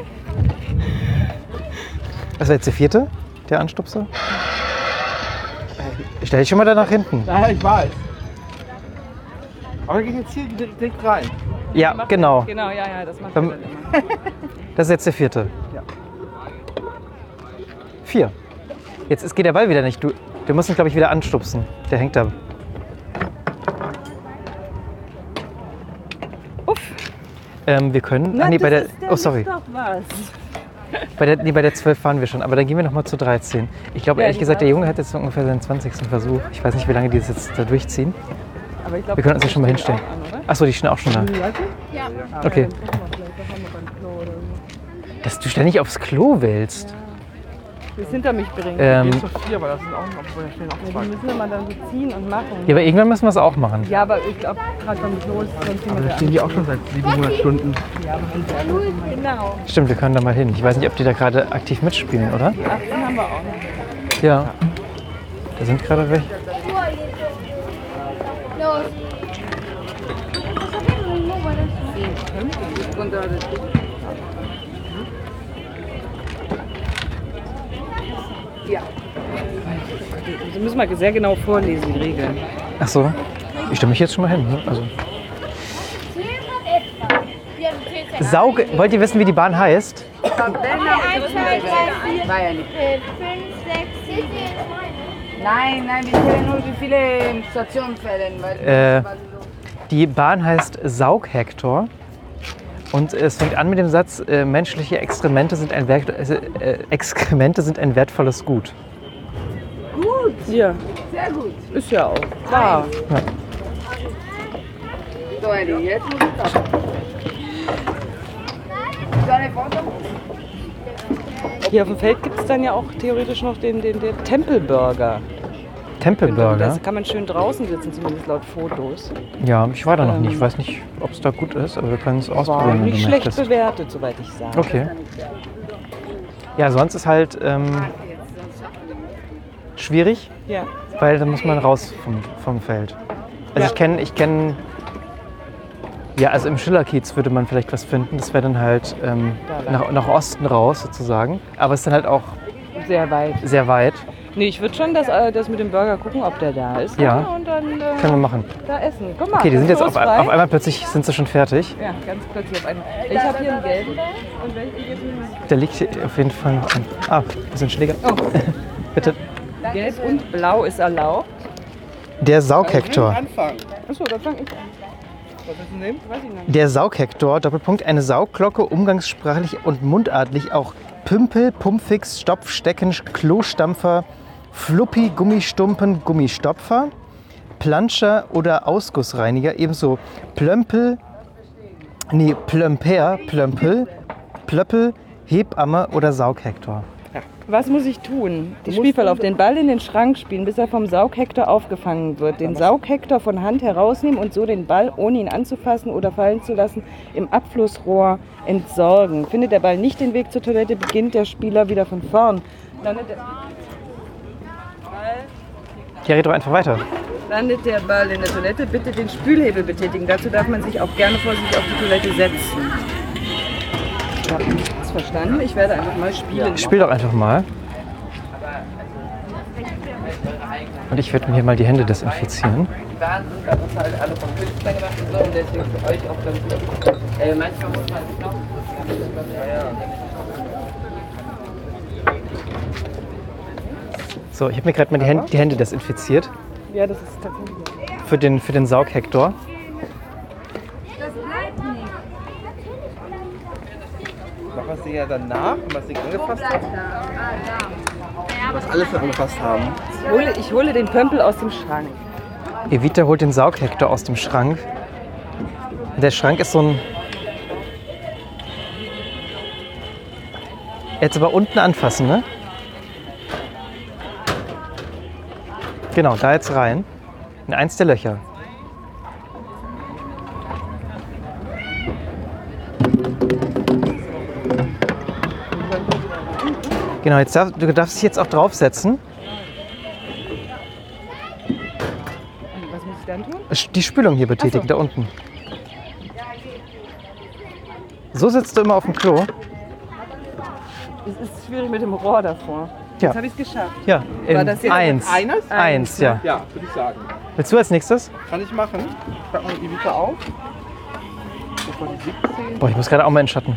Das war jetzt der vierte, der Anstupser. Stell dich schon mal da nach hinten. Ja, ich weiß. Aber wir gehen jetzt hier direkt rein. Ja, Mach genau. das. Genau, ja, ja, das macht Beim- er dann immer. Das ist jetzt der vierte. Ja. Vier. Jetzt ist, geht der Ball wieder nicht. Du, du musst ihn, glaube ich, wieder anstupsen. Der hängt da. Uff. Ähm, wir können. Na, Ach nee, bei das der. ist der Oh, sorry. Ist doch was. Bei der, nee, bei der zwölf waren wir schon. Aber dann gehen wir noch mal zu dreizehn. Ich glaube, Ja, ehrlich die gesagt, der dreizehn. Junge hat jetzt ungefähr seinen zwanzigsten Versuch. Ich weiß nicht, wie lange die das jetzt da durchziehen. Aber ich glaub, Wir können uns ja das schon mal steht hinstellen. auch an, oder? Achso, die stehen auch schon da. Ja. Okay. Dann gucken wir vielleicht doch mal beim Klo oder so. Dass du ständig aufs Klo willst. Das hinter mich bringen. Ähm, Jetzt noch vier, weil das sind auch noch, obwohl da stehen auch Ja, zwei. die müssen wir mal dann so ziehen und machen. ja, aber irgendwann müssen wir es auch machen. Ja, aber ich glaube, gerade beim Klo ist sonst Aber jemand da stehen die auch schon seit siebenhundert Stunden. Genau. Stimmt, wir können da mal hin. Ich weiß nicht, ob die da gerade aktiv mitspielen, oder? achtzehn haben wir auch noch. Ja. Da sind gerade welche. Los. Also müssen wir sehr genau vorlesen, die Regeln. Ach so. Ich stelle mich jetzt schon mal hin. Ne? Also. Saug. Wollt ihr wissen, wie die Bahn heißt? eins, zwei, drei, vier, War ja nicht. fünf, sechs, sieben. Nein, nein, wir zählen nur, wie viele Stationen fällen. Weil Äh, Die Bahn heißt Saughektor. Und es fängt an mit dem Satz: äh, Menschliche Exkremente sind ein, Werk äh, Exkremente sind ein wertvolles Gut. Ja, sehr gut. ist ja auch. Wahr. So, Eddie, jetzt muss ich das. So eine Foto? Hier auf dem Feld gibt es dann ja auch theoretisch noch den, den, den Tempelburger. Tempelburger. Da kann man schön draußen sitzen, zumindest laut Fotos. Ja, ich war da noch Ähm, nicht. Ich weiß nicht, ob es da gut ist, aber wir können es War ausprobieren, wenn nicht du schlecht möchtest. bewertet, soweit ich sage. Okay. Ja, sonst ist halt ähm, schwierig, Ja. weil da muss man raus vom, vom Feld. Also Ja. ich kenne, ich kenne, ja, also im Schillerkiez würde man vielleicht was finden. Das wäre dann halt ähm, Da lang. nach, nach Osten raus sozusagen. Aber es ist dann halt auch Sehr weit. sehr weit. Nee, ich würde schon das, äh, das mit dem Burger gucken, ob der da ist. Ja. Und dann äh, Können wir machen. da essen. Guck mal. Okay, die sind jetzt auf, frei. auf einmal plötzlich sind sie schon fertig. Ja, ganz plötzlich auf einmal. Ich habe hier einen gelben und welchen jetzt nehmen wir? Der liegt hier auf jeden Fall noch ein. Ah, das sind Schläger. Oh. Bitte. Gelb und blau ist erlaubt. Der Saughektor. Anfangen. Achso, dann fange ich an. Was willst du nehmen? Weiß ich noch nicht. Der Saughektor, Doppelpunkt, eine Saugglocke, umgangssprachlich und mundartlich auch Pümpel, Pumpfix, Stopfstecken, Klostampfer, Fluppi, Gummistumpen, Gummistopfer, Planscher oder Ausgussreiniger, ebenso Plömpel, nee, Plömper, Plömpel, Plöppel, Hebamme oder Saughektor. Was muss ich tun? Die Spielverlauf, den Ball in den Schrank spielen, bis er vom Saughektor aufgefangen wird. Den Saughektor von Hand herausnehmen und so den Ball, ohne ihn anzufassen oder fallen zu lassen, im Abflussrohr entsorgen. Findet der Ball nicht den Weg zur Toilette, beginnt der Spieler wieder von vorn. Landet der, Ja, red doch einfach weiter. landet der Ball in der Toilette, bitte den Spülhebel betätigen. Dazu darf man sich auch gerne vorsichtig auf die Toilette setzen. Ich habe nichts verstanden. Ich werde einfach mal spielen. Spiel doch einfach mal. Und ich werde mir hier mal die Hände desinfizieren. Die Waren sind bei uns halt alle vom Künstler gemacht und so und deswegen für euch auch ganz gut. Äh, manchmal muss man es noch. Ja, ja. So, ich habe mir gerade mal die Hände, die Hände desinfiziert. Ja, das ist tatsächlich. Für den, für den Saughektor. Machen wir es dir ja danach, wenn wir das Ding angefasst haben. Was alle schon angefasst haben. Ich hole, ich hole den Pömpel aus dem Schrank. Evita holt den Saughektor aus dem Schrank. Der Schrank ist so ein... Jetzt aber unten anfassen, ne? Genau, da jetzt rein. In eins der Löcher. Genau, jetzt darf, du darfst dich jetzt auch draufsetzen. Was muss ich dann tun? Die Spülung hier betätigen, da unten. So sitzt du immer auf dem Klo. Es ist schwierig mit dem Rohr davor. Ja. Jetzt habe ich es geschafft. Ja, in War das jetzt eins. eines? Eins, ja. Ja, würde ich sagen. Willst du als nächstes? Kann ich machen. Schreib mal die Evita auf. Das war die siebzehn. Boah, ich muss gerade auch mal in den Schatten.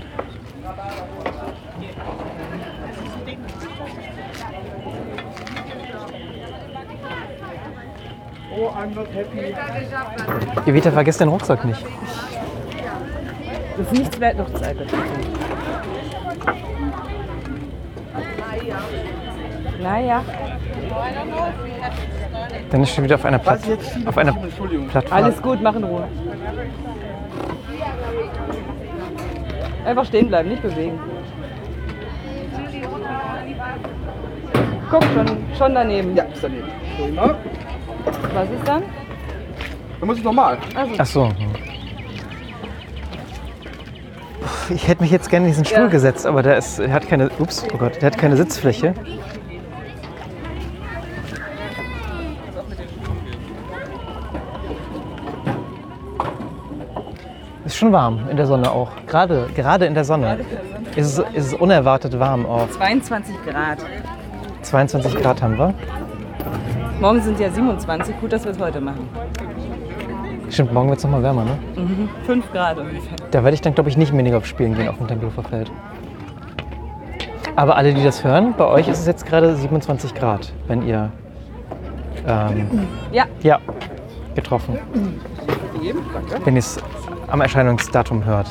Oh, I'm not happy. Evita, vergiss den Rucksack nicht. Das ist nichts wert, noch Zeit. Naja, Dann ist schon wieder auf einer, Platt Was jetzt viele auf einer Versuche, Entschuldigung. Plattform. alles gut, mach in Ruhe. Einfach stehen bleiben, nicht bewegen. Guck, schon, schon daneben. Ja, ist daneben. So, immer. Was ist dann? Dann muss ich nochmal. Ach so. Ich hätte mich jetzt gerne in diesen Stuhl Ja. gesetzt, aber der ist, er hat keine, ups, oh Gott, der hat keine Sitzfläche. Ist schon warm in der Sonne auch. Gerade, gerade in der Sonne ist es, ist es unerwartet warm auch. zweiundzwanzig Grad. zweiundzwanzig Grad haben wir. Morgen sind ja siebenundzwanzig. Gut, dass wir es heute machen. Stimmt, morgen wird es nochmal wärmer, ne? fünf Grad ungefähr. Da werde ich dann, glaube ich, nicht Minigolf spielen gehen auf dem Tempelhofer Feld. Aber alle, die das hören, bei euch ist es jetzt gerade siebenundzwanzig Grad, wenn ihr ähm, Ja. ja, getroffen. Wenn ihr es am Erscheinungsdatum hört.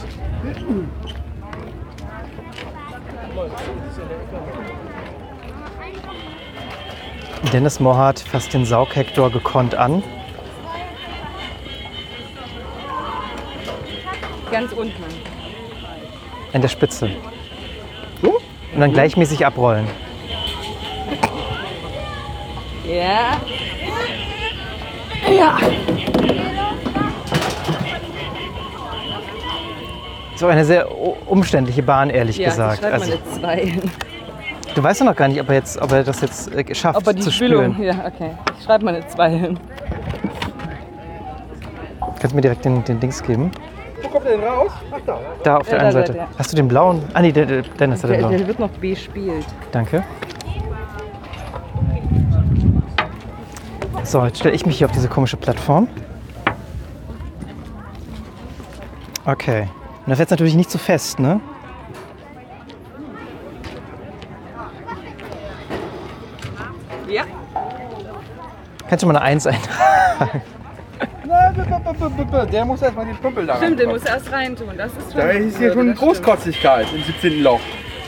Dennis Mohart fasst den Saughektor gekonnt an. Ganz unten. An der Spitze. Und dann gleichmäßig abrollen. Ja. So eine sehr u- umständliche Bahn, ehrlich Ja, gesagt. ich schreibe Also, mal eine zwei hin. du weißt doch noch gar nicht, ob er, jetzt, ob er das jetzt äh, schafft Aber die zu Spülung, spülen. ja, okay. Ich schreibe mal eine zwei hin. Kannst du mir direkt den, den Dings geben? Wo kommt der denn raus? Ach da. Da auf der Ja, einen da, Seite. da, ja. Hast du den blauen? Ah nee, der, der Dennis hat den Der, blauen. der wird noch bespielt. Danke. So, jetzt stelle ich mich hier auf diese komische Plattform. Okay. Und das wird natürlich nicht zu fest, ne? Ja. Kannst du mal eine Eins eintragen? Der muss erstmal den Pümpel da Stimmt, den rein. muss erst reintun. Das ist schon. Da ist hier schon das stimmt. Großkotzigkeit im siebzehnten Loch.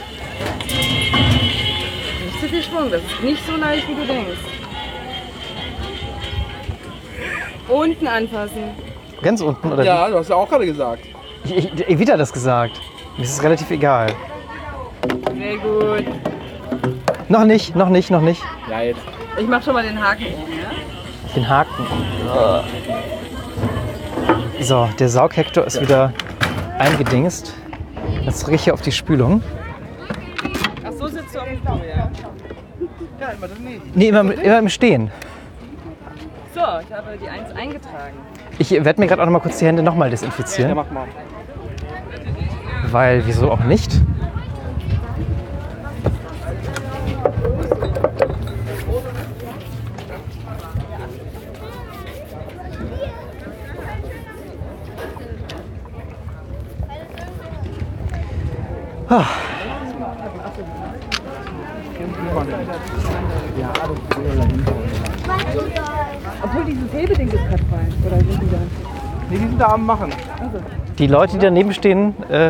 Nicht zu viel Schwung, das ist nicht so leicht, wie du denkst. Unten anfassen. Ganz unten, oder? Ja, du hast ja auch gerade gesagt. wie? Ich, ich, wieder das gesagt. Mir ist es relativ egal. Sehr gut. Noch nicht, noch nicht, noch nicht. Ja, jetzt. Ich mach schon mal den Haken oben, ja? Den Haken. So, der Saughektor ist wieder eingedingst. Jetzt drücke ich hier auf die Spülung. Ach, so sitzt du auf dem Stuhl, ja? Ja, immer daneben. Nee, immer, immer im Stehen. So, ich habe die Eins eingetragen. Ich werde mir gerade auch noch mal kurz die Hände nochmal desinfizieren. Ja, mach mal. Weil, wieso auch nicht? Ah. Obwohl dieses Hebeding ist gerade frei. Oder sind die da? Nee, die sind da am Machen. Die Leute, die daneben stehen, äh,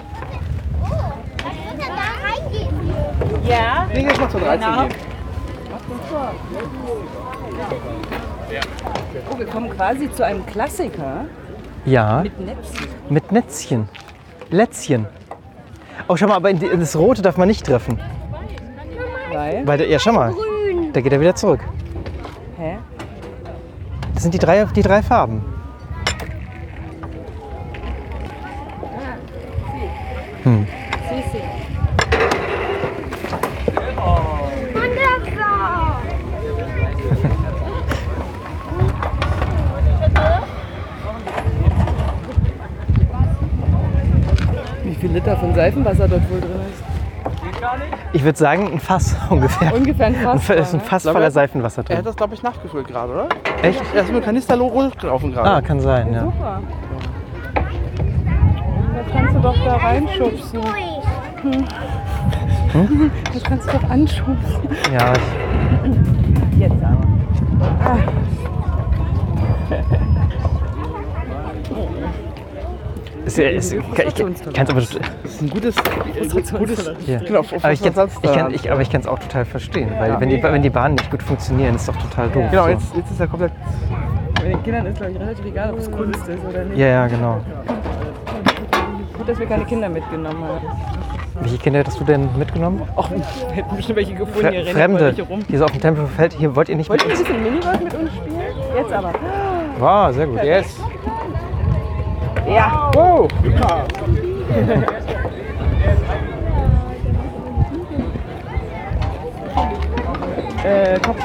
Ja. Nee, jetzt mal zur dreizehn Genau. gehen. Oh, wir kommen quasi zu einem Klassiker ja, mit Netzen. mit Netzchen. Lätzchen. Oh, schau mal, aber in die- in das Rote darf man nicht treffen. Weil? Weil, der, ja, schau mal, da geht er wieder zurück. Hä? Das sind die drei, die drei Farben. Hm. Sieh, sieh. Wie viel Liter von Seifenwasser dort wohl drin ist? Ich würde sagen, ein Fass ungefähr. Ungefähr ein Ein Fass. Fa- ist ein Fass voller Seifenwasser Er hat drin. das, glaube ich, nachgefüllt gerade, oder? Echt? Er ist mit Kanister gelaufen gerade. Ah, kann sein, ja. Super. Das kannst du doch da reinschubsen. Hm? Das kannst du doch anschubsen. Ja, ich, Jetzt aber. Ah. ist, ja- ist, ich, ich, ich kann es aber, Das ist ein gutes... gutes ja. genau, aber ich kann, ich kann, ich, aber ich kann es auch total verstehen, weil wenn, die, wenn die Bahnen nicht gut funktionieren, ist doch total doof. Genau, so. jetzt, jetzt ist er komplett... Bei den Kindern ist, glaube ich, relativ egal, ob es Kunst ist oder nicht. Ja, ja, genau. Gut, dass wir keine Kinder mitgenommen haben. Welche Kinder hättest du denn mitgenommen? Och, wir hätten bestimmt welche gefunden, Fre hier rennen Fremde, welche rum. die so auf dem Tempelfeld. Hier wollt ihr nicht Wollt mit ihr ein uns? bisschen Minigolf mit uns spielen? Jetzt aber. Wow, sehr gut. Yes! Ja. Wow! Äh, Kopf.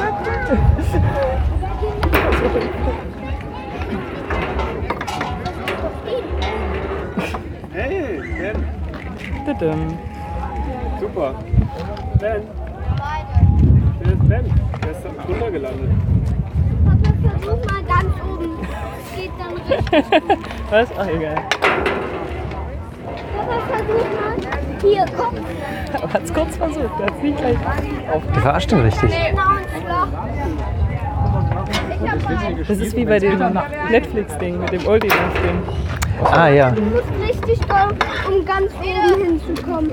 Hey, Ben. Tadam. Super. Ben. Wer ist Ben? Der ist da drunter gelandet. Papa, versuch mal ganz oben. Das geht dann richtig. Was? Ach, egal. Papa, versuch mal. Hier, komm. Aber hat's kurz versucht, er hat's nicht gleich auf. Die verarscht ihn richtig. Genau ins Loch. Ich hab mal. Das ist wie bei dem Netflix-Ding mit dem Oldie-Ding. Ah, ja. Du musst richtig doll, um ganz oben hinzukommen.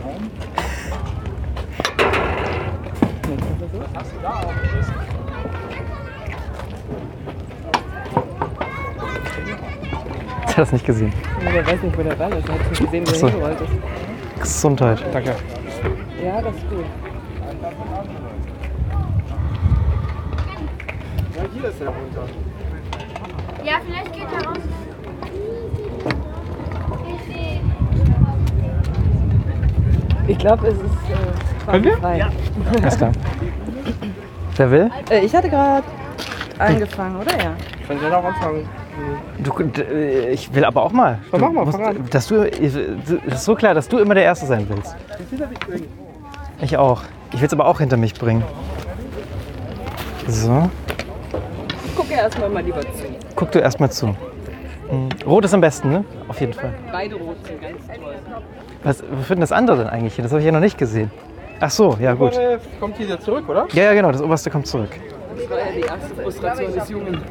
Ich habe das nicht gesehen. Der weiß nicht, wo der Ball ist. Er hat nicht gesehen, wo Ach so. er hingerollt ist. Gesundheit. Danke. Ja, das ist gut. Ja, hier ist er runter. Ja, vielleicht geht er raus. Ich sehe. Ich glaube, es ist äh, Können wir? frei. Ja. Alles klar. Wer will? Äh, ich hatte gerade angefangen, oder? Ja. Können wir noch anfangen? Du, äh, ich will aber auch mal. Ja, Du mach mal, musst, fang an. dass du, es ist so klar, dass du immer der Erste sein willst. Ich will das nicht bringen. Ich auch. Ich will es aber auch hinter mich bringen. So. gucke erstmal mal lieber zu. Guck du erstmal zu. Hm. Rot ist am besten, ne? Auf jeden Fall. Beide rot sind ganz toll. Was, was wird denn das andere denn eigentlich hier? Das habe ich ja noch nicht gesehen. Ach so, ja gut. Kommt hier wieder zurück, oder? Ja, ja, genau, das oberste kommt zurück. Das war ja die erste Frustration des Jungen.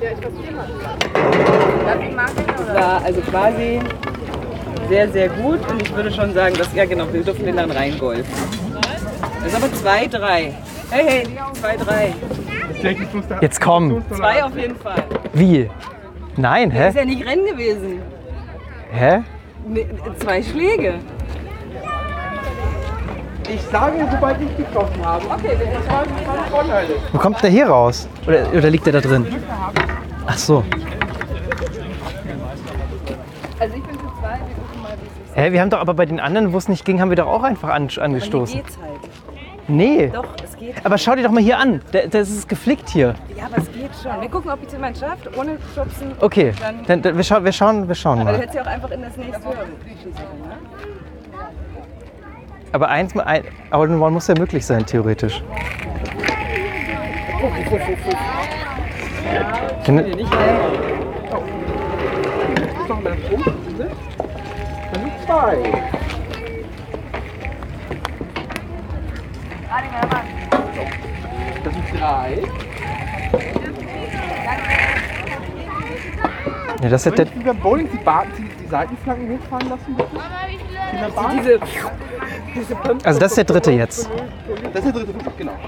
Darf ich machen, Das oder? war also quasi sehr, sehr gut und ich würde schon sagen, dass ja genau, wir durften den dann reingolfen. Das ist aber zwei drei. Hey, hey, zwei drei. Jetzt komm. zwei auf jeden Fall. Wie? Nein, Ist hä? ja nicht Rennen gewesen. Hä? Nee, zwei Schläge. Ich sage, sobald ich geschossen habe. Okay, das waren meine Vorteile. Wo kommt der hier raus? Oder, oder liegt der da drin? Ach so. Also ich bin für zwei, wir gucken mal, wie es ist. Hä, wir haben doch aber bei den anderen, wo es nicht ging, haben wir doch auch einfach an, Aber angestoßen. hier geht's halt. Nee. Doch, es geht. Aber schau dir doch mal hier an. Da- Das ist geflickt hier. Ja, aber es geht schon. Wir gucken, ob es jemand schafft, ohne Schubsen. Okay, Dann, dann, dann wir, scha wir schauen, wir schauen aber du mal. hättest ja auch einfach in das nächste Hören schießen können, ne? Aber eins, mal ein, All in One muss ja möglich sein, theoretisch. Kann, Hier nicht rein. Ist noch mehr Punkt, bitte? Dann sind zwei. Das sind drei. ja, das ist ja Soll der, ich wie beim Bowling die, Bahn, die, die Seitenflanken hochfahren lassen, bitte? Wie beim Bahn? Diese, diese Pump. also das ist der dritte jetzt. Das ist der dritte Punkt, genau.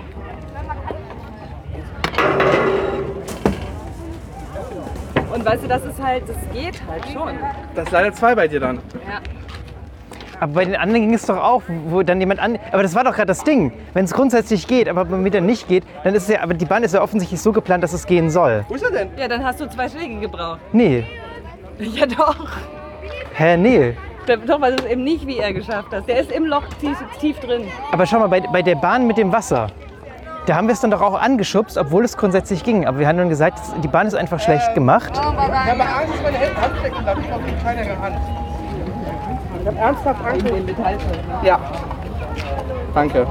Und weißt du, das ist halt, das geht halt schon. Das ist leider zwei bei dir dann. Ja. Aber bei den anderen ging es doch auch, wo dann jemand an. Aber das war doch gerade das Ding. Wenn es grundsätzlich geht, aber bei mir dann nicht geht, dann ist es ja. Aber die Bahn ist ja offensichtlich so geplant, dass es gehen soll. Wo ist er denn? Ja, dann hast du zwei Schläge gebraucht. Nee. Ja, doch. Hä, nee. Doch, weil du es eben nicht wie er geschafft hast. Der ist im Loch tief, tief drin. Aber schau mal, bei, bei der Bahn mit dem Wasser, da haben wir es dann doch auch angeschubst, obwohl es grundsätzlich ging. Aber wir haben dann gesagt, die Bahn ist einfach schlecht gemacht. Ich habe Angst, dass meine Hände anstecken bleiben. Ich habe keine Hand. Ich habe ernsthaft Angst. Den Metallschutz, ne? Ja. Danke.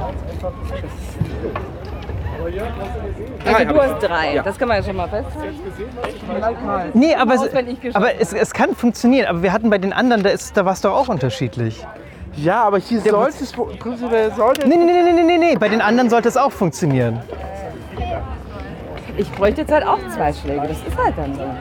Also hab du ich. hast drei. Ja. Das kann man ja schon mal festhalten. Nee, aber, es, Auswendig geschossen. aber es, es kann funktionieren. Aber wir hatten bei den anderen, da, ist- da war es doch auch unterschiedlich. Ja, aber hier sollte es prinzipiell sollte. Nee, nee, nee, nee, nee, nee, nee. Bei den anderen sollte es auch funktionieren. Ich bräuchte jetzt halt auch zwei Schläge. Das ist halt dann so.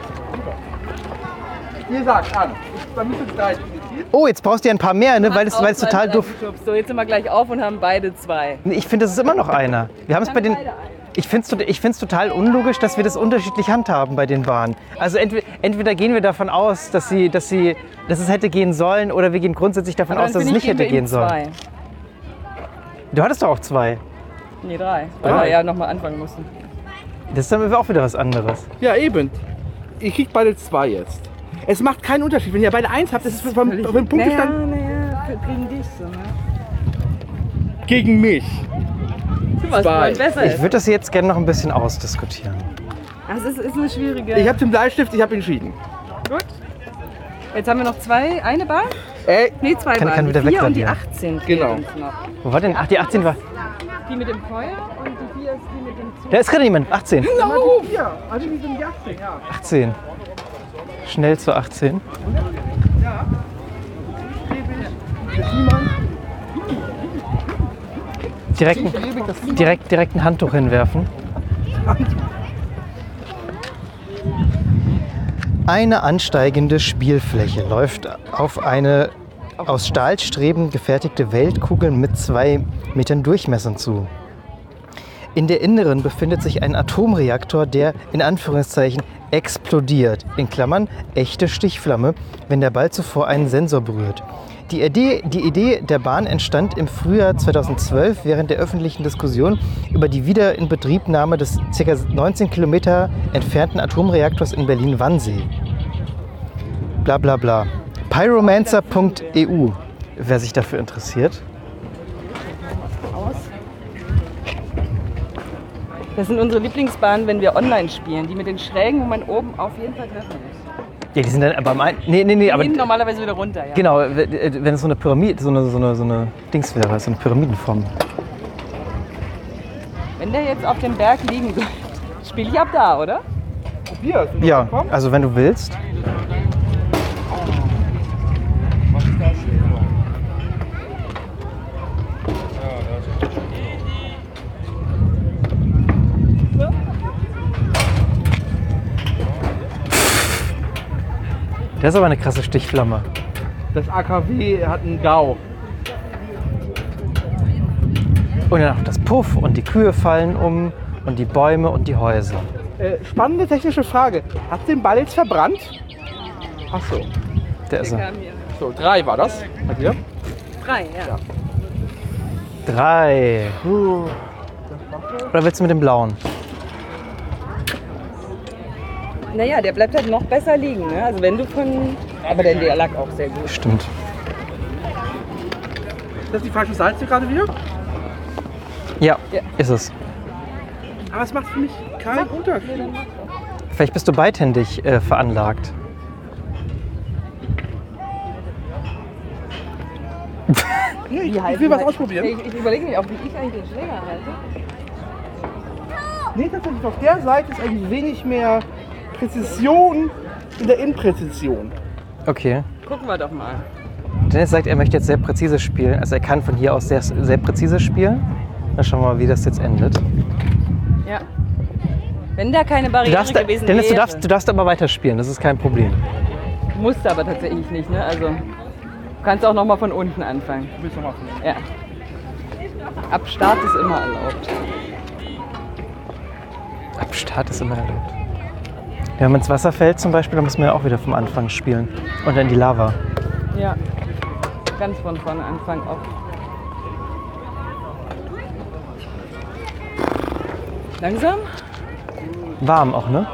Ihr sagt an. Bei mir sind es drei. Oh, jetzt brauchst du ja ein paar mehr, ne? weil es, weil es total doof. So, jetzt sind wir gleich auf und haben beide zwei. Nee, ich finde, das ist immer noch einer. Wir haben es bei den. Ich finde es ich find's total unlogisch, dass wir das unterschiedlich handhaben bei den Bahnen. Also entweder, entweder gehen wir davon aus, dass, sie, dass, sie, dass es hätte gehen sollen, oder wir gehen grundsätzlich davon Aber aus, dann dass es finde nicht ich, geben hätte wir ihm gehen sollen. zwei. Du hattest doch auch zwei. Nee, drei. Weil Drei? wir ja nochmal anfangen mussten. Das ist dann auch wieder was anderes. Ja, eben. Ihr kriegt beide zwei jetzt. Es macht keinen Unterschied. Wenn ihr beide eins habt, das ist vom, vom Punktestand naja, gegen dich so, ne? gegen mich. Was Zwei. besser Ich ist. würde das jetzt gerne noch ein bisschen ausdiskutieren. Das ist, ist eine schwierige. Ich habe den Bleistift, ich habe entschieden. Gut. Jetzt haben wir noch zwei, eine Bahn? Ey, Nee, zwei Kann- Bahnen. kann wieder die vier und die wegradieren. achtzehn fehlen Genau. uns noch. Wo war denn? Ach, die achtzehn war. Die mit dem Feuer und die vier ist die mit dem Zug. Da ist gerade jemand. achtzehn. oh, ja. Also die sind die achtzehn, ja. achtzehn. Schnell zu achtzehn. Direkt, ein- direkt, direkt ein Handtuch hinwerfen. Eine ansteigende Spielfläche läuft auf eine aus Stahlstreben gefertigte Weltkugel mit zwei Metern Durchmesser zu. In der Inneren befindet sich ein Atomreaktor, der in Anführungszeichen explodiert, in Klammern echte Stichflamme, wenn der Ball zuvor einen Sensor berührt. Die Idee, die Idee der Bahn entstand im Frühjahr zweitausendzwölf während der öffentlichen Diskussion über die Wiederinbetriebnahme des ca. neunzehn Kilometer entfernten Atomreaktors in Berlin-Wannsee. Bla bla bla. Pyromancer punkt e u, wer sich dafür interessiert. Das sind unsere Lieblingsbahnen, wenn wir online spielen. Die mit den Schrägen, wo man oben auf jeden Fall treffen muss. Ja, die sind dann aber am ein... Nee, nee, nee, Die aber... gehen normalerweise wieder runter, ja. Genau, wenn es so eine Pyramide, so eine, so eine, so eine Dings wäre, so eine Pyramidenform. Wenn der jetzt auf dem Berg liegen bleibt, spiele ich ab da, oder? probierst. wenn du Ja, kommst. also wenn du willst. Was ist das? Das ist aber eine krasse Stichflamme. Das A K W hat einen Gau. Und dann auch das Puff und die Kühe fallen um und die Bäume und die Häuser. Äh, spannende technische Frage. Hat den Ball jetzt verbrannt? Ach so. Der ist er. Kam hier. So, drei war das. Bei dir? Drei, ja. Drei. Oder willst du mit dem blauen? Naja, der bleibt halt noch besser liegen. Ne? Also wenn du von... Aber der, der lag auch sehr gut. Stimmt. Das ist die falsche Seite gerade wieder. Ja, Ja. ist es. Aber es macht für mich keinen Unterschied. Vielleicht bist du beidhändig äh, veranlagt. Nee, ich, ich halten will was wir- ausprobieren. Ich, ich überlege mir auch, wie ich eigentlich den Schläger halte. Nee, tatsächlich, auf der Seite ist eigentlich wenig mehr Präzision in der Impräzision. Okay. Gucken wir doch mal. Dennis sagt, er möchte jetzt sehr präzise spielen. Also er kann von hier aus sehr, sehr präzise spielen. Dann schauen wir mal, wie das jetzt endet. Ja. Wenn da keine Du Barriere darfst, da- gewesen Dennis, du wäre. darfst, du darfst aber weiterspielen. Das ist kein Problem. Musste aber tatsächlich nicht, ne? Also du kannst auch noch mal von unten anfangen. Willst du machen? Ja. Ab Start ist immer erlaubt. Ab Start ist immer erlaubt. Wenn man ins Wasser fällt zum Beispiel, dann muss man ja auch wieder vom Anfang spielen. Und dann die Lava. Ja. Ganz von vorne anfangen auch. Langsam? Warm auch, ne?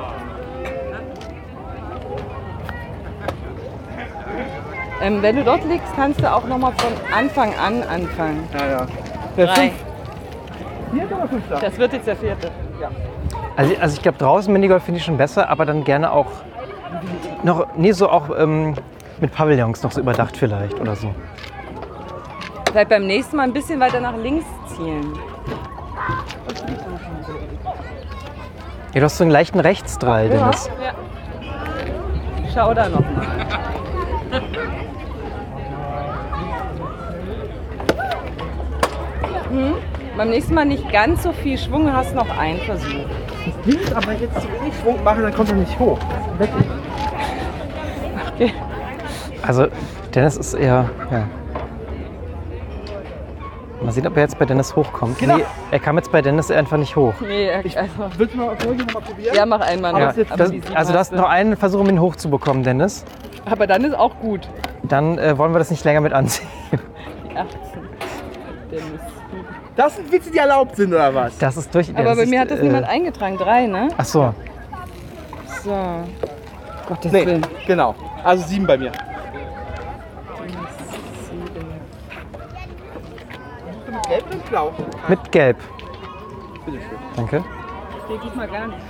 Ähm, wenn du dort liegst, kannst du auch noch mal von Anfang an anfangen. Ja, ja. Der Drei. fünf. Vierter oder fünfter? Das wird jetzt der vierte. Ja. Also, also ich glaube, draußen Minigolf finde ich schon besser, aber dann gerne auch noch, nee, so auch ähm, mit Pavillons noch so überdacht vielleicht oder so. Vielleicht beim nächsten Mal ein bisschen weiter nach links zielen. Ja, du hast so einen leichten Rechtsdrall, Dennis. Ja. Schau da noch mal. Hm? Beim nächsten Mal nicht ganz so viel Schwung, hast noch einen Versuch. Das Ding ist aber jetzt so wenig Schwung mache, dann kommt er nicht hoch. Wirklich. Okay. Also Dennis ist eher, ja. Mal sehen, ob er jetzt bei Dennis hochkommt. Genau. Nee, er kam jetzt bei Dennis einfach nicht hoch. Nee, also, Willst du mal, soll ich noch mal probieren? ja, mach einmal noch. Ja, das jetzt- Aber das, die sieben also du hast hast noch einen Versuch, um ihn hochzubekommen, Dennis. Aber dann ist auch gut. Dann äh, wollen wir das nicht länger mit ansehen. Die achtzehn. Dennis. Das sind Witze, die erlaubt sind, oder was? Das ist durch. Aber das bei ist, mir hat das äh, niemand eingetragen. Drei, ne? Ach so. So. Gottes Nee, Willen. genau. Also sieben bei mir. Mit Gelb oder mit Blau? Mit Gelb. Bitte schön. Danke. Nee, diesmal gar nicht.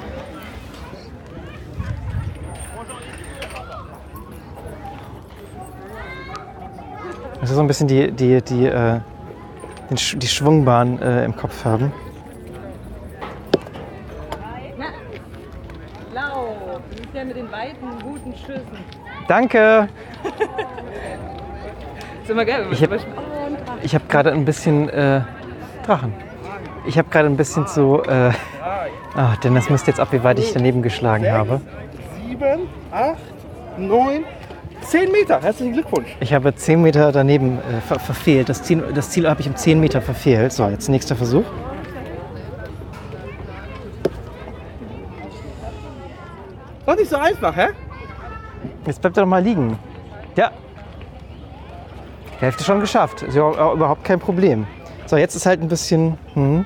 Das ist so ein bisschen die, die, die, äh, den Sch die Schwungbahn äh, im Kopf haben. Blau. Du bist ja mit den weiten, guten Schüssen. Danke! Ist immer geil, wenn man Ich hab- zum Beispiel- Oh, ein Drache. Ich habe gerade ein bisschen äh, Drachen. Ich habe gerade ein bisschen zu. Äh, ah, denn das misst jetzt ab, wie weit ich daneben geschlagen habe. Sieben, acht, neun, zehn Meter. Herzlichen Glückwunsch. Ich habe zehn Meter daneben äh, ver verfehlt. Das Ziel, das Ziel habe ich um zehn Meter verfehlt. So, jetzt nächster Versuch. Doch nicht so einfach, hä? Jetzt bleibt er doch mal liegen. Ja. Hälfte schon geschafft. Ist ja auch überhaupt kein Problem. So, jetzt ist halt ein bisschen. Hm.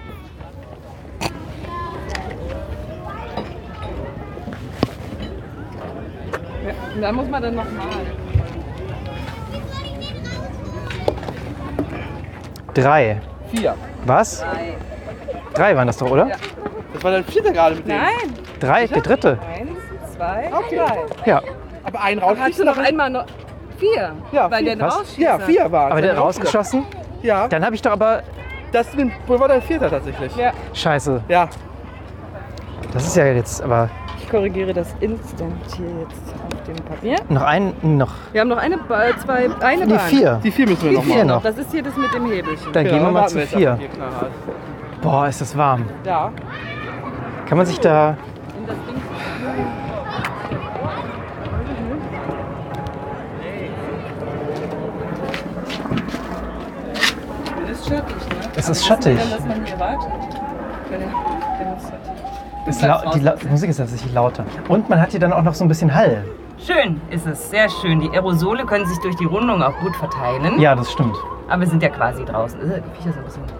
Ja, und da muss man dann nochmal. Drei. Vier. Was? Drei. Drei waren das doch, oder? Ja. Das war dein vierter gerade mit dem. Nein. Drei, der dritte. Eins, zwei, Okay. drei. Ja. Aber einen Hast rausschießen du noch einmal noch. Vier. Ja, Weil vier. der Was? rausschießt. Ja, vier war es. Aber der rausgeschossen? Ja, Dann habe ich doch aber. das war dein vierter tatsächlich. Ja. Scheiße. Ja. Das ist ja jetzt aber Ich korrigiere das instant hier jetzt auf dem Papier. noch ein, noch, Wir haben noch eine, Ba- zwei, eine nee, Bahn. vier. Die vier müssen wir noch Vier machen. noch. Das ist hier das mit dem Hebelchen. Dann gehen wir mal warten zu jetzt vier. auf die Knallhart. Boah, ist das warm. Da. Kann man sich da... In das Ding. Das ist schattig, ne? Es ist Aber wissen schattig. wir denn, dass man hier wartet? Wenn der demonstrativ. Ist lau die, La die Musik ist tatsächlich lauter. Und man hat hier dann auch noch so ein bisschen Hall. Schön ist es, sehr schön. Die Aerosole können sich durch die Rundung auch gut verteilen. Ja, das stimmt. Aber wir sind ja quasi draußen. Äh, Die Viecher sind ein bisschen...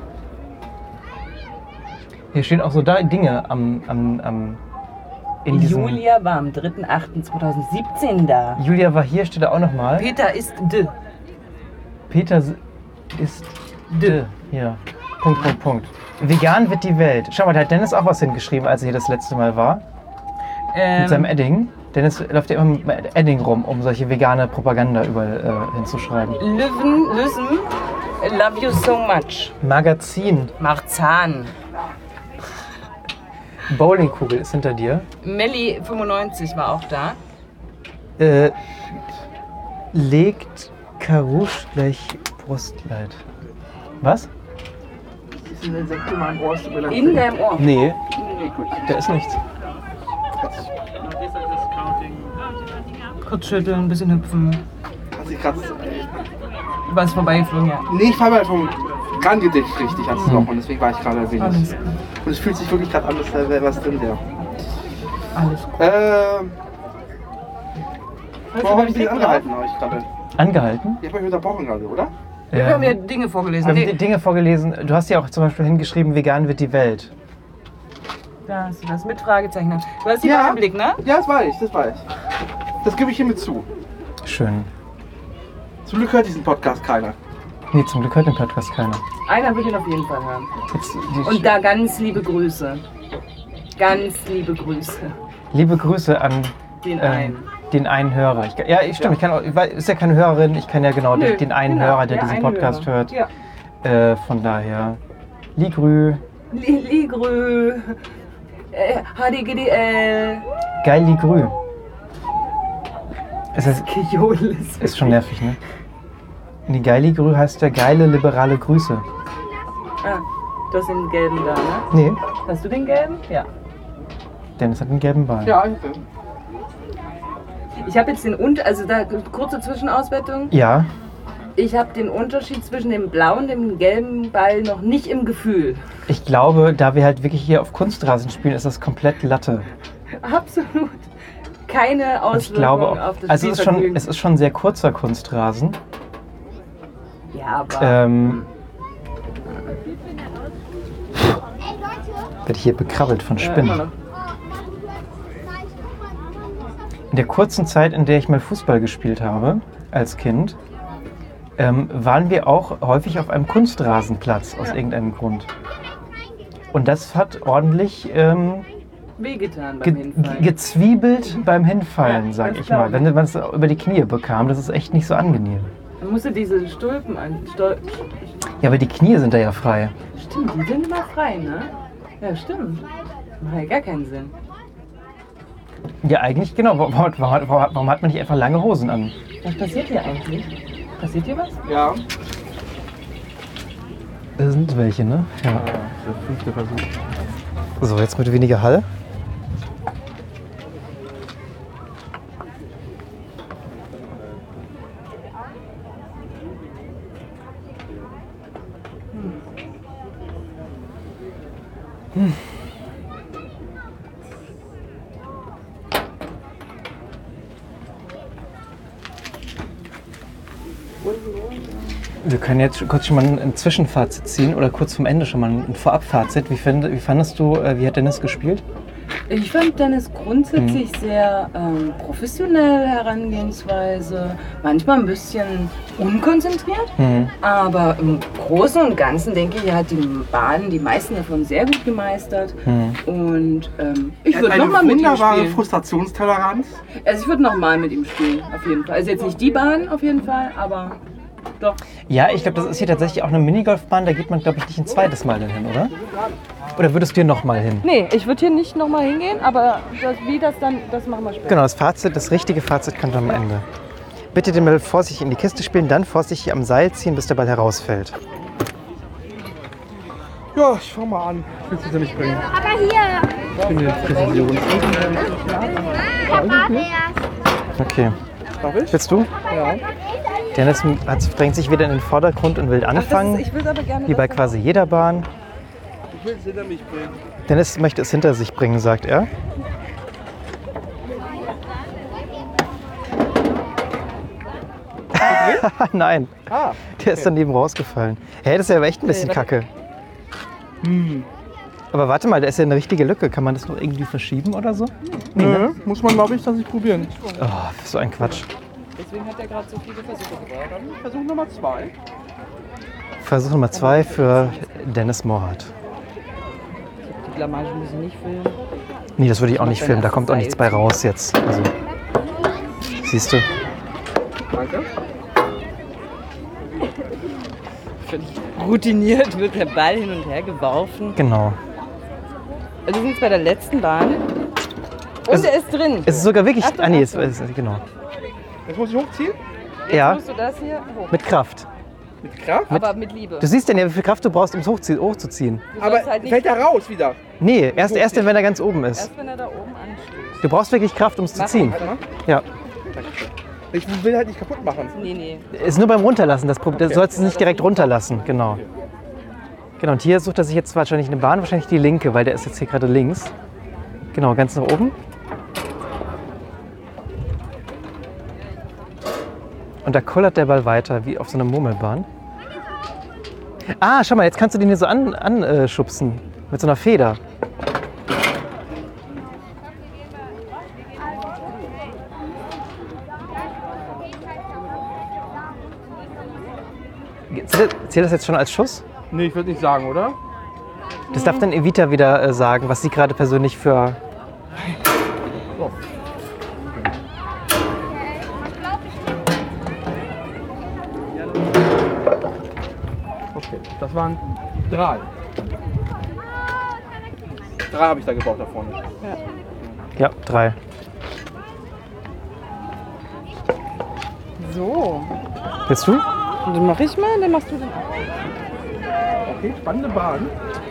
Hier stehen auch so da Dinge am... am, am in diesem Julia war am dritten achten zweitausendsiebzehn da. Julia war hier, steht da auch nochmal. Peter ist de. Peter s- ist de. Hier. Punkt, Punkt, Punkt. Vegan wird die Welt. Schau mal, da hat Dennis auch was hingeschrieben, als er hier das letzte Mal war. Ähm, Mit seinem Edding. Dennis läuft ja immer mit Edding rum, um solche vegane Propaganda überall äh, hinzuschreiben. Löwen, Lösen, love you so much. Magazin. Marzahn. Bowlingkugel ist hinter dir. Melli fünfundneunzig war auch da. Äh, legt Karouche gleich Brustleid. Was? Das ist ein Insekt in meinem Ohr. es tut mir leid. In deinem Ohr. Nee, da ist nichts. Kurz schütteln, ein bisschen hüpfen. Hat sich gerade. Du warst vorbeigeflogen, ja. Nee, ich war mal vom rangeditscht richtig ans Loch und deswegen war ich gerade Alles wenig. gut. Und es fühlt sich wirklich gerade an, als wäre was drin wäre. Alles gut. Ähm. Warum habe ich den angehalten euch gerade? Angehalten? Ich habe euch unterbrochen gerade, oder? Wir haben ja Dinge vorgelesen. Wir haben Nee, die Dinge vorgelesen. Du hast ja auch zum Beispiel hingeschrieben, vegan wird die Welt. da hast du das mit Fragezeichen. Du hast die Ja. ja. im Blick, ne? Ja, das war ich, das war ich. Das gebe ich hiermit zu. Schön. Zum Glück hört diesen Podcast keiner. Nee, zum Glück hört den Podcast keiner. Einer wird ihn auf jeden Fall hören. Jetzt, die Und da ganz liebe Grüße. Ganz liebe Grüße. liebe Grüße an Den ähm, einen. den einen Hörer. Ich, ja, ich, stimmt. Ich kann auch, ich weiß, ist ja keine Hörerin. Ich kann ja genau den, Nö, den einen genau, Hörer, der, der diesen einen Podcast Hörer. hört. Ja. Äh, von daher. Ligrü, Li- Ligrü. Äh, H D G D L. geil Ligrü. Es ist, Gejodel ist. ist schon nervig, ne? Nee, geil Ligrü heißt ja geile liberale Grüße. Ah, du hast den gelben da, ne? Nee, Hast du den gelben? Ja. Dennis hat einen gelben Ball. Ja, ich bin. Ich habe jetzt den Unterschied, also da kurze Zwischenauswertung. Ja, Ich habe den Unterschied zwischen dem blauen und dem gelben Ball noch nicht im Gefühl. ich glaube, da wir halt wirklich hier auf Kunstrasen spielen, ist das komplett Latte. Absolut keine Und ich glaube Auswirkungen auch, auf das also es ist, schon, Spielvergnügen. es ist schon ein sehr kurzer Kunstrasen. Ja, aber Ähm, werde ich hier bekrabbelt von ja, immer Spinnen. noch. In der kurzen Zeit, in der ich mal Fußball gespielt habe, als Kind, ähm, waren wir auch häufig auf einem Kunstrasenplatz aus irgendeinem Grund. Und das hat ordentlich ähm, Wehgetan beim ge Hinfallen. gezwiebelt beim Hinfallen, Ja, sag das ich mal. glaub ich. Wenn man es über die Knie bekam, das ist echt nicht so angenehm. Man musste diese Stulpen an. Stol Ja, aber die Knie sind da ja frei. Stimmt, die sind immer frei, ne? Ja, stimmt. Macht ja gar keinen Sinn. Ja, eigentlich, genau. Warum, warum, warum, warum hat man nicht einfach lange Hosen an? Was passiert hier eigentlich? Passiert hier was? Ja. Da sind welche, ne? Ja. Der fünfte Versuch. So, jetzt mit weniger Hall. Hm. Wir können jetzt kurz schon mal ein Zwischenfazit ziehen oder kurz vom Ende schon mal ein Vorabfazit. Wie, find, wie fandest du, äh, wie hat Dennis gespielt? Ich fand Dennis grundsätzlich Mhm. sehr ähm, professionell Herangehensweise, manchmal ein bisschen unkonzentriert, Mhm. aber im Großen und Ganzen denke ich, er hat die Bahnen, die meisten davon sehr gut gemeistert. Mhm. Und ähm, ich Er hat würde eine nochmal mit ihm wunderbare spielen. Frustrationstoleranz. Also ich würde nochmal mit ihm spielen, auf jeden Fall. Also jetzt nicht die Bahn auf jeden Fall, aber Doch. Ja, ich glaube, das ist hier tatsächlich auch eine Minigolfbahn. Da geht man, glaube ich, nicht ein zweites Mal dann hin, oder? Oder würdest du hier nochmal hin? Nee, ich würde hier nicht nochmal hingehen, aber das, wie das dann, das machen wir später. Genau, das Fazit, das richtige Fazit kommt am Ende. Bitte den Ball vorsichtig in die Kiste spielen, dann vorsichtig am Seil ziehen, bis der Ball herausfällt. Ja, ich fang mal an. Ich will es hinter mich bringen. Aber hier. Ich bin eine Präzision. Ich hab warte erst. Okay. Darf ich? Willst du? Ja. Dennis hat, drängt sich wieder in den Vordergrund und will Ach, das anfangen, ist, ich will aber gerne wie bei das quasi jeder Bahn. Ich will es hinter mich bringen. Dennis möchte es hinter sich bringen, sagt er. Nein, Ah. der ist daneben rausgefallen. Hä, das ist ja aber echt ein bisschen Nee, kacke. Hm. Aber warte mal, da ist ja eine richtige Lücke. Kann man das noch irgendwie verschieben oder so? Nö, muss man, glaube ich, das nicht probieren. Oh, so ein Quatsch. Deswegen hat er gerade so viele Versuche gebraucht. Versuch Nummer zwei. Versuch Nummer zwei für Dennis Mohart. Die Blamage müssen nicht filmen. Nee, das würde ich auch nicht filmen. Da kommt auch nichts bei raus jetzt. Also, siehst du. Danke. Völlig routiniert wird der Ball hin und her geworfen. Genau. Also wir sind jetzt bei der letzten Bahn. Und Es- er ist drin. Es ist sogar wirklich. Achtung, Ah, nee, es, Achtung. es, genau. Jetzt muss ich hochziehen. Jetzt Ja, musst du das hier hoch. mit Kraft. Mit Kraft. Aber mit Liebe. Du siehst denn ja, wie viel Kraft du brauchst, um es hochzie- hochzuziehen. Du Aber sollst halt nicht fällt er raus wieder? Nee, erst, erst wenn er ganz oben ist. erst wenn er da oben anstößt. Du brauchst wirklich Kraft, um es zu Mach ziehen. Warte mal. Ja. Ich will halt nicht kaputt machen. Nee, nee. Ist nur beim Runterlassen. Das Problem, du sollst es nicht direkt runterlassen. Genau. Genau, und hier sucht er sich jetzt wahrscheinlich eine Bahn, wahrscheinlich die linke, weil der ist jetzt hier gerade links. Genau, ganz nach oben. Und da kullert der Ball weiter, wie auf so einer Murmelbahn. Ah, schau mal, jetzt kannst du den hier so anschubsen. An, äh, schubsen. Mit so einer Feder. Zählt zählt das jetzt schon als Schuss? Nee, ich würde nicht sagen, oder? Das darf dann Evita wieder äh, sagen, was sie gerade persönlich für... Okay, das waren drei. Drei habe ich da gebraucht da vorne. Ja, drei. So. Willst du? Und dann mach ich mal, dann machst du den auch. Okay, spannende Bahn.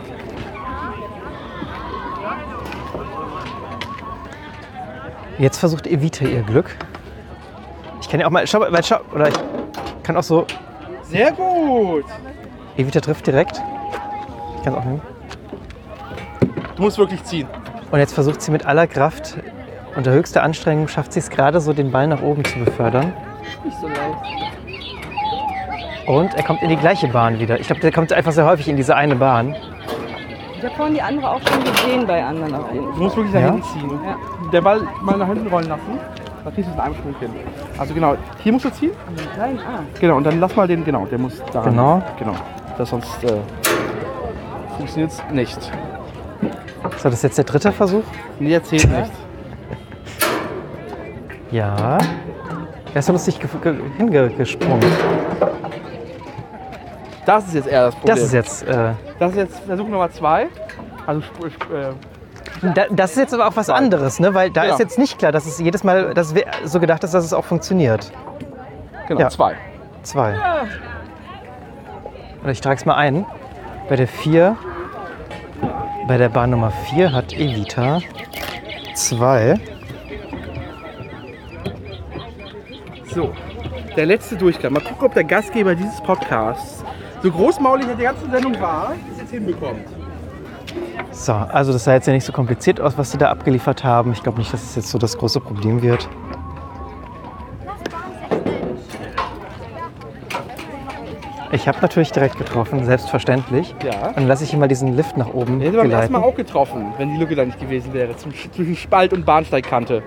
Jetzt versucht Evita ihr Glück. Ich kann ja auch mal... Schau, weil, schau, oder ich kann auch so... Sehr gut. Evita trifft direkt. Ich kann es auch nehmen. Du musst wirklich ziehen. Und jetzt versucht sie mit aller Kraft, unter höchster Anstrengung, schafft sie es gerade so, den Ball nach oben zu befördern. Nicht so leicht. Und er kommt in die gleiche Bahn wieder. Ich glaube, der kommt einfach sehr häufig in diese eine Bahn. Ich habe vorhin die andere auch schon gesehen bei anderen auf jeden Du Fall. musst wirklich nach Ja? hinten ziehen. Ja. Der Ball mal nach hinten rollen lassen. Da kriegst du es in einem Sprung hin. Also genau, hier musst du ziehen. An den kleinen, ah. Genau, und dann lass mal den, genau, der muss da. Genau. Genau. Das sonst äh, funktioniert es nicht. So, das ist jetzt der dritte Versuch. Nee, der zählt nicht. Ja. Er ist so lustig ge ge hingesprungen. Das ist jetzt eher das Problem. Das ist jetzt... Äh, Das ist jetzt Versuch Nummer zwei. Also sp- sp- äh, da, das ist jetzt aber auch was anderes, ne? Weil da Genau. ist jetzt nicht klar, dass es jedes Mal dass wir so gedacht ist, dass es auch funktioniert. genau, Ja. zwei. Zwei. Oder ich trage es mal ein. Bei der vier, bei der Bahn Nummer vier hat Evita zwei. So, der letzte Durchgang. Mal gucken, ob der Gastgeber dieses Podcasts, so großmaulig er die ganze Sendung war, es jetzt hinbekommt. So, also das sah jetzt ja nicht so kompliziert aus, was sie da abgeliefert haben. Ich glaube nicht, dass es jetzt so das große Problem wird. Ich habe natürlich direkt getroffen, selbstverständlich. Ja. Und dann lasse ich hier mal diesen Lift nach oben Den hätte beim ersten geleiten. Mal auch getroffen, wenn die Lücke da nicht gewesen wäre, zum, zwischen Spalt und Bahnsteigkante.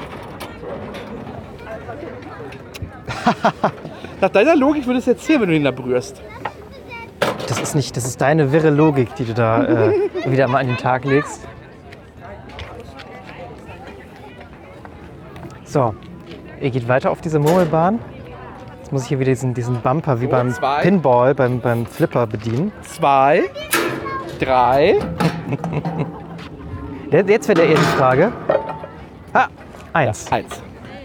Nach deiner Logik würde es jetzt zählen, wenn du ihn da berührst. Das ist nicht, das ist deine wirre Logik, die du da äh, wieder mal an den Tag legst. So, ihr geht weiter auf diese Murmelbahn. Jetzt muss ich hier wieder diesen, diesen Bumper wie So, beim zwei. Pinball, beim, beim Flipper bedienen. Zwei, drei. Jetzt wäre eher die Frage. Ah, eins. Eins.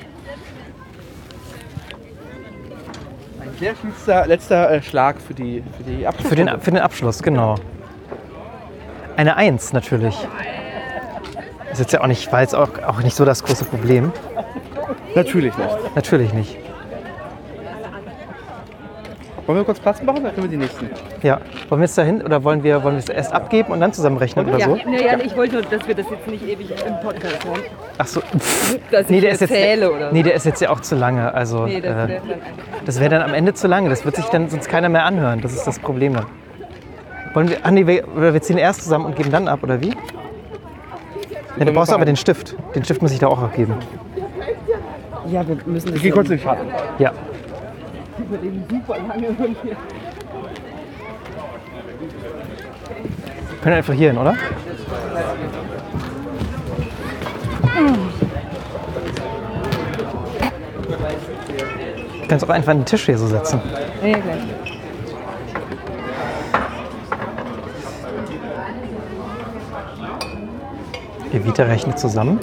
Ein sehr letzter, letzter äh, Schlag für die, für die Abschluss. Für den, für den Abschluss, genau. Eine Eins natürlich. Ist jetzt ja auch nicht, war jetzt auch, auch nicht so das große Problem. Natürlich nicht. Natürlich nicht. Wollen wir kurz Platz machen, dann können wir die nächsten. Ja. Wollen wir jetzt dahin oder wollen wir, wollen wir es erst abgeben und dann zusammenrechnen oder Ja, so? ja, ja, ich wollte nur, dass wir das jetzt nicht ewig im Podcast hören. Ach so. Dass Nee, ich der ist jetzt, erzähle oder so. nee, der ist jetzt ja auch zu lange. Also, Nee, das äh, wäre dann einfach. das wäre dann am Ende zu lange. Das wird sich dann sonst keiner mehr anhören. Das ist das Problem dann. Wollen wir, ah, nee, wir, oder wir ziehen erst zusammen und geben dann ab, oder wie? Ja, du brauchst aber den Stift. Den Stift muss ich da auch abgeben. Ja, wir müssen das Ich gehe kurz in den Schatten. Ja. Wir können einfach hier hin, oder? Du kannst auch einfach an den Tisch hier so setzen. Ja, ja, gleich. Evita rechnet zusammen.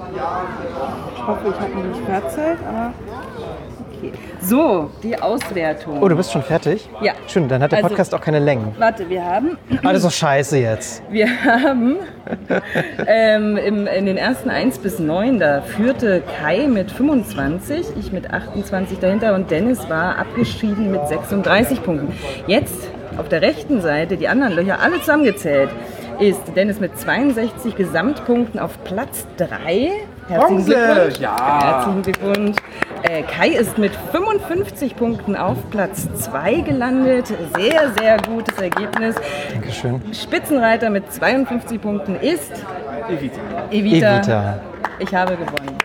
Ich hoffe, ich habe nicht Fahrzeit, aber okay. So, die Auswertung. Oh, du bist schon fertig? Ja. Schön, dann hat der Also- Podcast auch keine Längen. Warte, wir haben, Ah, das ist doch scheiße jetzt. wir haben ähm, im, in den ersten eins bis neun, da führte Kai mit fünfundzwanzig, ich mit achtundzwanzig dahinter und Dennis war abgeschieden mit sechsunddreißig Punkten. Jetzt auf der rechten Seite, die anderen Löcher alle zusammengezählt, ist Dennis mit zweiundsechzig Gesamtpunkten auf Platz drei. Herzlichen Bronze, Glückwunsch. ja. Herzlichen Glückwunsch. Äh, Kai ist mit fünfundfünfzig Punkten auf Platz zwei gelandet. Sehr, sehr gutes Ergebnis. Dankeschön. Spitzenreiter mit zweiundfünfzig Punkten ist Evita. Evita. Evita. Ich habe gewonnen.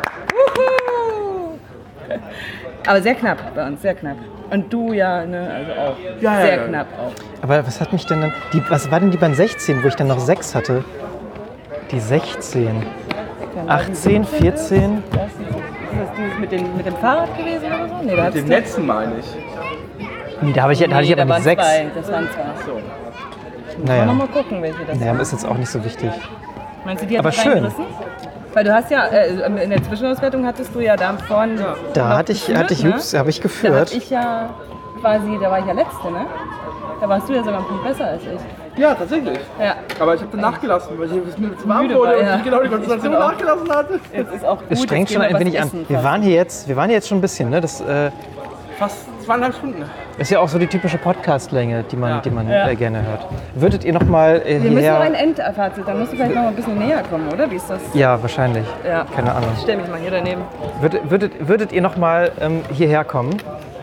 Wuhu! Aber sehr knapp bei uns, sehr knapp. Und du ja, ne, also auch. Ja, ja, sehr ja. knapp auch. Aber was hat mich denn dann. Die, was war denn die beim sechzehn, wo ich dann noch sechs hatte? Die sechzehn. achtzehn, vierzehn. Ist das dieses mit dem, mit dem Fahrrad gewesen oder so? Nee, da Mit dem letzten meine ich. Nee, da, habe ich, da hatte ich nee, aber da nicht waren sechs. zwei. Das waren zwei. So. Wollen wir Naja. mal gucken, welche das Naja, sind. ist jetzt auch nicht so wichtig. Meinst du, die hat aber dich schön. reingerissen? Weil du hast ja, äh, in der Zwischenauswertung hattest du ja da vorne. Da noch hatte ich, geführt, hatte ich, ne? ups, habe ich Da geführt. hab ich ja quasi, da war ich ja Letzte, ne? Da warst du ja sogar ein Punkt besser als ich. Ja, tatsächlich. Ja. Aber ich habe dann nachgelassen, weil ich es mir zu warm Müde wurde war, und ja. ich genau die Ich Konzentration bin auch- nachgelassen hatte. Jetzt ist auch gut. Es strengt jetzt schon gehen wir ein wenig was an. essen Wir fast. waren hier jetzt, wir waren hier jetzt schon ein bisschen, ne? Das äh, Fast zweieinhalb Stunden. ist ja auch so die typische Podcast-Länge, die man, Ja. die man Ja. äh, gerne hört. Würdet ihr noch mal äh, Wir müssen noch ein hierher? Endfazit, da musst du vielleicht noch mal ein bisschen näher kommen, oder? Wie ist das? Ja, wahrscheinlich. Ja. Keine Ahnung. Ich stell mich mal hier daneben. Würdet, würdet, würdet ihr noch mal ähm, hierher kommen?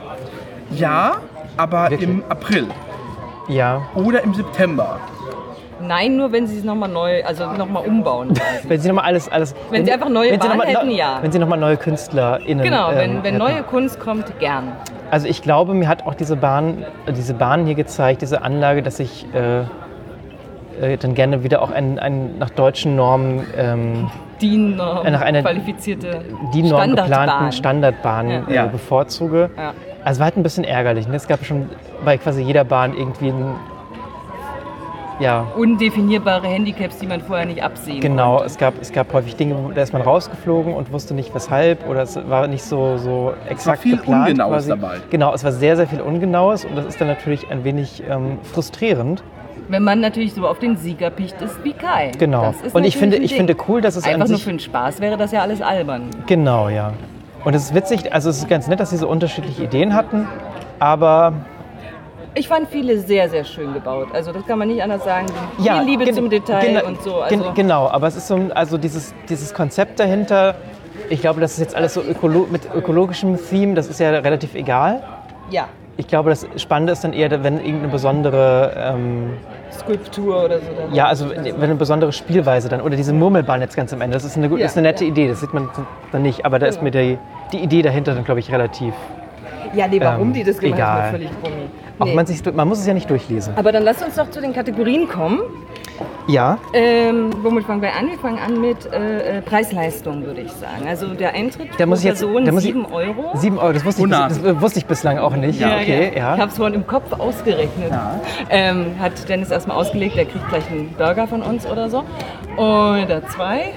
Ja, aber Wirklich? im April Ja. oder im September. Nein, nur wenn sie es nochmal neu, also nochmal umbauen. quasi. Wenn Sie noch mal alles, alles. Wenn Sie einfach neue wenn Sie noch Bahnen mal- hätten, ja. Wenn Sie noch mal neue KünstlerInnen. Genau, wenn, ähm, wenn hätten. neue Kunst kommt, gern. Also ich glaube, mir hat auch diese Bahn, äh, diese Bahn hier gezeigt, diese Anlage, dass ich äh, äh, dann gerne wieder auch ein, ein nach deutschen Normen, ähm, Die Norm, Nach einer- qualifizierte die Norm geplanten Standardbahn. Standardbahnen Ja. äh, bevorzuge. Ja. Also war halt ein bisschen ärgerlich. Ne? Es gab schon bei quasi jeder Bahn irgendwie ein, ja, Undefinierbare Handicaps, die man vorher nicht absehen genau. konnte. Es gab, es gab häufig Dinge, wo- da ist man rausgeflogen und wusste nicht weshalb oder es war nicht so, so exakt viel geplant. Ungenaues quasi. dabei. Genau, es war sehr, sehr viel Ungenaues und das ist dann natürlich ein wenig ähm, frustrierend. Wenn man natürlich so auf den Sieger picht ist wie Kai. Genau. Das ist Und ich natürlich finde, ein ich Ding. finde cool, dass es Einfach an nur sich... für den Spaß wäre das ja alles albern. Genau, ja. Und es ist witzig, also es ist ganz nett, dass sie so unterschiedliche Ideen hatten, aber Ich fand viele sehr, sehr schön gebaut. Also das kann man nicht anders sagen. Viel ja, Liebe gen- zum Detail gena- und so. gen- Also, Genau, aber es ist so, ein- also dieses, dieses Konzept dahinter, ich glaube, das ist jetzt alles so ökolo mit ökologischem Theme, das ist ja relativ egal. ja, Ich glaube, das Spannende ist dann eher, wenn irgendeine besondere, ähm, Skulptur oder so. dann. ja, also wenn eine besondere Spielweise dann, oder diese Murmelbahn jetzt ganz am Ende, das ist eine, gut- Ja, das ist eine nette ja. Idee, das sieht man dann nicht, aber da ist mir die, die Idee dahinter dann, glaube ich, relativ, Ja, nee, warum ähm, die das gemacht egal. haben, ist mir völlig Brummi. auch Nee. man, sich, man muss es ja nicht durchlesen. Aber dann lass uns doch zu den Kategorien kommen. Ja, Ähm, womit fangen wir an? Wir fangen an mit äh, äh, Preis-Leistung, würde ich sagen. Also der Eintritt Da muss pro ich jetzt- Person da muss ich- sieben Euro. sieben Euro, das wusste, ich, bis- das wusste ich bislang auch nicht. okay, ja. Ich habe es vorhin im Kopf ausgerechnet. Ähm, hat Dennis erstmal ausgelegt, der kriegt gleich einen Burger von uns oder so. Oder zwei.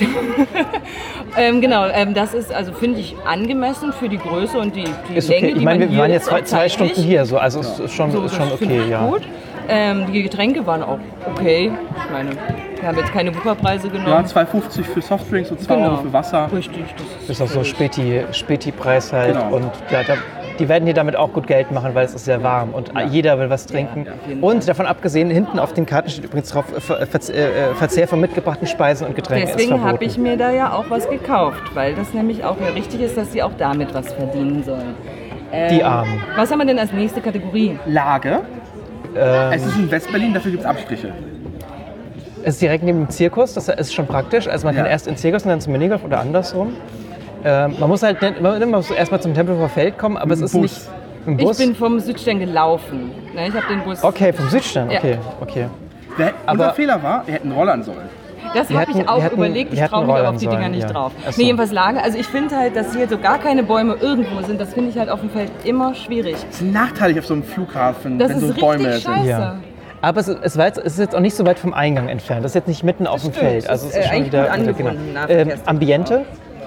ähm, genau, ähm, das ist, also finde ich, angemessen für die Größe und die, die Ist Länge, okay. Ich die meine, man wir hier waren ist, jetzt zwei, auch zwei zeitlich. Stunden hier, so, also es ist schon, So, ist schon das finde okay, ich ja. gut. Ähm, die Getränke waren auch okay. Ich meine, wir haben jetzt keine Wupperpreise genommen. Ja, zwei fünfzig für Softdrinks und zwei Genau. Euro für Wasser. Richtig, das ist, Das ist auch so Späti, Späti-Preis halt. Genau. Und ja, da, die werden hier damit auch gut Geld machen, weil es ist sehr warm und jeder will was trinken. Und davon abgesehen, hinten auf den Karten steht übrigens drauf, Ver, Ver, äh, Verzehr von mitgebrachten Speisen und Getränken ist Deswegen verboten. habe ich mir da ja auch was gekauft, weil das nämlich auch ja richtig ist, dass sie auch damit was verdienen sollen. Ähm, Die Armen. Was haben wir denn als nächste Kategorie? Lage. Ähm, Es ist in West-Berlin, dafür gibt es Abstriche. Es ist direkt neben dem Zirkus, das ist schon praktisch. Also man kann Ja. erst in den Zirkus und dann zum Minigolf oder andersrum. Ähm, man muss halt nicht, man muss erstmal zum Tempelhofer Feld kommen, aber es Mit ist dem nicht Bus. im Ich Bus. bin vom Südstern gelaufen. Ne, ich habe den Bus. Okay, vom Südstern, Ja. okay, okay. Der, Aber- unser Fehler war, wir hätten rollern sollen. Das Wir habe ich hätten- auch wir hätten- überlegt. wir Ich hätten traue mich aber rollern auf die Dinger sollen, nicht ja. drauf. Ach so. Nee, jedenfalls Lage. Also ich finde halt, dass hier so gar keine Bäume irgendwo sind. Das finde ich halt auf dem Feld immer schwierig. Das ist nachteilig auf so einem Flughafen, Das wenn ist so richtig Bäume scheiße. sind. Ja. Aber es, es, war jetzt, es ist jetzt auch nicht so weit vom Eingang entfernt. Das ist jetzt nicht mitten auf dem stimmt. Feld. Also Es es ist, ist äh, schon eigentlich wieder, gut wieder genau. angebunden, Ähm, Nahverkehrsmittel. Ambiente,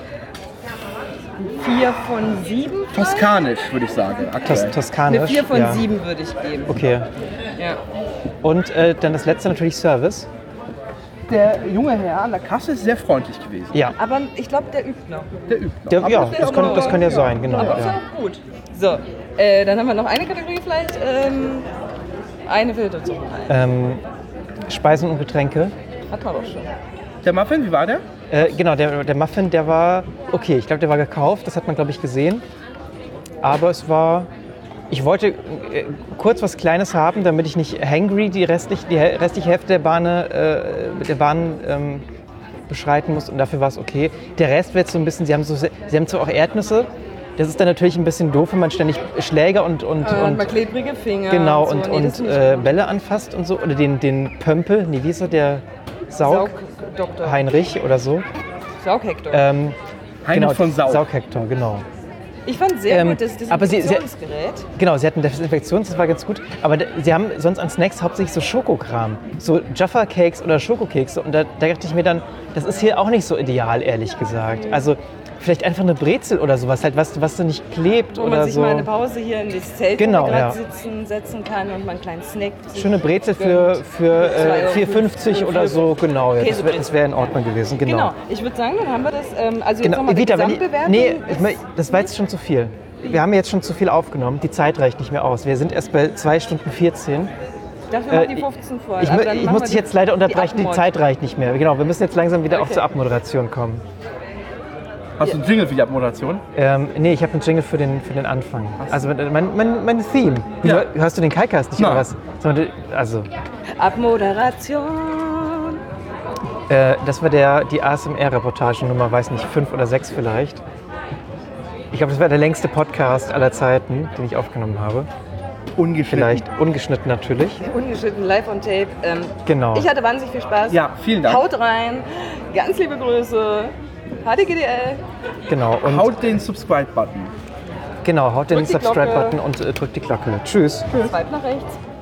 Vier von sieben? Toskanisch, würde ich sagen. Tos Aktuell. Toskanisch. Eine vier von ja. sieben würde ich geben. Okay. Ja. Und äh, dann das letzte natürlich Service. Der junge Herr an der Kasse ist sehr freundlich gewesen. Ja. Aber ich glaube, der übt noch. Der übt noch. Der, Aber ja, ist das kann, das kann ja sein, genau. Aber ist Ja. auch gut. So, äh, dann haben wir noch eine Kategorie vielleicht. Ähm, eine fehlt dazu. Ähm, Speisen und Getränke. Hat man doch schon. Der Muffin, wie war der? Äh, genau, der, der Muffin, der war okay. Ich glaube, der war gekauft. Das hat man, glaube ich, gesehen. Aber es war... Ich wollte äh, kurz was Kleines haben, damit ich nicht hangry die, restlich, die he- restliche Hälfte der Bahn, äh, der Bahn ähm, beschreiten muss. Und dafür war es okay. Der Rest wird so ein bisschen... Sie haben, so, sie haben zwar auch Erdnüsse. Das ist dann natürlich ein bisschen doof, wenn man ständig Schläger und... und, Äh, und mal klebrige Finger. Genau, so. und, Nee, das und ist nicht äh, gut. Bälle anfasst und so. Oder den, den Pömpel, nee, wie ist er, der Saug, Saugdoktor. Heinrich oder so. Saughektor. Ähm, Heinrich von Saug. Saughektor, genau. Ich fand sehr ähm, gut das aber sie- sie- Desinfektionsgerät. Genau, sie hatten Desinfektions, das war ganz gut. Aber d- sie haben sonst an Snacks hauptsächlich so Schokokram. So Jaffa-Cakes oder Schokokekse. Und da, da dachte ich mir dann, das ist hier auch nicht so ideal, ehrlich gesagt. Also vielleicht einfach eine Brezel oder sowas, halt, was, was so nicht klebt Wo oder man sich so. mal eine Pause hier in das Zelt Genau, gerade ja. sitzen, setzen kann und mal einen kleinen Snack. sich Schöne Brezel für, gönnt. für Zwei äh, Euro vier fünfzig oder so, genau. Ja, das wäre Käsebrezel. das wär in Ordnung gewesen, genau. Genau, ich würde sagen, dann haben wir das. Ähm, also jetzt Genau, nochmal die Evita, wenn die, Gesamtbewertung. nee, ich ist- mein, das war jetzt schon zu viel. Wir haben jetzt schon zu viel aufgenommen. Die Zeit reicht nicht mehr aus. Wir sind erst bei zwei Stunden vierzehn. Dafür äh, machen die fünfzehn voll. Ich, Aber mu- dann ich machen muss wir dich die- jetzt leider unterbrechen. Die, Abmod. Zeit reicht nicht mehr. Genau, wir müssen jetzt langsam wieder auch Okay. zur Abmoderation kommen. Hast du einen Jingle für die Abmoderation? Ähm, nee, ich habe einen Jingle für den, für den Anfang. Also mein, mein, mein Theme. Ja. Du, hörst du den Kaikast nicht Nein. oder was? Sondern, also, Abmoderation. äh, das war der, die A S M R-Reportage Nummer, weiß nicht, fünf oder sechs vielleicht. Ich glaube, das war der längste Podcast aller Zeiten, den ich aufgenommen habe. Ungeschnitten. Vielleicht ungeschnitten natürlich. Ungeschnitten, live on tape. Ähm, Genau. Ich hatte wahnsinnig viel Spaß. Ja, vielen Dank. Haut rein. Ganz liebe Grüße. H D G D L. Genau. Und Haut den Subscribe-Button. genau, haut den Drückt die Glocke. Subscribe-Button und äh, drückt die Glocke. Tschüss. Swipe nach rechts.